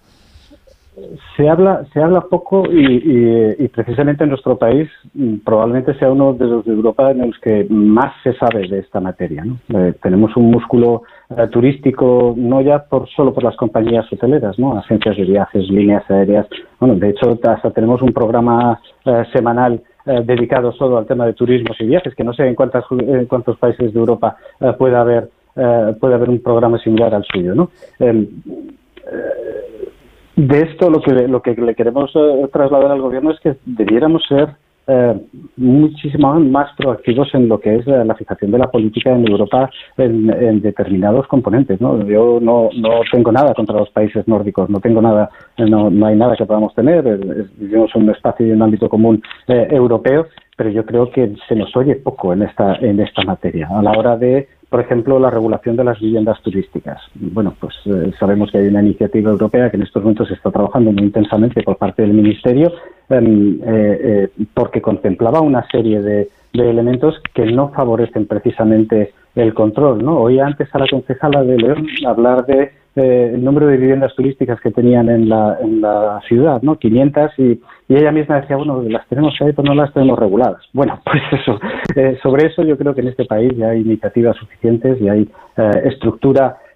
Se habla se habla poco y, y, y precisamente en nuestro país probablemente sea uno de los de Europa en los que más se sabe de esta materia, ¿no? Eh, tenemos un músculo eh, turístico no ya por solo por las compañías hoteleras, ¿no? Agencias de viajes, líneas aéreas. Bueno, de hecho hasta tenemos un programa eh, semanal eh, dedicado solo al tema de turismos y viajes, que no sé en cuántas en cuántos países de Europa eh, puede haber eh, puede haber un programa similar al suyo, ¿no? Eh, eh, De esto lo que lo que le queremos eh, trasladar al Gobierno es que debiéramos ser eh, muchísimo más proactivos en lo que es eh, la fijación de la política en Europa en, en determinados componentes, ¿no? Yo no no tengo nada contra los países nórdicos, no tengo nada, no, no hay nada que podamos tener, vivimos en un espacio y un ámbito común eh, europeo, pero yo creo que se nos oye poco en esta en esta materia a la hora de, por ejemplo, la regulación de las viviendas turísticas. Bueno, pues eh, sabemos que hay una iniciativa europea que en estos momentos se está trabajando muy intensamente por parte del Ministerio eh, eh, porque contemplaba una serie de, de elementos que no favorecen precisamente el control, ¿no? Oí antes a la concejala de León hablar de eh, el número de viviendas turísticas que tenían en la en la ciudad, ¿no? quinientas, y, y ella misma decía, bueno, las tenemos ahí, pero no las tenemos reguladas. Bueno, pues eso, eh, sobre eso yo creo que en este país ya hay iniciativas suficientes y hay eh, estructura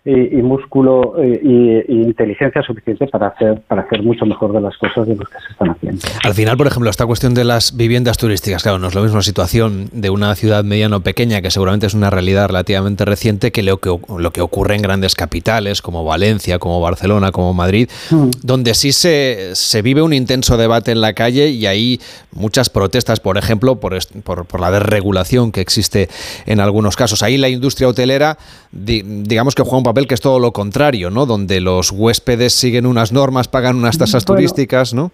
y, y músculo y, y inteligencia suficiente para hacer para hacer mucho mejor de las cosas de lo que se están haciendo. Al final, por ejemplo, esta cuestión de las viviendas turísticas, claro, no es lo mismo la situación de una ciudad mediana o pequeña, que seguramente es una realidad relativamente reciente, que lo que, lo que ocurre en grandes capitales como Valencia, como Barcelona, como Madrid, mm. donde sí se, se vive un intenso debate en la calle y hay muchas protestas, por ejemplo, por, por, por la desregulación que existe en algunos casos. Ahí la industria hotelera, di, digamos que juega un papel que es todo lo contrario, ¿no? Donde los huéspedes siguen unas normas, pagan unas tasas bueno, turísticas, ¿no?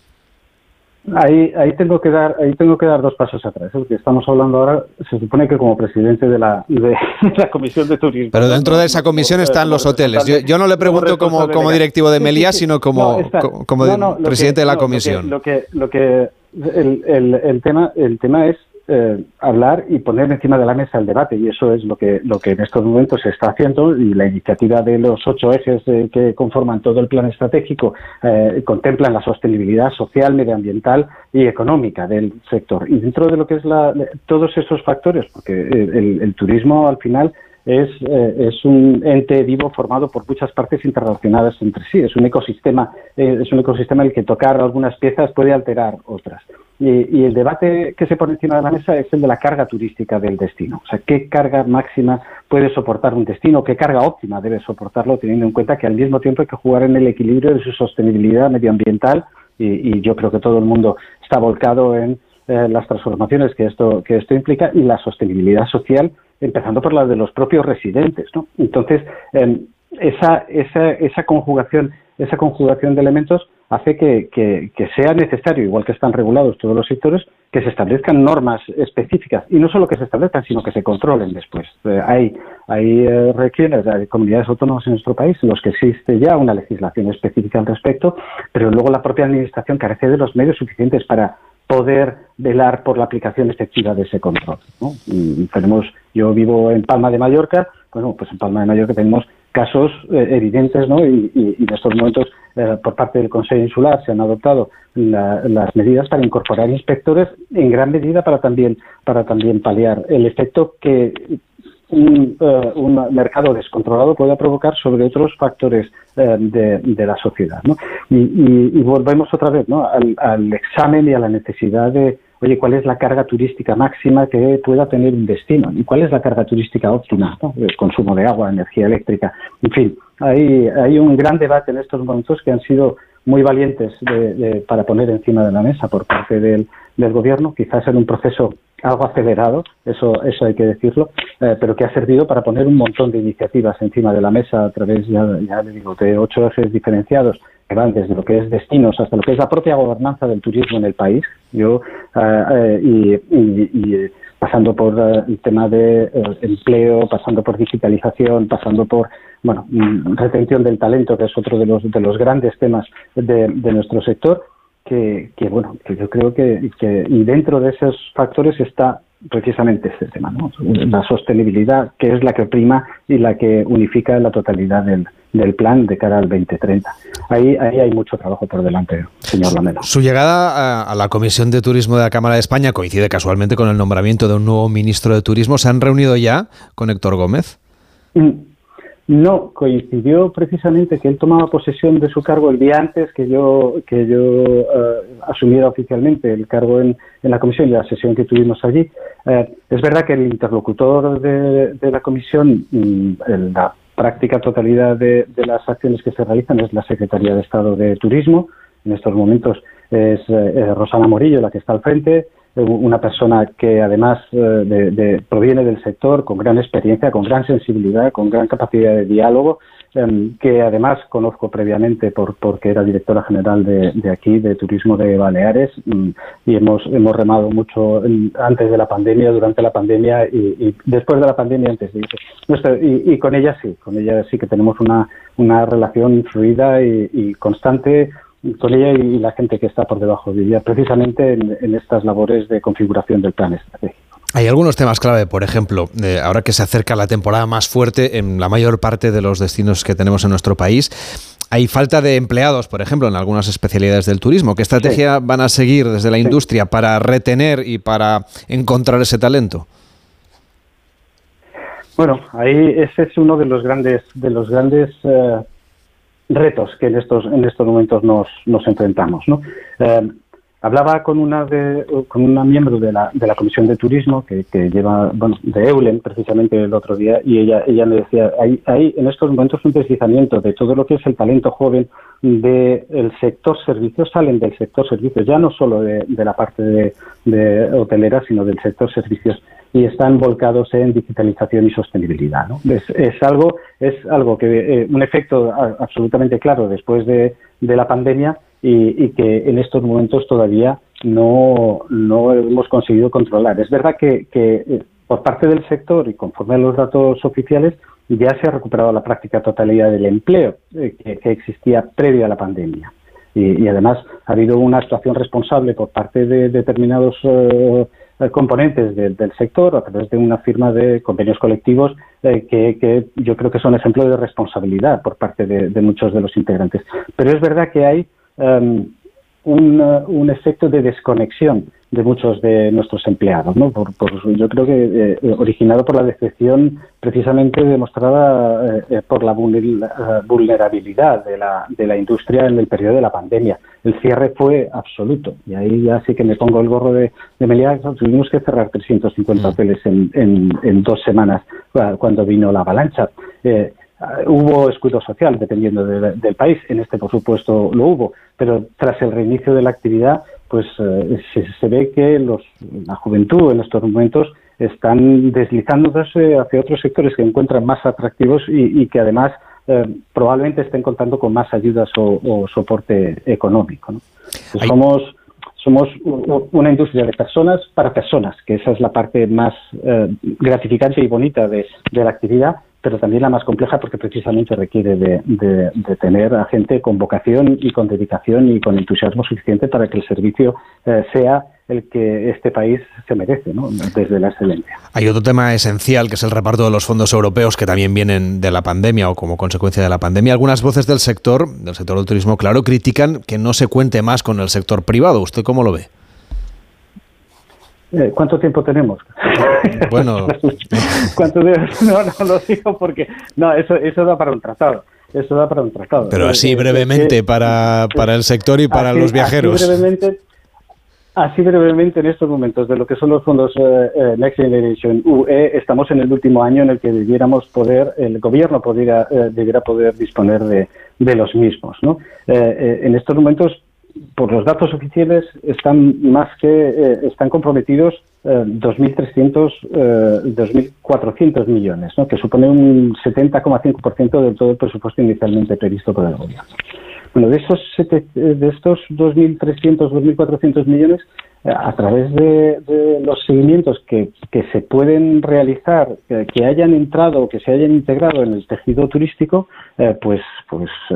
Ahí, ahí tengo que dar, ahí tengo que dar dos pasos atrás, porque estamos hablando ahora, se supone que como presidente de la, de la Comisión de Turismo. Pero dentro de esa comisión están los hoteles. Yo, yo no le pregunto como, como directivo de Meliá, sí, sí, sí. sino como, no, está, como no, no, presidente que, de la no, comisión. Lo que, lo que, lo que el, el, el tema, el tema es Eh, hablar y poner encima de la mesa el debate, y eso es lo que lo que en estos momentos se está haciendo, y la iniciativa de los ocho ejes eh, que conforman todo el plan estratégico eh, contemplan la sostenibilidad social, medioambiental y económica del sector, y dentro de lo que es la, todos esos factores, porque el, el turismo al final es, eh, es un ente vivo formado por muchas partes interrelacionadas entre sí, es un ecosistema, eh, es un ecosistema en el que tocar algunas piezas puede alterar otras. Y, y el debate que se pone encima de la mesa es el de la carga turística del destino. O sea, ¿qué carga máxima puede soportar un destino? ¿Qué carga óptima debe soportarlo, teniendo en cuenta que al mismo tiempo hay que jugar en el equilibrio de su sostenibilidad medioambiental? Y, y yo creo que todo el mundo está volcado en eh, las transformaciones que esto, que esto implica, y la sostenibilidad social, empezando por la de los propios residentes, ¿no? Entonces, eh, esa, esa, esa conjugación, esa conjugación de elementos hace que, que, que sea necesario, igual que están regulados todos los sectores, que se establezcan normas específicas, y no solo que se establezcan, sino que se controlen después. Eh, hay hay eh, regiones, hay comunidades autónomas en nuestro país en los que existe ya una legislación específica al respecto, pero luego la propia administración carece de los medios suficientes para poder velar por la aplicación efectiva de ese control, ¿no? Y tenemos, yo vivo en Palma de Mallorca, bueno, pues en Palma de Mallorca tenemos casos eh, evidentes, ¿no? Y, y, y en estos momentos, eh, por parte del Consejo Insular, se han adoptado la, las medidas para incorporar inspectores, en gran medida para también para también paliar el efecto que un, uh, un mercado descontrolado pueda provocar sobre otros factores uh, de, de la sociedad, ¿no? Y, y, y volvemos otra vez, ¿no? al, al examen y a la necesidad de, oye, ¿cuál es la carga turística máxima que pueda tener un destino? ¿Y cuál es la carga turística óptima, ¿no? El consumo de agua, energía eléctrica, en fin. Hay, hay un gran debate en estos momentos que han sido muy valientes de, de, para poner encima de la mesa por parte del, del Gobierno, quizás en un proceso algo acelerado, eso eso hay que decirlo, eh, pero que ha servido para poner un montón de iniciativas encima de la mesa a través, ya, ya le digo, de ocho ejes diferenciados, que van desde lo que es destinos hasta lo que es la propia gobernanza del turismo en el país, yo eh, eh, y, y, y pasando por uh, el tema de uh, empleo, pasando por digitalización, pasando por bueno mm, retención del talento, que es otro de los de los grandes temas de, de nuestro sector, que, que bueno, que yo creo que, que y dentro de esos factores está precisamente este tema, ¿no? La sostenibilidad, que es la que prima y la que unifica la totalidad del, del plan de cara al veinte treinta. Ahí, ahí hay mucho trabajo por delante, señor Lamela. Su llegada a, a la Comisión de Turismo de la Cámara de España coincide casualmente con el nombramiento de un nuevo ministro de Turismo. ¿Se han reunido ya con Héctor Gómez? No, coincidió precisamente que él tomaba posesión de su cargo el día antes que yo que yo uh, asumiera oficialmente el cargo en, en la comisión y la sesión que tuvimos allí. Uh, es verdad que el interlocutor de, de la comisión, en la práctica totalidad de, de las acciones que se realizan, es la Secretaría de Estado de Turismo. En estos momentos es eh, Rosana Morillo la que está al frente, una persona que además eh, de, de, proviene del sector, con gran experiencia, con gran sensibilidad, con gran capacidad de diálogo, eh, que además conozco previamente por porque era directora general de, de aquí, de Turismo de Baleares, y hemos hemos remado mucho en, antes de la pandemia, durante la pandemia y, y después de la pandemia, antes de eso. Y, y con ella sí, con ella sí que tenemos una, una relación fluida y, y constante, con ella y la gente que está por debajo de ella, precisamente en, en estas labores de configuración del plan estratégico. Hay algunos temas clave, por ejemplo, eh, ahora que se acerca la temporada más fuerte en la mayor parte de los destinos que tenemos en nuestro país, hay falta de empleados, por ejemplo, en algunas especialidades del turismo. ¿Qué estrategia sí. van a seguir desde la sí. industria para retener y para encontrar ese talento? Bueno, ahí ese es uno de los grandes de los grandes eh, retos que en estos en estos momentos nos, nos enfrentamos, ¿no? Eh, hablaba con una de, con una miembro de la de la Comisión de Turismo que, que lleva, bueno, de Eulen precisamente el otro día, y ella ella me decía, hay, hay en estos momentos un deslizamiento de todo lo que es el talento joven del sector servicios, salen del sector servicios, ya no solo de, de la parte de, de hotelera, sino del sector servicios, y están volcados en digitalización y sostenibilidad, ¿no? Es, es algo es algo que eh, un efecto a, absolutamente claro después de, de la pandemia y, y que en estos momentos todavía no, no hemos conseguido controlar. Es verdad que, que eh, por parte del sector y conforme a los datos oficiales ya se ha recuperado la práctica totalidad del empleo eh, que, que existía previo a la pandemia. Y, y además ha habido una actuación responsable por parte de determinados eh, componentes de, del sector a través de una firma de convenios colectivos eh, que, que yo creo que son ejemplo de responsabilidad por parte de, de muchos de los integrantes. Pero es verdad que hay um, un, uh, un efecto de desconexión de muchos de nuestros empleados, ¿no? Por, por, yo creo que eh, originado por la decepción precisamente demostrada eh, por la vulnerabilidad de la, de la industria en el periodo de la pandemia. El cierre fue absoluto y ahí ya sí que me pongo el gorro de, de Meliá. Tuvimos que cerrar trescientos cincuenta hoteles en, en, en dos semanas cuando vino la avalancha. Eh, Uh, hubo escudo social, dependiendo de, del país. En este, por supuesto, lo hubo. Pero tras el reinicio de la actividad, pues uh, se, se ve que los, la juventud en estos momentos están deslizándose hacia otros sectores que encuentran más atractivos y, y que además uh, probablemente estén contando con más ayudas o, o soporte económico, ¿no? Pues somos somos una industria de personas para personas, que esa es la parte más uh, gratificante y bonita de, de la actividad, pero también la más compleja porque precisamente requiere de, de, de tener a gente con vocación y con dedicación y con entusiasmo suficiente para que el servicio eh, sea el que este país se merece, ¿no? Desde la excelencia. Hay otro tema esencial que es el reparto de los fondos europeos que también vienen de la pandemia o como consecuencia de la pandemia. Algunas voces del sector, del sector del turismo, claro, critican que no se cuente más con el sector privado. ¿Usted cómo lo ve? Eh, ¿Cuánto tiempo tenemos? Bueno, ¿Cuánto de... no, no lo digo porque no, eso eso da para un tratado. Eso da para un tratado. Pero así brevemente eh, para para el sector y para así, los viajeros. Así brevemente, así brevemente en estos momentos de lo que son los fondos eh, Next Generation U E, estamos en el último año en el que debiéramos poder, el gobierno pudiera, eh, debiera poder disponer de, de los mismos, ¿no? Eh, eh, en estos momentos, por los datos oficiales, están más que eh, están comprometidos eh, dos mil trescientos, eh, dos mil cuatrocientos millones, ¿no? Que supone un setenta coma cinco por ciento de todo el presupuesto inicialmente previsto por el gobierno. Bueno, de esos de estos dos mil trescientos, dos mil cuatrocientos millones, eh, a través de, de los seguimientos que, que se pueden realizar, que, que hayan entrado o que se hayan integrado en el tejido turístico, eh, pues pues eh,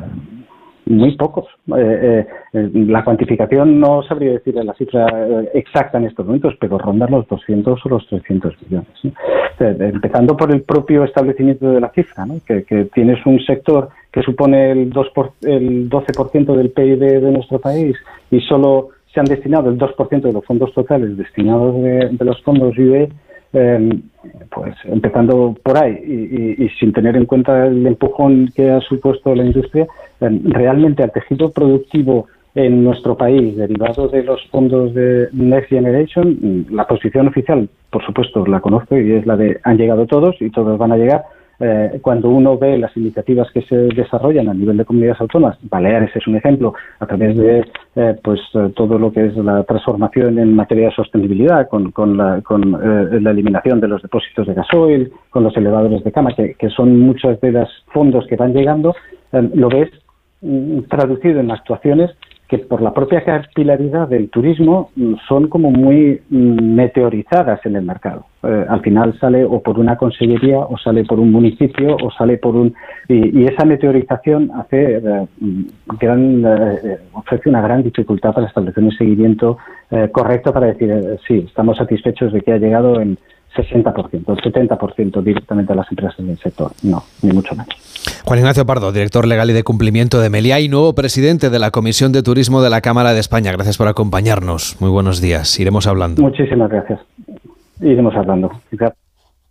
muy pocos. Eh, eh, la cuantificación no sabría decir la cifra eh, exacta en estos momentos, pero rondan los doscientos o los trescientos millones, ¿no? Eh, empezando por el propio establecimiento de la cifra, ¿no? Que, que tienes un sector que supone el, dos por, el doce por ciento del P I B de nuestro país y solo se han destinado el dos por ciento de los fondos totales destinados de, de los fondos U E. Eh, pues empezando por ahí y, y, y sin tener en cuenta el empujón que ha supuesto la industria, eh, realmente al tejido productivo en nuestro país derivado de los fondos de Next Generation, la posición oficial, por supuesto, la conozco y es la de han llegado todos y todos van a llegar. Eh, cuando uno ve las iniciativas que se desarrollan a nivel de comunidades autónomas, Baleares es un ejemplo, a través de eh, pues todo lo que es la transformación en materia de sostenibilidad, con, con, la, con eh, la eliminación de los depósitos de gasoil, con los elevadores de cama, que, que son muchos de los fondos que van llegando, eh, lo ves mm, traducido en actuaciones que por la propia capilaridad del turismo son como muy meteorizadas en el mercado. Eh, al final sale o por una consellería, o sale por un municipio, o sale por un... Y, y esa meteorización hace eh, gran, eh, ofrece una gran dificultad para establecer un seguimiento eh, correcto para decir, eh, sí, estamos satisfechos de que ha llegado en sesenta por ciento, el setenta por ciento directamente a las empresas del sector. No, ni mucho menos. Juan Ignacio Pardo, director legal y de cumplimiento de Meliá y nuevo presidente de la Comisión de Turismo de la Cámara de España. Gracias por acompañarnos. Muy buenos días. Iremos hablando. Muchísimas gracias. Iremos hablando.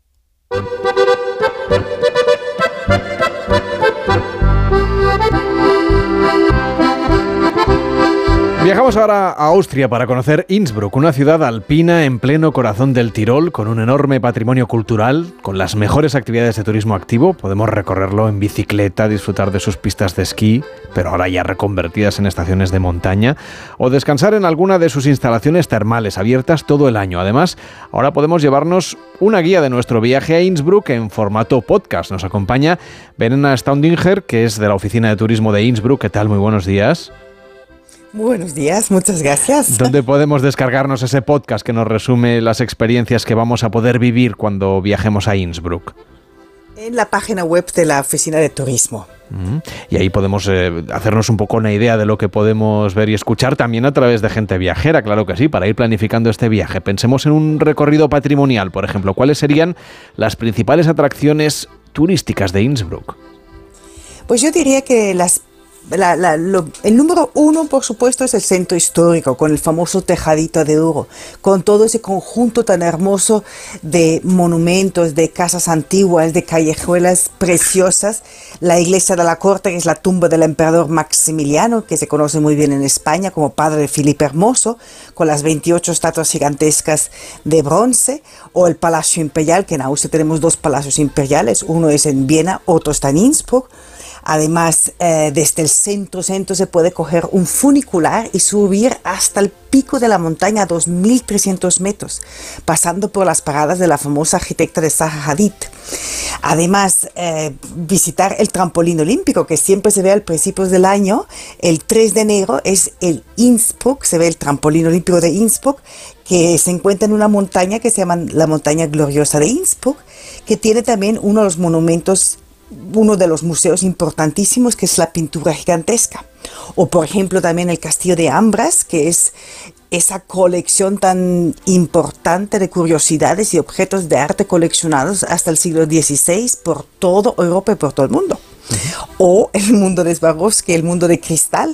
Viajamos ahora a Austria para conocer Innsbruck, una ciudad alpina en pleno corazón del Tirol, con un enorme patrimonio cultural, con las mejores actividades de turismo activo. Podemos recorrerlo en bicicleta, disfrutar de sus pistas de esquí, pero ahora ya reconvertidas en estaciones de montaña, o descansar en alguna de sus instalaciones termales abiertas todo el año. Además, ahora podemos llevarnos una guía de nuestro viaje a Innsbruck en formato podcast. Nos acompaña Verena Staundinger, que es de la Oficina de Turismo de Innsbruck. ¿Qué tal? Muy buenos días. Muy buenos días, muchas gracias. ¿Dónde podemos descargarnos ese podcast que nos resume las experiencias que vamos a poder vivir cuando viajemos a Innsbruck? En la página web de la Oficina de Turismo. Mm, y ahí podemos eh, hacernos un poco una idea de lo que podemos ver y escuchar también a través de gente viajera, claro que sí, para ir planificando este viaje. Pensemos en un recorrido patrimonial, por ejemplo. ¿Cuáles serían las principales atracciones turísticas de Innsbruck? Pues yo diría que las La, la, lo, el número uno, por supuesto, es el centro histórico, con el famoso tejadito de oro, con todo ese conjunto tan hermoso de monumentos, de casas antiguas, de callejuelas preciosas. La iglesia de la corte, que es la tumba del emperador Maximiliano, que se conoce muy bien en España como padre de Felipe Hermoso, con las veintiocho estatuas gigantescas de bronce, o el Palacio Imperial, que en Austria tenemos dos palacios imperiales, uno es en Viena, otro está en Innsbruck. Además, eh, desde el centro, centro se puede coger un funicular y subir hasta el pico de la montaña a dos mil trescientos metros, pasando por las paradas de la famosa arquitecta de Zaha Hadid. Además, eh, visitar el trampolín olímpico, que siempre se ve al principio del año. El tres de enero es el Innsbruck, se ve el trampolín olímpico de Innsbruck, que se encuentra en una montaña que se llama la montaña gloriosa de Innsbruck, que tiene también uno de los monumentos, uno de los museos importantísimos, que es la pintura gigantesca. O por ejemplo también el castillo de Ambras, que es esa colección tan importante de curiosidades y objetos de arte coleccionados hasta el siglo dieciséis por toda Europa y por todo el mundo. Uh-huh. O el mundo de Swarovski, el mundo de cristal,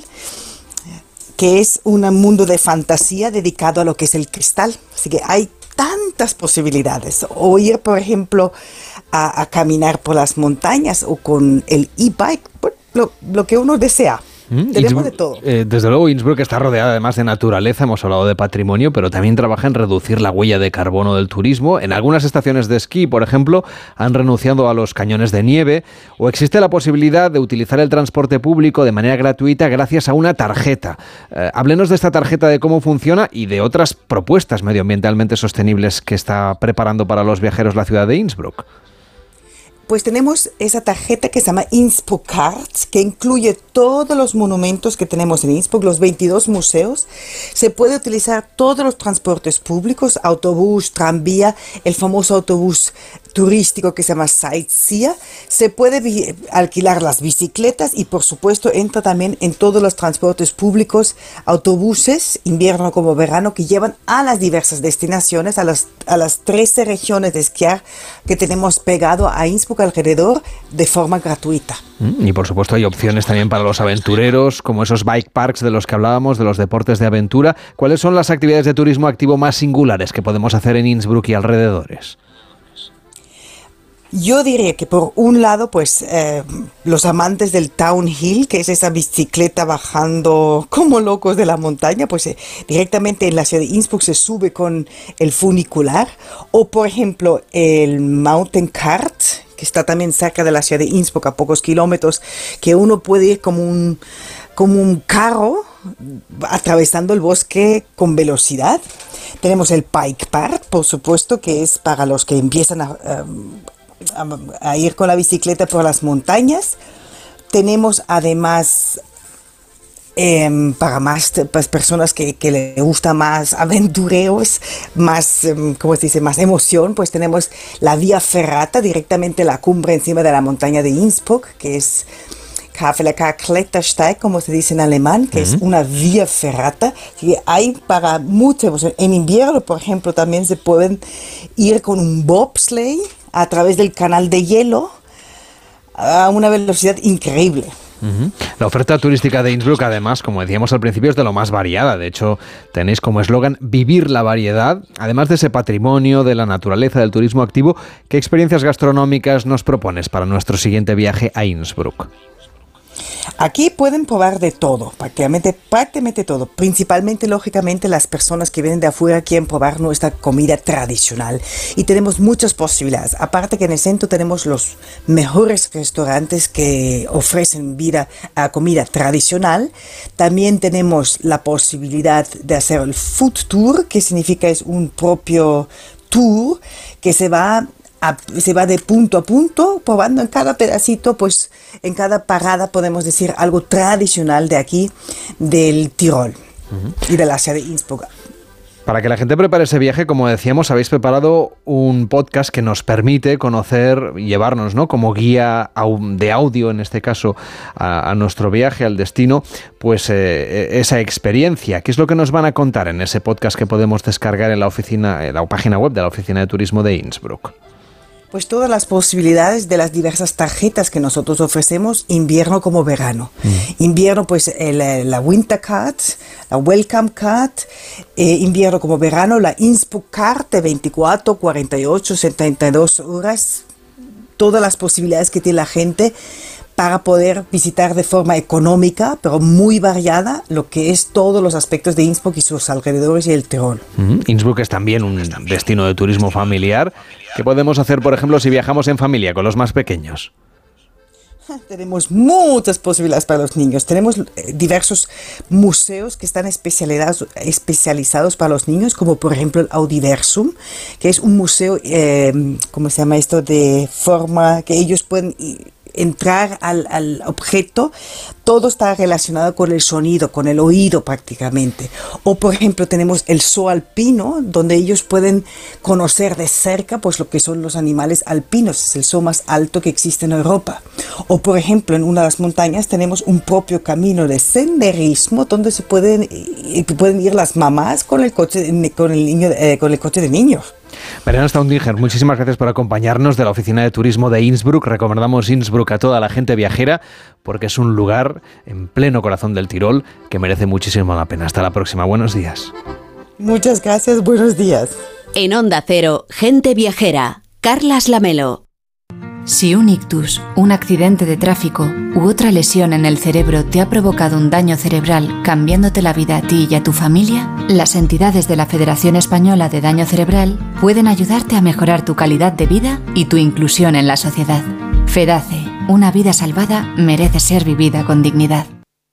que es un mundo de fantasía dedicado a lo que es el cristal. Así que hay tantas posibilidades. O ir, por ejemplo, a, a caminar por las montañas o con el e-bike, lo, lo que uno desea. Mm, Tenemos de todo. Eh, desde luego, Innsbruck está rodeada además de naturaleza, hemos hablado de patrimonio, pero también trabaja en reducir la huella de carbono del turismo. En algunas estaciones de esquí, por ejemplo, han renunciado a los cañones de nieve, o existe la posibilidad de utilizar el transporte público de manera gratuita gracias a una tarjeta. Eh, háblenos de esta tarjeta, de cómo funciona y de otras propuestas medioambientalmente sostenibles que está preparando para los viajeros la ciudad de Innsbruck. Pues tenemos esa tarjeta que se llama Innsbruck Cards, que incluye todos los monumentos que tenemos en Innsbruck, los veintidós museos. Se puede utilizar todos los transportes públicos, autobús, tranvía, el famoso autobús turístico que se llama Sightseer. Se puede alquilar las bicicletas y por supuesto entra también en todos los transportes públicos, autobuses, invierno como verano, que llevan a las diversas destinaciones, a las, a las trece regiones de esquiar que tenemos pegado a Innsbruck alrededor, de forma gratuita. Y por supuesto hay opciones también para los aventureros, como esos bike parks de los que hablábamos, de los deportes de aventura. ¿Cuáles son las actividades de turismo activo más singulares que podemos hacer en Innsbruck y alrededores? Yo diría que por un lado, pues eh, los amantes del downhill, que es esa bicicleta bajando como locos de la montaña, pues eh, directamente en la ciudad de Innsbruck se sube con el funicular. O por ejemplo el mountain cart, que está también cerca de la ciudad de Innsbruck, a pocos kilómetros, que uno puede ir como un, como un carro atravesando el bosque con velocidad. Tenemos el bike park, por supuesto, que es para los que empiezan a... Um, A, a ir con la bicicleta por las montañas. Tenemos además eh, para más pues, personas que, que le gusta más aventureos, más, um, ¿cómo se dice? Más emoción, pues tenemos la Vía Ferrata, directamente la cumbre encima de la montaña de Innsbruck, que es Klettersteig, como se dice en alemán, que uh-huh. es una vía ferrata. Y hay para mucha emoción. En invierno, por ejemplo, también se pueden ir con un bobsleigh a través del canal de hielo a una velocidad increíble. Uh-huh. La oferta turística de Innsbruck, además, como decíamos al principio, es de lo más variada. De hecho, tenéis como eslogan vivir la variedad. Además de ese patrimonio, de la naturaleza, del turismo activo, ¿qué experiencias gastronómicas nos propones para nuestro siguiente viaje a Innsbruck? Aquí pueden probar de todo, prácticamente, prácticamente todo. Principalmente, lógicamente, las personas que vienen de afuera quieren probar nuestra comida tradicional. Y tenemos muchas posibilidades. Aparte que en el centro tenemos los mejores restaurantes que ofrecen vida a comida tradicional. También tenemos la posibilidad de hacer el food tour, que significa es un propio tour que se va A, se va de punto a punto, probando en cada pedacito, pues en cada parada podemos decir algo tradicional de aquí, del Tirol uh-huh. y de la ciudad de Innsbruck. Para que la gente prepare ese viaje, como decíamos, habéis preparado un podcast que nos permite conocer y llevarnos, ¿no?, como guía de audio, en este caso, a, a nuestro viaje, al destino, pues eh, esa experiencia. ¿Qué es lo que nos van a contar en ese podcast que podemos descargar en la oficina, en la página web de la Oficina de Turismo de Innsbruck? Pues todas las posibilidades de las diversas tarjetas que nosotros ofrecemos, invierno como verano. Mm. Invierno, pues el, la Winter Card, la Welcome Card, eh, invierno como verano, la Innsbruck Card de veinticuatro, cuarenta y ocho, setenta y dos horas. Todas las posibilidades que tiene la gente para poder visitar de forma económica, pero muy variada, lo que es todos los aspectos de Innsbruck y sus alrededores y el Tirol. Mm-hmm. Innsbruck es también un destino de turismo familiar. ¿Qué podemos hacer, por ejemplo, si viajamos en familia con los más pequeños? Tenemos muchas posibilidades para los niños. Tenemos diversos museos que están especializados, especializados para los niños, como por ejemplo el Audiversum, que es un museo, eh, ¿cómo se llama esto? De forma que ellos pueden entrar al, al objeto. Todo está relacionado con el sonido, con el oído prácticamente. O por ejemplo tenemos el zoo alpino, donde ellos pueden conocer de cerca pues lo que son los animales alpinos. Es el zoo más alto que existe en Europa. O por ejemplo en una de las montañas tenemos un propio camino de senderismo donde se pueden, pueden ir las mamás con el coche, con el niño, eh, con el coche de niños. Mariana Staundinger, muchísimas gracias por acompañarnos de la Oficina de Turismo de Innsbruck. Recomendamos Innsbruck a toda la gente viajera porque es un lugar en pleno corazón del Tirol que merece muchísimo la pena. Hasta la próxima. Buenos días. Muchas gracias. Buenos días. En Onda Cero, Gente Viajera, Carlas Lamelo. Si un ictus, un accidente de tráfico u otra lesión en el cerebro te ha provocado un daño cerebral cambiándote la vida a ti y a tu familia, las entidades de la Federación Española de Daño Cerebral pueden ayudarte a mejorar tu calidad de vida y tu inclusión en la sociedad. FEDACE, una vida salvada merece ser vivida con dignidad.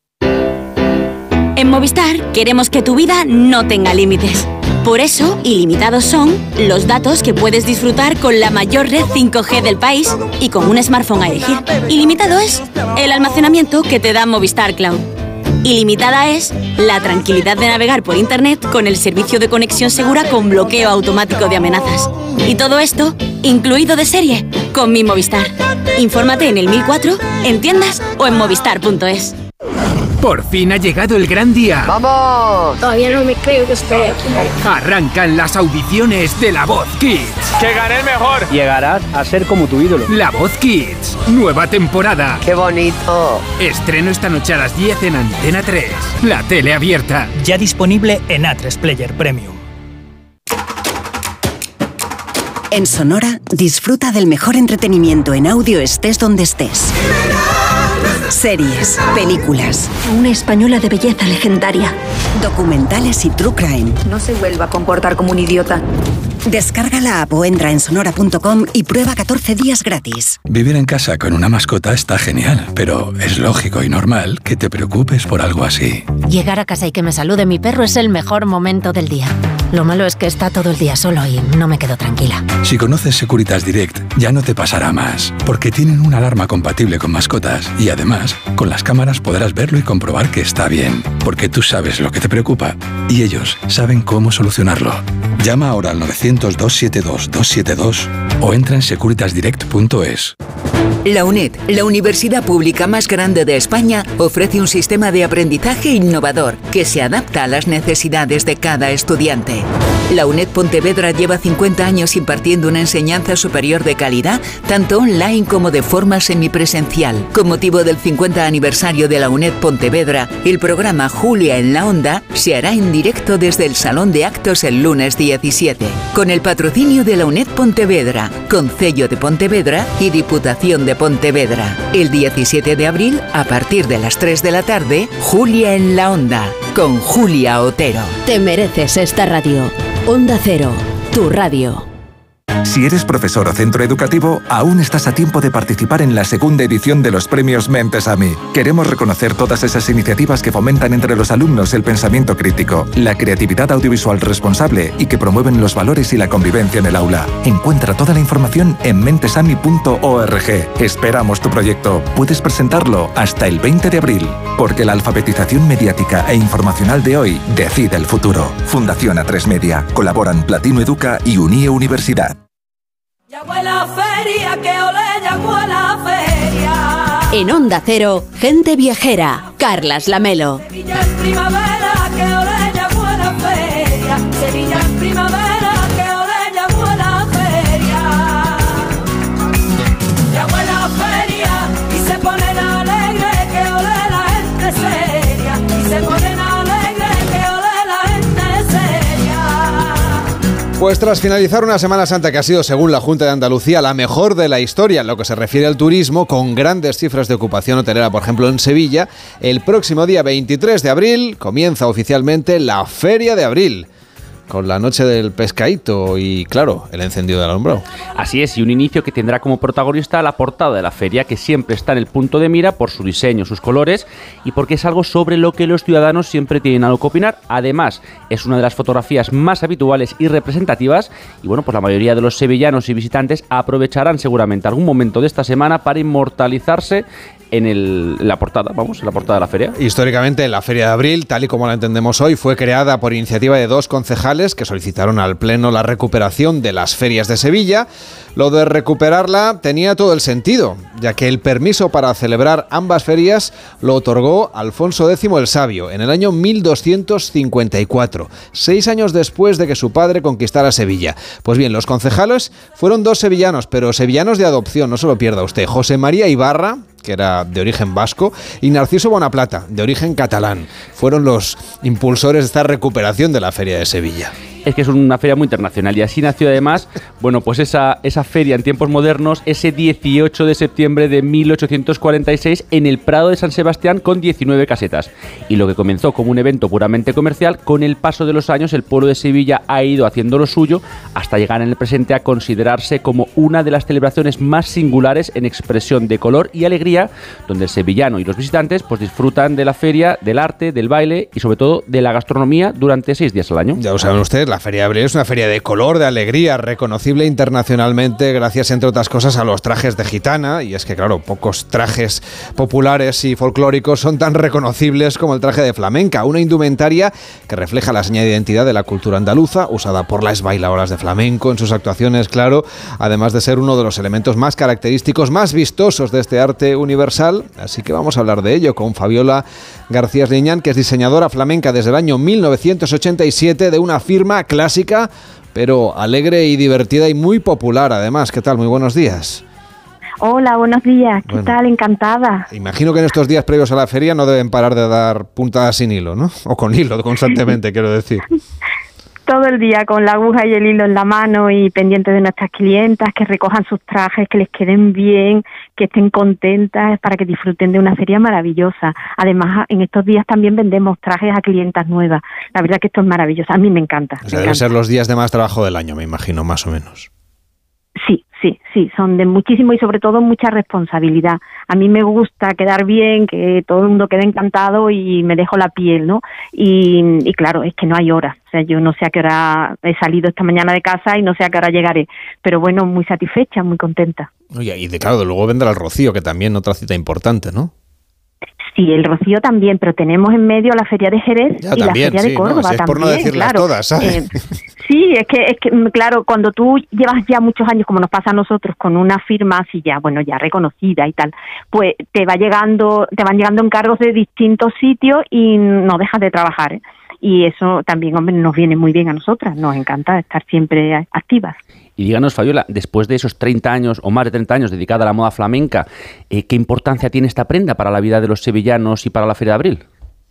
En Movistar queremos que tu vida no tenga límites. Por eso, ilimitados son los datos que puedes disfrutar con la mayor red cinco G del país y con un smartphone a elegir. Ilimitado es el almacenamiento que te da Movistar Cloud. Ilimitada es la tranquilidad de navegar por Internet con el servicio de conexión segura con bloqueo automático de amenazas. Y todo esto, incluido de serie, con mi Movistar. Infórmate en el mil cuatro, en tiendas o en movistar punto es. Por fin ha llegado el gran día. ¡Vamos! Todavía no me creo que estoy aquí. Arrancan las audiciones de La Voz Kids. ¡Que gane el mejor! Llegarás a ser como tu ídolo. La Voz Kids, nueva temporada. ¡Qué bonito! Estreno esta noche a las diez en Antena tres. La tele abierta. Ya disponible en A tres Player Premium. En Sonora, disfruta del mejor entretenimiento en audio estés donde estés. Series, películas. Una española de belleza legendaria. Documentales y true crime. No se vuelva a comportar como un idiota. Descarga la app o entra en sonora punto com y prueba catorce días gratis. Vivir en casa con una mascota está genial, pero es lógico y normal que te preocupes por algo así. Llegar a casa y que me salude mi perro es el mejor momento del día. Lo malo es que está todo el día solo y no me quedo tranquila. Si conoces Securitas Direct, ya no te pasará más, porque tienen una alarma compatible con mascotas y además, con las cámaras podrás verlo y comprobar que está bien, porque tú sabes lo que te preocupa y ellos saben cómo solucionarlo. Llama ahora al novecientos, doscientos setenta y dos, doscientos setenta y dos o entra en securitas direct punto es. La UNED, la universidad pública más grande de España, ofrece un sistema de aprendizaje innovador que se adapta a las necesidades de cada estudiante. La UNED Pontevedra lleva cincuenta años impartiendo una enseñanza superior de calidad, tanto online como de forma semipresencial. Con motivo del cincuenta aniversario de la UNED Pontevedra, el programa Julia en la Onda se hará en directo desde el Salón de Actos el lunes diecisiete, con el patrocinio de la UNED Pontevedra, Concello de Pontevedra y Diputación de Pontevedra. El diecisiete de abril, a partir de las tres de la tarde, Julia en la Onda, con Julia Otero. Te mereces esta radio. Onda Cero, tu radio. Si eres profesor o centro educativo, aún estás a tiempo de participar en la segunda edición de los premios Mentes A Mí. Queremos reconocer todas esas iniciativas que fomentan entre los alumnos el pensamiento crítico, la creatividad audiovisual responsable y que promueven los valores y la convivencia en el aula. Encuentra toda la información en mentesami punto org. Esperamos tu proyecto. Puedes presentarlo hasta el veinte de abril, porque la alfabetización mediática e informacional de hoy decide el futuro. Fundación A tres Media. Colaboran Platino Educa y Unie Universidad. Ya fue la feria, que ole, ya fue la feria. En Onda Cero, gente viajera, Carlas Lamelo. Sevilla en primavera, que ole, ya fue la feria. Sevilla en primavera, que ole, ya fue la feria. Ya fue la feria y se ponen alegres, que ole la gente seria. Y se ponen alegres, que ole la gente seria. Pues tras finalizar una Semana Santa que ha sido, según la Junta de Andalucía, la mejor de la historia en lo que se refiere al turismo, con grandes cifras de ocupación hotelera, por ejemplo, en Sevilla, el próximo día veintitrés de abril comienza oficialmente la Feria de Abril, con la noche del pescadito y, claro, el encendido del alumbrado. Así es, y un inicio que tendrá como protagonista la portada de la feria, que siempre está en el punto de mira por su diseño, sus colores y porque es algo sobre lo que los ciudadanos siempre tienen algo que opinar. Además, es una de las fotografías más habituales y representativas y, bueno, pues la mayoría de los sevillanos y visitantes aprovecharán seguramente algún momento de esta semana para inmortalizarse en, el, en la portada, vamos, en la portada de la feria. Históricamente, la Feria de Abril, tal y como la entendemos hoy, fue creada por iniciativa de dos concejales que solicitaron al Pleno la recuperación de las ferias de Sevilla. Lo de recuperarla tenía todo el sentido, ya que el permiso para celebrar ambas ferias lo otorgó Alfonso X el Sabio en el año mil doscientos cincuenta y cuatro, seis años después de que su padre conquistara Sevilla. Pues bien, los concejales fueron dos sevillanos, pero sevillanos de adopción, no se lo pierda usted: José María Ibarra, que era de origen vasco, y Narciso Bonaplata, de origen catalán. Fueron los impulsores de esta recuperación de la Feria de Sevilla. Es que es una feria muy internacional y así nació además, bueno, pues esa, esa feria en tiempos modernos, ese dieciocho de septiembre de mil ochocientos cuarenta y seis en el Prado de San Sebastián con diecinueve casetas. Y lo que comenzó como un evento puramente comercial, con el paso de los años el pueblo de Sevilla ha ido haciendo lo suyo hasta llegar en el presente a considerarse como una de las celebraciones más singulares en expresión de color y alegría, donde el sevillano y los visitantes pues disfrutan de la feria, del arte, del baile y sobre todo de la gastronomía durante seis días al año. Ya lo saben ustedes, la Feria de Abril es una feria de color, de alegría, reconocible internacionalmente gracias, entre otras cosas, a los trajes de gitana. Y es que, claro, pocos trajes populares y folclóricos son tan reconocibles como el traje de flamenca, una indumentaria que refleja la seña de identidad de la cultura andaluza, usada por las bailadoras de flamenco en sus actuaciones, claro, además de ser uno de los elementos más característicos, más vistosos de este arte universal. Así que vamos a hablar de ello con Fabiola García Liñán, que es diseñadora flamenca desde el año mil novecientos ochenta y siete de una firma clásica, pero alegre y divertida y muy popular además. ¿Qué tal? Muy buenos días. Hola, buenos días. ¿Qué bueno, tal? Encantada. Imagino que en estos días previos a la feria no deben parar de dar puntadas sin hilo, ¿no? O con hilo constantemente, quiero decir. Todo el día con la aguja y el hilo en la mano y pendiente de nuestras clientas, que recojan sus trajes, que les queden bien, que estén contentas, para que disfruten de una feria maravillosa. Además, en estos días también vendemos trajes a clientas nuevas. La verdad que esto es maravilloso. A mí me encanta. O sea, deben ser los días de más trabajo del año, me imagino, más o menos. Sí, sí, sí, son de muchísimo y sobre todo mucha responsabilidad. A mí me gusta quedar bien, que todo el mundo quede encantado y me dejo la piel, ¿no? Y, y claro, es que no hay hora. O sea, yo no sé a qué hora he salido esta mañana de casa y no sé a qué hora llegaré. Pero bueno, muy satisfecha, muy contenta. Oye, y de claro, luego vendrá el rocío, que también otra cita importante, ¿no? Sí, el Rocío también, pero tenemos en medio la Feria de Jerez ya, y también, la Feria sí, de Córdoba no, si es también, por no decirlas claro. todas, ¿sabes? Eh, sí, es que, es que, claro, cuando tú llevas ya muchos años, como nos pasa a nosotros, con una firma así ya, bueno, ya reconocida y tal, pues te va llegando, te van llegando encargos de distintos sitios y no dejas de trabajar, ¿eh? Y eso también, hombre, nos viene muy bien a nosotras, nos encanta estar siempre activas. Y díganos, Fabiola, después de esos treinta años o más de treinta años dedicada a la moda flamenca, eh, ¿qué importancia tiene esta prenda para la vida de los sevillanos y para la Feria de Abril?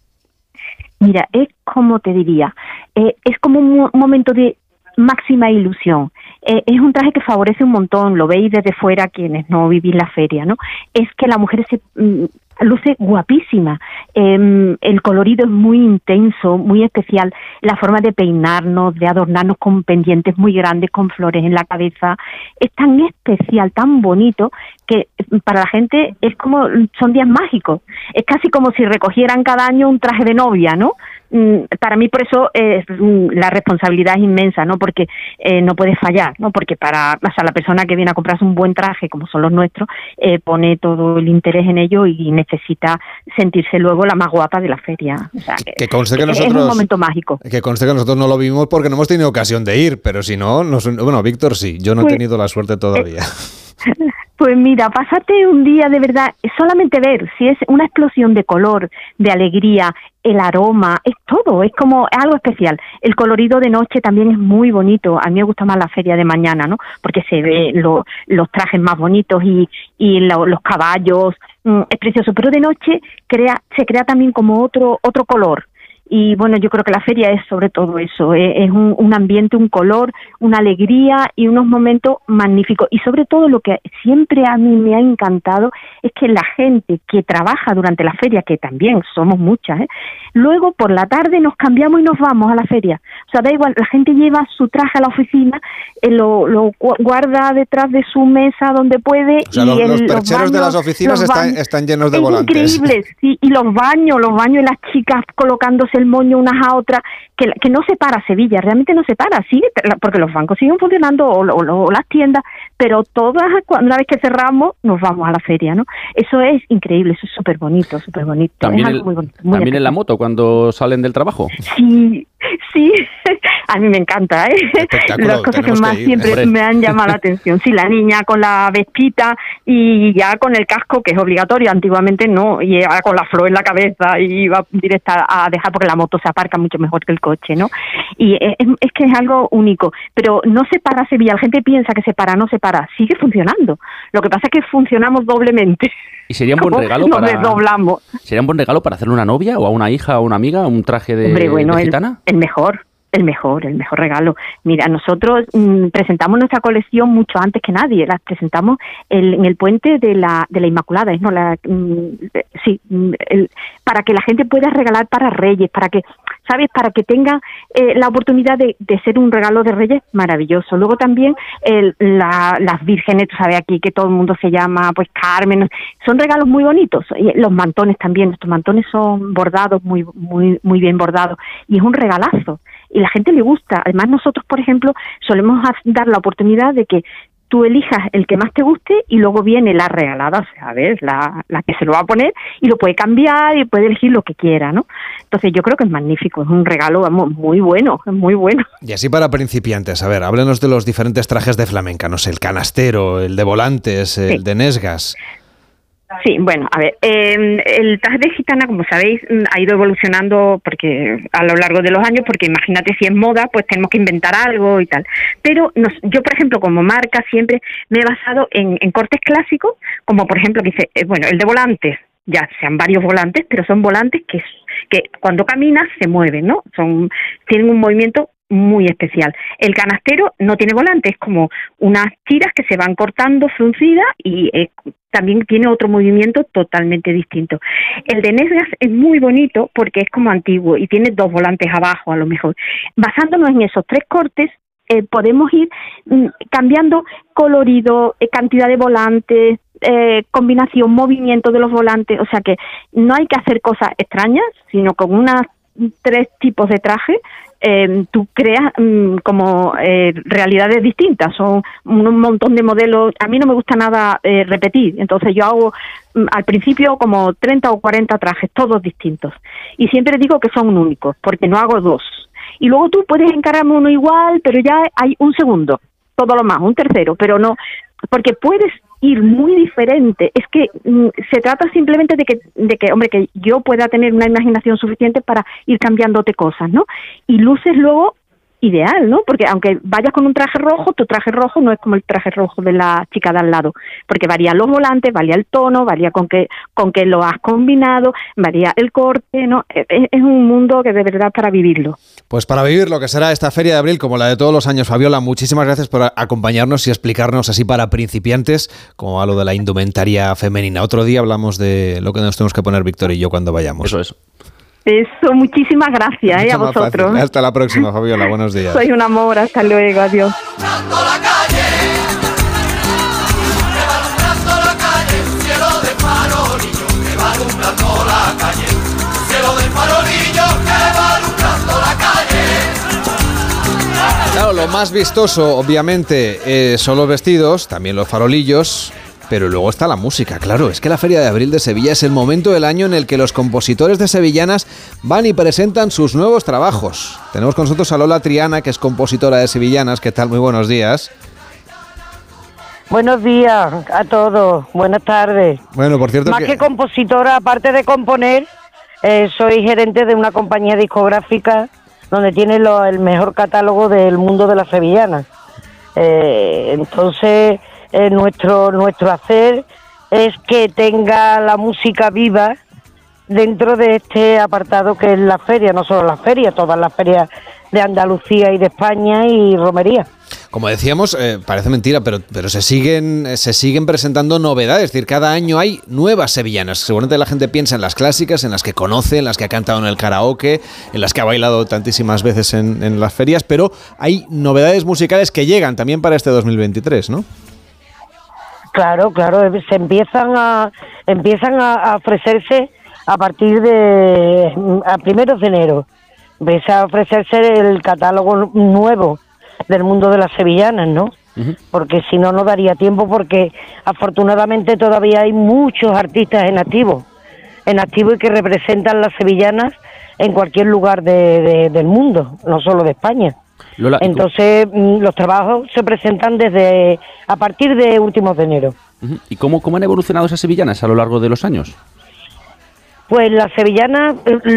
Mira, es como te diría, eh, es como un, un momento de máxima ilusión. Eh, es un traje que favorece un montón, lo veis desde fuera quienes no vivís la feria, ¿no? Es que la mujer se mm, luce guapísima, eh, el colorido es muy intenso, muy especial, la forma de peinarnos, de adornarnos con pendientes muy grandes, con flores en la cabeza, es tan especial, tan bonito, que para la gente es como, son días mágicos, es casi como si recogieran cada año un traje de novia, ¿no? Para mí por eso eh, la responsabilidad es inmensa, ¿no? Porque eh, no puedes fallar, ¿no? Porque para, o sea, la persona que viene a comprarse un buen traje, como son los nuestros, eh, pone todo el interés en ello y necesita sentirse luego la más guapa de la feria. O sea, que, que conste que nosotros, es un momento mágico. Que conste que nosotros no lo vimos porque no hemos tenido ocasión de ir, pero si no, nos, bueno, Víctor sí, yo no he pues, tenido la suerte todavía. Eh, Pues mira, pásate un día de verdad, solamente ver si es una explosión de color, de alegría, el aroma, es todo, es como algo especial. El colorido de noche también es muy bonito, a mí me gusta más la feria de mañana, ¿no? Porque se ve lo, los trajes más bonitos y, y lo, los caballos, mm, es precioso, pero de noche crea, se crea también como otro, otro color. Y bueno, yo creo que la feria es sobre todo eso, es, es un, un ambiente, un color, una alegría y unos momentos magníficos. Y sobre todo lo que siempre a mí me ha encantado es que la gente que trabaja durante la feria, que también somos muchas, ¿eh? Luego por la tarde nos cambiamos y nos vamos a la feria. O sea, da igual, la gente lleva su traje a la oficina, eh, lo, lo guarda detrás de su mesa donde puede. O sea, y los, el, los percheros los baños, de las oficinas están, están llenos de es volantes. Increíble, sí, y los baños, los baños y las chicas colocándose el moño unas a otras, que, que no se para Sevilla, realmente no se para, sigue, porque los bancos siguen funcionando o, o, o las tiendas, pero todas, una vez que cerramos, nos vamos a la feria, ¿no? Eso es increíble, eso es súper bonito, súper bonito. También, es el, algo muy bonito, muy también en la moto, cuando salen del trabajo. Sí, sí, a mí me encanta, ¿eh? Las cosas que más que ir, siempre hombre. me han llamado la atención. Sí, la niña con la vestita y ya con el casco, que es obligatorio, antiguamente no, y ahora con la flor en la cabeza y va directa a dejar, porque la moto se aparca mucho mejor que el coche, ¿no? Y es, es que es algo único, pero no se para Sevilla, la gente piensa que se para, no se para, sigue funcionando. Lo que pasa es que funcionamos doblemente. ¿Y sería un buen regalo nos para desdoblamos. ¿Sería un buen regalo para hacerle a una novia o a una hija o una amiga un traje de, Hombre, bueno, de gitana? El, el mejor. El mejor, el mejor regalo. Mira, nosotros mmm, presentamos nuestra colección mucho antes que nadie. La presentamos el, en el puente de la de la Inmaculada, ¿no? La, mmm, sí, el, para que la gente pueda regalar para Reyes, para que, ¿sabes? Para que tenga eh, la oportunidad de, de ser un regalo de Reyes maravilloso. Luego también el, la, las vírgenes, tú sabes aquí que todo el mundo se llama, pues Carmen. Son regalos muy bonitos. Y los mantones también. Nuestros mantones son bordados, muy, muy, muy bien bordados. Y es un regalazo. Y la gente le gusta. Además, nosotros, por ejemplo, solemos dar la oportunidad de que tú elijas el que más te guste y luego viene la regalada, o sea, a ver, la, la que se lo va a poner y lo puede cambiar y puede elegir lo que quiera, ¿no? Entonces yo creo que es magnífico, es un regalo, vamos, muy bueno, es muy bueno. Y así para principiantes, a ver, háblenos de los diferentes trajes de flamenca, no sé, el canastero, el de volantes, el sí. de nesgas. Sí, bueno, a ver, eh, el traje de gitana, como sabéis, ha ido evolucionando porque a lo largo de los años, porque imagínate si es moda, pues tenemos que inventar algo y tal. Pero nos, yo, por ejemplo, como marca, siempre me he basado en, en cortes clásicos, como por ejemplo, que dice, eh, bueno, el de volantes, ya sean varios volantes, pero son volantes que, que cuando caminas se mueven, ¿no? Son, tienen un movimiento muy especial. El canastero no tiene volante, es como unas tiras que se van cortando fruncidas y eh, también tiene otro movimiento totalmente distinto. El de nesgas es muy bonito porque es como antiguo y tiene dos volantes abajo a lo mejor. Basándonos en esos tres cortes, eh, podemos ir mm, cambiando colorido, eh, cantidad de volantes, eh, combinación, movimiento de los volantes, o sea que no hay que hacer cosas extrañas, sino con unas tres tipos de trajes, eh, tú creas mm, como eh, realidades distintas. Son un montón de modelos. A mí no me gusta nada eh, repetir, entonces yo hago mm, al principio como treinta o cuarenta trajes, todos distintos. Y siempre digo que son únicos, porque no hago dos. Y luego tú puedes encargarme uno igual, pero ya hay un segundo, todo lo más, un tercero, pero no, porque puedes ir muy diferente. Es que mm, se trata simplemente de que, de que, hombre, que yo pueda tener una imaginación suficiente para ir cambiándote cosas, ¿no? Y luces luego ideal, ¿no? Porque aunque vayas con un traje rojo, tu traje rojo no es como el traje rojo de la chica de al lado, porque varía los volantes, varía el tono, varía con qué con qué lo has combinado, varía el corte, ¿no? Es, es un mundo que de verdad para vivirlo. Pues para vivir lo que será esta Feria de Abril, como la de todos los años, Fabiola, muchísimas gracias por acompañarnos y explicarnos así para principiantes cómo va lo de la indumentaria femenina. Otro día hablamos de lo que nos tenemos que poner Víctor y yo cuando vayamos. Eso es. Eso, muchísimas gracias eh, a vosotros. Fácil. Hasta la próxima, Fabiola. Buenos días. Soy un amor. Hasta luego. Adiós. Claro, lo más vistoso, obviamente, eh, son los vestidos, también los farolillos. Pero luego está la música, claro, es que la Feria de Abril de Sevilla es el momento del año en el que los compositores de sevillanas van y presentan sus nuevos trabajos. Tenemos con nosotros a Lola Triana, que es compositora de sevillanas. ¿Qué tal? Muy buenos días. Buenos días a todos, buenas tardes. Bueno, por cierto Más que... que compositora, aparte de componer, eh, soy gerente de una compañía discográfica donde tiene lo, el mejor catálogo del mundo de las sevillanas. Eh, entonces... Eh, nuestro nuestro hacer es que tenga la música viva dentro de este apartado que es la feria, no solo la feria, todas las ferias de Andalucía y de España y romería. Como decíamos, eh, parece mentira, pero pero se siguen se siguen presentando novedades, es decir, cada año hay nuevas sevillanas. Seguramente la gente piensa en las clásicas, en las que conoce, en las que ha cantado en el karaoke, en las que ha bailado tantísimas veces en, en las ferias, pero hay novedades musicales que llegan también para este dos mil veintitrés, ¿no? Claro, claro, se empiezan a empiezan a ofrecerse a partir de a primeros de enero. Empieza a ofrecerse el catálogo nuevo del mundo de las sevillanas, ¿no? Uh-huh. Porque si no, no daría tiempo, porque afortunadamente todavía hay muchos artistas en activo, en activo y que representan las sevillanas en cualquier lugar de, de, del mundo, no solo de España. Lola, entonces los trabajos se presentan desde a partir de últimos de enero. ¿Y cómo, cómo han evolucionado esas sevillanas a lo largo de los años? Pues las sevillanas,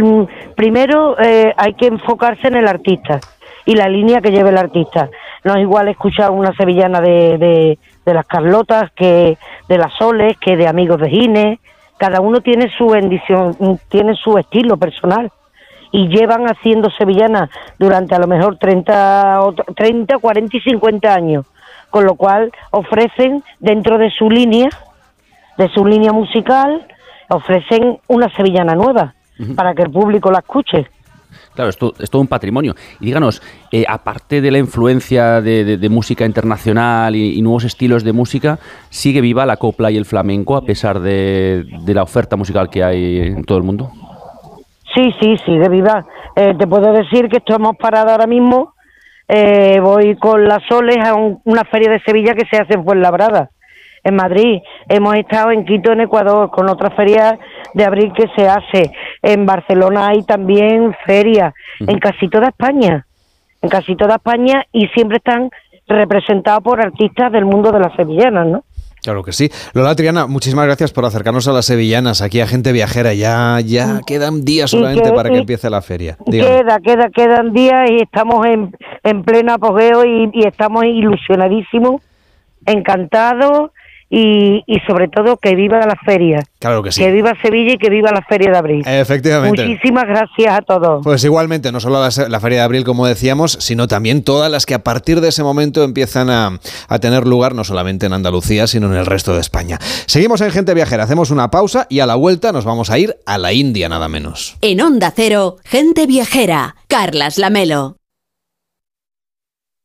primero eh, hay que enfocarse en el artista y la línea que lleve el artista. No es igual escuchar una sevillana de, de, de las Carlotas que de las Soles, que de Amigos de Gines. Cada uno tiene su bendición, tiene su estilo personal. Y llevan haciendo sevillanas durante a lo mejor treinta, cuarenta y cincuenta años, con lo cual ofrecen dentro de su línea, de su línea musical, ofrecen una sevillana nueva, uh-huh, para que el público la escuche. Claro, es todo, es todo un patrimonio. Y díganos, eh, aparte de la influencia de, de, de música internacional y, y nuevos estilos de música, ¿sigue viva la copla y el flamenco a pesar de, de la oferta musical que hay en todo el mundo? Sí, sí, sigue viva. Eh, te puedo decir que estamos parados ahora mismo. Eh, voy con las Soles a un, una feria de Sevilla que se hace en Fuenlabrada, en Madrid. Hemos estado en Quito, en Ecuador, con otra feria de abril que se hace. En Barcelona hay también ferias, uh-huh, en casi toda España. En casi toda España, y siempre están representados por artistas del mundo de las sevillanas, ¿no? Claro que sí. Lola Triana, muchísimas gracias por acercarnos a las sevillanas, aquí a Gente Viajera. Ya ya quedan días solamente que, para que empiece la feria. Dígame. Queda, queda, quedan días y estamos en, en pleno apogeo y, y estamos ilusionadísimos, encantados y, y sobre todo que viva la feria. Claro que sí. Que viva Sevilla y que viva la Feria de Abril. Efectivamente. Muchísimas gracias a todos. Pues igualmente, no solo la, la Feria de Abril, como decíamos, sino también todas las que a partir de ese momento empiezan a, a tener lugar, no solamente en Andalucía, sino en el resto de España. Seguimos en Gente Viajera, hacemos una pausa y a la vuelta nos vamos a ir a la India, nada menos. En Onda Cero, Gente Viajera, Carlas Lamelo.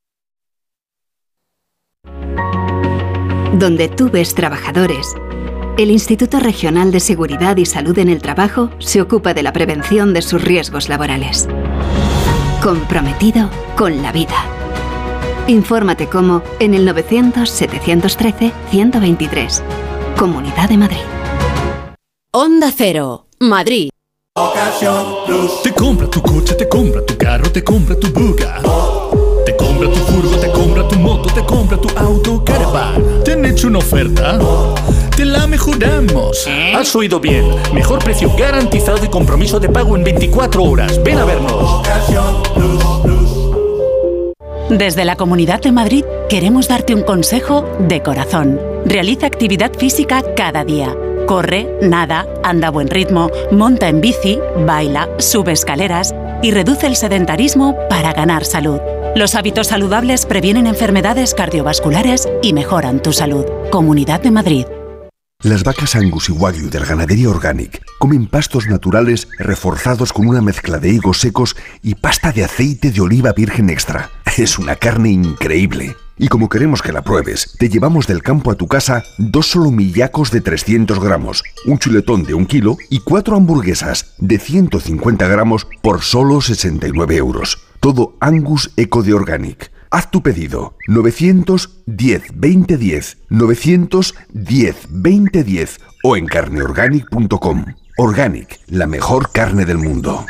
Donde tú ves trabajadores, El Instituto Regional de Seguridad y Salud en el Trabajo se ocupa de la prevención de sus riesgos laborales. Comprometido con la vida. Infórmate cómo en el novecientos, setecientos trece, ciento veintitrés. Comunidad de Madrid. Onda Cero, Madrid. Te compra tu coche, te compra tu carro, te compra tu buga. Te compra tu furgo, te compra tu moto, te compra tu auto, caravan. ¿Te han hecho una oferta? Te la mejoramos. Has oído bien. Mejor precio garantizado y compromiso de pago en veinticuatro horas. Ven a vernos. Desde la Comunidad de Madrid queremos darte un consejo de corazón. Realiza actividad física cada día. Corre, nada, anda a buen ritmo, monta en bici, baila, sube escaleras y reduce el sedentarismo para ganar salud. Los hábitos saludables previenen enfermedades cardiovasculares y mejoran tu salud. Comunidad de Madrid. Las vacas Angus y Wagyu de la ganadería Organic comen pastos naturales reforzados con una mezcla de higos secos y pasta de aceite de oliva virgen extra. Es una carne increíble. Y como queremos que la pruebes, te llevamos del campo a tu casa dos solomillacos de trescientos gramos, un chuletón de un kilo y cuatro hamburguesas de ciento cincuenta gramos por solo sesenta y nueve euros. Todo Angus Eco de Organic. Haz tu pedido. novecientos diez veinte diez, novecientos diez veinte diez o en carneorganic punto com. Organic, la mejor carne del mundo.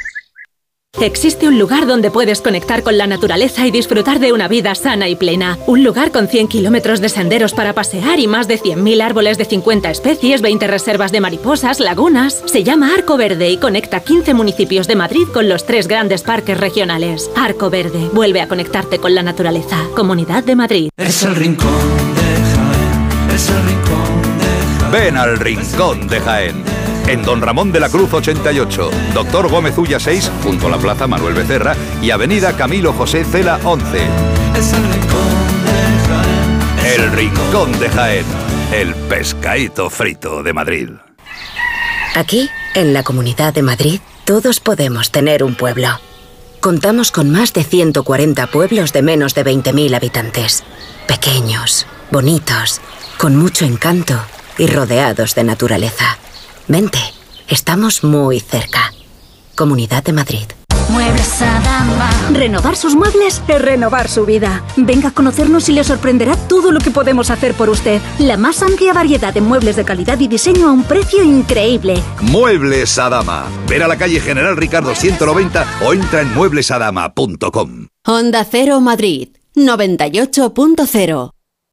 Existe un lugar donde puedes conectar con la naturaleza y disfrutar de una vida sana y plena. Un lugar con cien kilómetros de senderos para pasear y más de cien mil árboles de cincuenta especies, veinte reservas de mariposas, lagunas. Se llama Arco Verde y conecta quince municipios de Madrid con los tres grandes parques regionales. Arco Verde, vuelve a conectarte con la naturaleza. Comunidad de Madrid. Es el rincón de Jaén, es el rincón de Jaén. Ven al Rincón de Jaén. En Don Ramón de la Cruz ochenta y ocho, Doctor Gómez Ulla seis, junto a la Plaza Manuel Becerra y Avenida Camilo José Cela once. Es el rincón de Jaén. El Rincón de Jaén, el pescadito frito de Madrid. Aquí, en la Comunidad de Madrid, todos podemos tener un pueblo. Contamos con más de ciento cuarenta pueblos de menos de veinte mil habitantes. Pequeños, bonitos, con mucho encanto y rodeados de naturaleza. Vente, estamos muy cerca. Comunidad de Madrid. Muebles Adama. Renovar sus muebles es renovar su vida. Venga a conocernos y le sorprenderá todo lo que podemos hacer por usted. La más amplia variedad de muebles de calidad y diseño a un precio increíble. Muebles Adama. Ven a la calle General Ricardo ciento noventa o entra en muebles adama punto com. Onda Cero Madrid, noventa y ocho punto cero.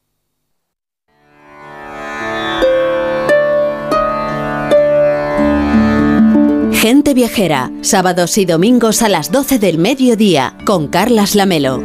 Gente Viajera, sábados y domingos a las doce del mediodía, con Carlas Lamelo.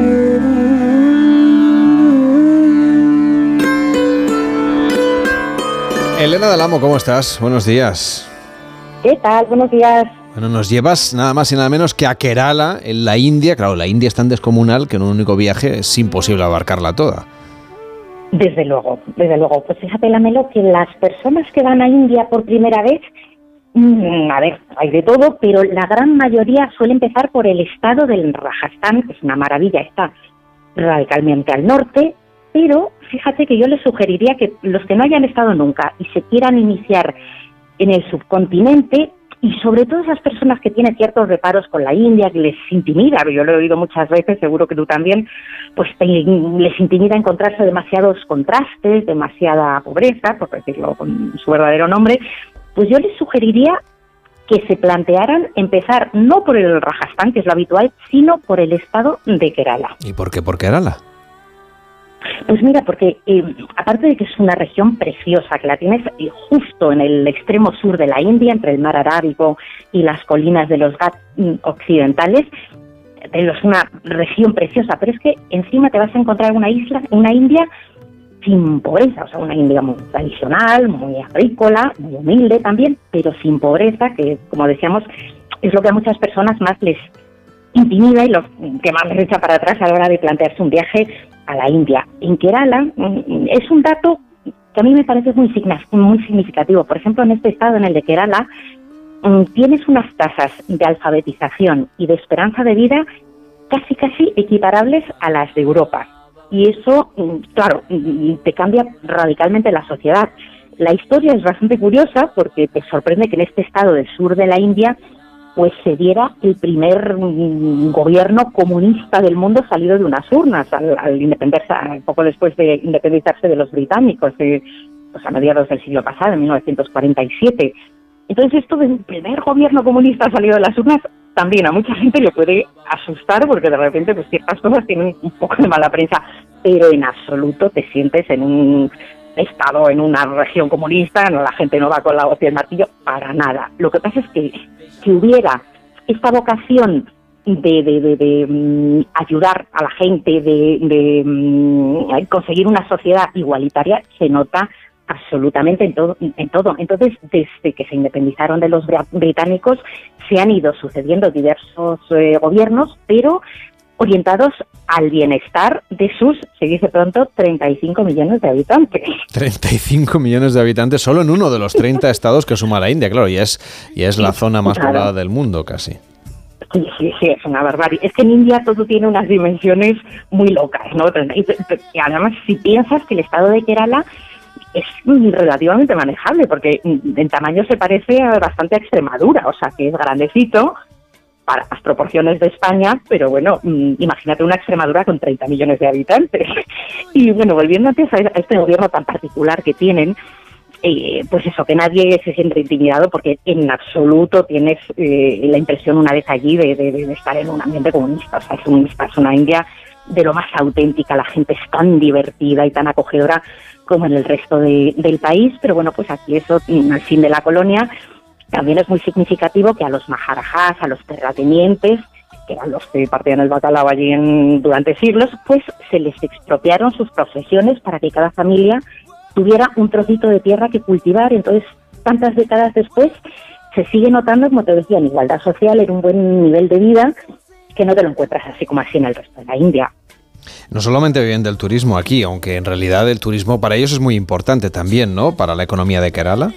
Elena Dalamo, ¿cómo estás? Buenos días. ¿Qué tal? Buenos días. Bueno, nos llevas nada más y nada menos que a Kerala, en la India. Claro, la India es tan descomunal que en un único viaje es imposible abarcarla toda. Desde luego, desde luego. Pues fíjate, Lamelo, que las personas que van a India por primera vez, a ver, hay de todo, pero la gran mayoría suele empezar por el estado del Rajasthan, que es una maravilla, está radicalmente al norte, pero fíjate que yo les sugeriría que los que no hayan estado nunca y se quieran iniciar en el subcontinente, y sobre todo esas personas que tienen ciertos reparos con la India, que les intimida, yo lo he oído muchas veces, seguro que tú también, pues te, les intimida encontrarse demasiados contrastes, demasiada pobreza, por decirlo con su verdadero nombre, pues yo les sugeriría que se plantearan empezar no por el Rajasthan, que es lo habitual, sino por el estado de Kerala. ¿Y por qué por Kerala? Pues mira, porque eh, aparte de que es una región preciosa, que la tienes eh, justo en el extremo sur de la India, entre el mar Arábigo y las colinas de los Ghats mm, occidentales, es una región preciosa, pero es que encima te vas a encontrar una isla, una India sin pobreza, o sea, una India muy tradicional, muy agrícola, muy humilde también, pero sin pobreza, que como decíamos, es lo que a muchas personas más les intimida y lo que más les echa para atrás a la hora de plantearse un viaje a la India. En Kerala es un dato que a mí me parece muy, muy significativo. Por ejemplo, en este estado, en el de Kerala, tienes unas tasas de alfabetización y de esperanza de vida casi, casi equiparables a las de Europa. Y eso, claro, te cambia radicalmente la sociedad. La historia es bastante curiosa porque te sorprende que en este estado del sur de la India pues se diera el primer mm, gobierno comunista del mundo salido de unas urnas al, al independizarse, poco después de independizarse de los británicos, eh, pues a mediados del siglo pasado, en mil novecientos cuarenta y siete. Entonces esto del primer gobierno comunista salido de las urnas también a mucha gente le puede asustar porque de repente pues ciertas cosas tienen un poco de mala prensa, pero en absoluto te sientes en un estado, en una región comunista, no, la gente no va con la hoz y el martillo, para nada. Lo que pasa es que si hubiera esta vocación de, de, de, de um, ayudar a la gente, de, de um, conseguir una sociedad igualitaria, se nota absolutamente en todo, en todo. Entonces, desde que se independizaron de los británicos, se han ido sucediendo diversos eh, gobiernos, pero orientados al bienestar de sus, se dice pronto, treinta y cinco millones de habitantes. treinta y cinco millones de habitantes solo en uno de los treinta estados que suma la India, claro, y es, y es la zona más Claro. poblada del mundo casi. Sí, sí, sí, es una barbarie. Es que en India todo tiene unas dimensiones muy locas, ¿no? Y, y además, si piensas que el estado de Kerala es relativamente manejable, porque en tamaño se parece a, bastante a Extremadura, o sea que es grandecito para las proporciones de España, pero bueno, imagínate una Extremadura con treinta millones de habitantes. Y bueno, volviendo antes a este gobierno tan particular que tienen, eh, pues eso, que nadie se siente intimidado porque en absoluto tienes eh, la impresión una vez allí de, de, de estar en un ambiente comunista. O sea, es, un, es una India de lo más auténtica, la gente es tan divertida y tan acogedora como en el resto de, del país, pero bueno, pues aquí eso, al fin de la colonia, también es muy significativo que a los maharajas, a los terratenientes, que eran los que partían el bacalao allí en, durante siglos, pues se les expropiaron sus posesiones para que cada familia tuviera un trocito de tierra que cultivar. Entonces, tantas décadas después, se sigue notando, como te decía, en igualdad social, en un buen nivel de vida, que no te lo encuentras así como así en el resto de la India. No solamente viven del turismo aquí, aunque en realidad el turismo para ellos es muy importante también, ¿no? Para la economía de Kerala.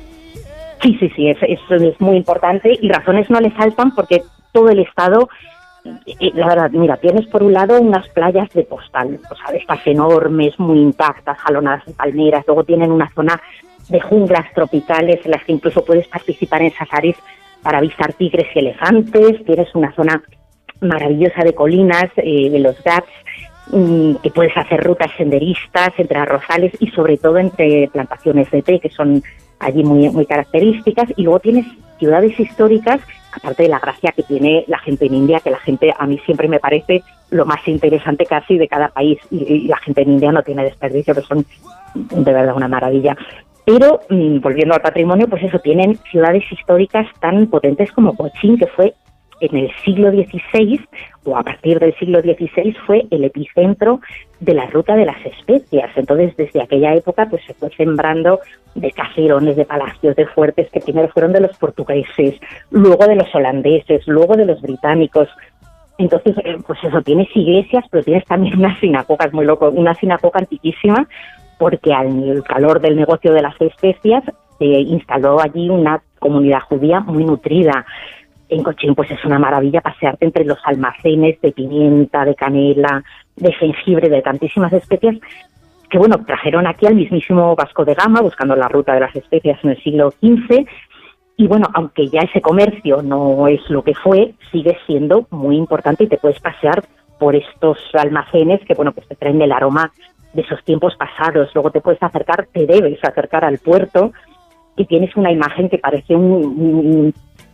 Sí, sí, sí, es, es, es muy importante y razones no le faltan porque todo el estado, eh, la verdad, mira, tienes por un lado unas playas de postal, o sea, de estas enormes, muy intactas, jalonadas de palmeras, luego tienen una zona de junglas tropicales en las que incluso puedes participar en safaris para avistar tigres y elefantes, tienes una zona maravillosa de colinas, eh, de los Ghats, mmm, que puedes hacer rutas senderistas entre arrozales y sobre todo entre plantaciones de té, que son allí muy, muy características, y luego tienes ciudades históricas, aparte de la gracia que tiene la gente en India, que la gente a mí siempre me parece lo más interesante casi de cada país, y, y la gente en India no tiene desperdicio, pero son de verdad una maravilla. Pero, mmm, volviendo al patrimonio, pues eso, tienen ciudades históricas tan potentes como Cochin, que fue en el siglo dieciséis, o a partir del siglo dieciséis, fue el epicentro de la ruta de las especias. Entonces, desde aquella época, pues se fue sembrando de caserones, de palacios, de fuertes, que primero fueron de los portugueses, luego de los holandeses, luego de los británicos. Entonces, pues eso, tienes iglesias, pero tienes también unas sinagogas, muy loco, una sinagoga antiquísima, porque al calor del negocio de las especias se instaló allí una comunidad judía muy nutrida. En Cochin pues es una maravilla pasearte entre los almacenes de pimienta, de canela, de jengibre, de tantísimas especias que, bueno, trajeron aquí al mismísimo Vasco de Gama buscando la ruta de las especias en el siglo quince. Y bueno, aunque ya ese comercio no es lo que fue, sigue siendo muy importante y te puedes pasear por estos almacenes que, bueno, pues te traen el aroma de esos tiempos pasados. Luego te puedes acercar, te debes acercar al puerto y tienes una imagen que parece un... un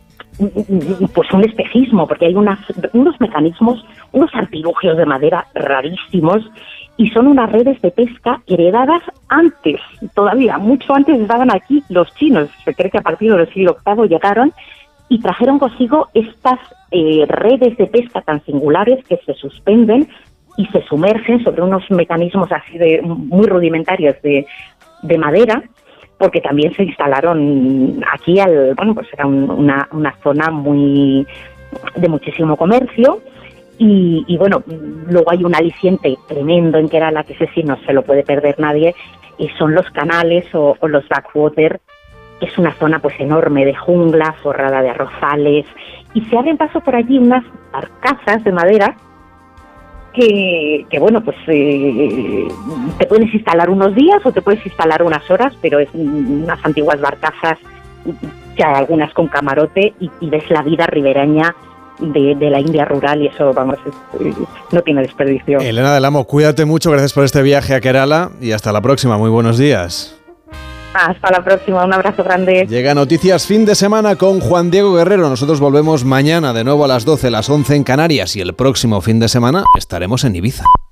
pues un espejismo, porque hay unas, unos mecanismos, unos artilugios de madera rarísimos, y son unas redes de pesca heredadas antes, todavía, mucho antes estaban aquí los chinos. Se cree que a partir del siglo octavo llegaron y trajeron consigo estas eh, redes de pesca tan singulares que se suspenden y se sumergen sobre unos mecanismos así de muy rudimentarios de, de madera, porque también se instalaron aquí, al bueno, pues era un, una, una zona muy de muchísimo comercio, y, y bueno, luego hay un aliciente tremendo en Kerala, que ese sí no se lo puede perder nadie, y son los canales o, o los backwater, que es una zona pues enorme de jungla, forrada de arrozales, y se abren paso por allí unas barcazas de madera que, que bueno, pues eh, te puedes instalar unos días o te puedes instalar unas horas, pero es unas antiguas barcazas, que hay algunas con camarote, y, y ves la vida ribereña de, de la India rural, y eso, vamos, es, es, no tiene desperdicio. Elena del Amo, cuídate mucho, gracias por este viaje a Kerala y hasta la próxima. Muy buenos días. Hasta la próxima, un abrazo grande. Llega Noticias Fin de Semana con Juan Diego Guerrero. Nosotros volvemos mañana de nuevo a las doce, las once en Canarias, y el próximo fin de semana estaremos en Ibiza.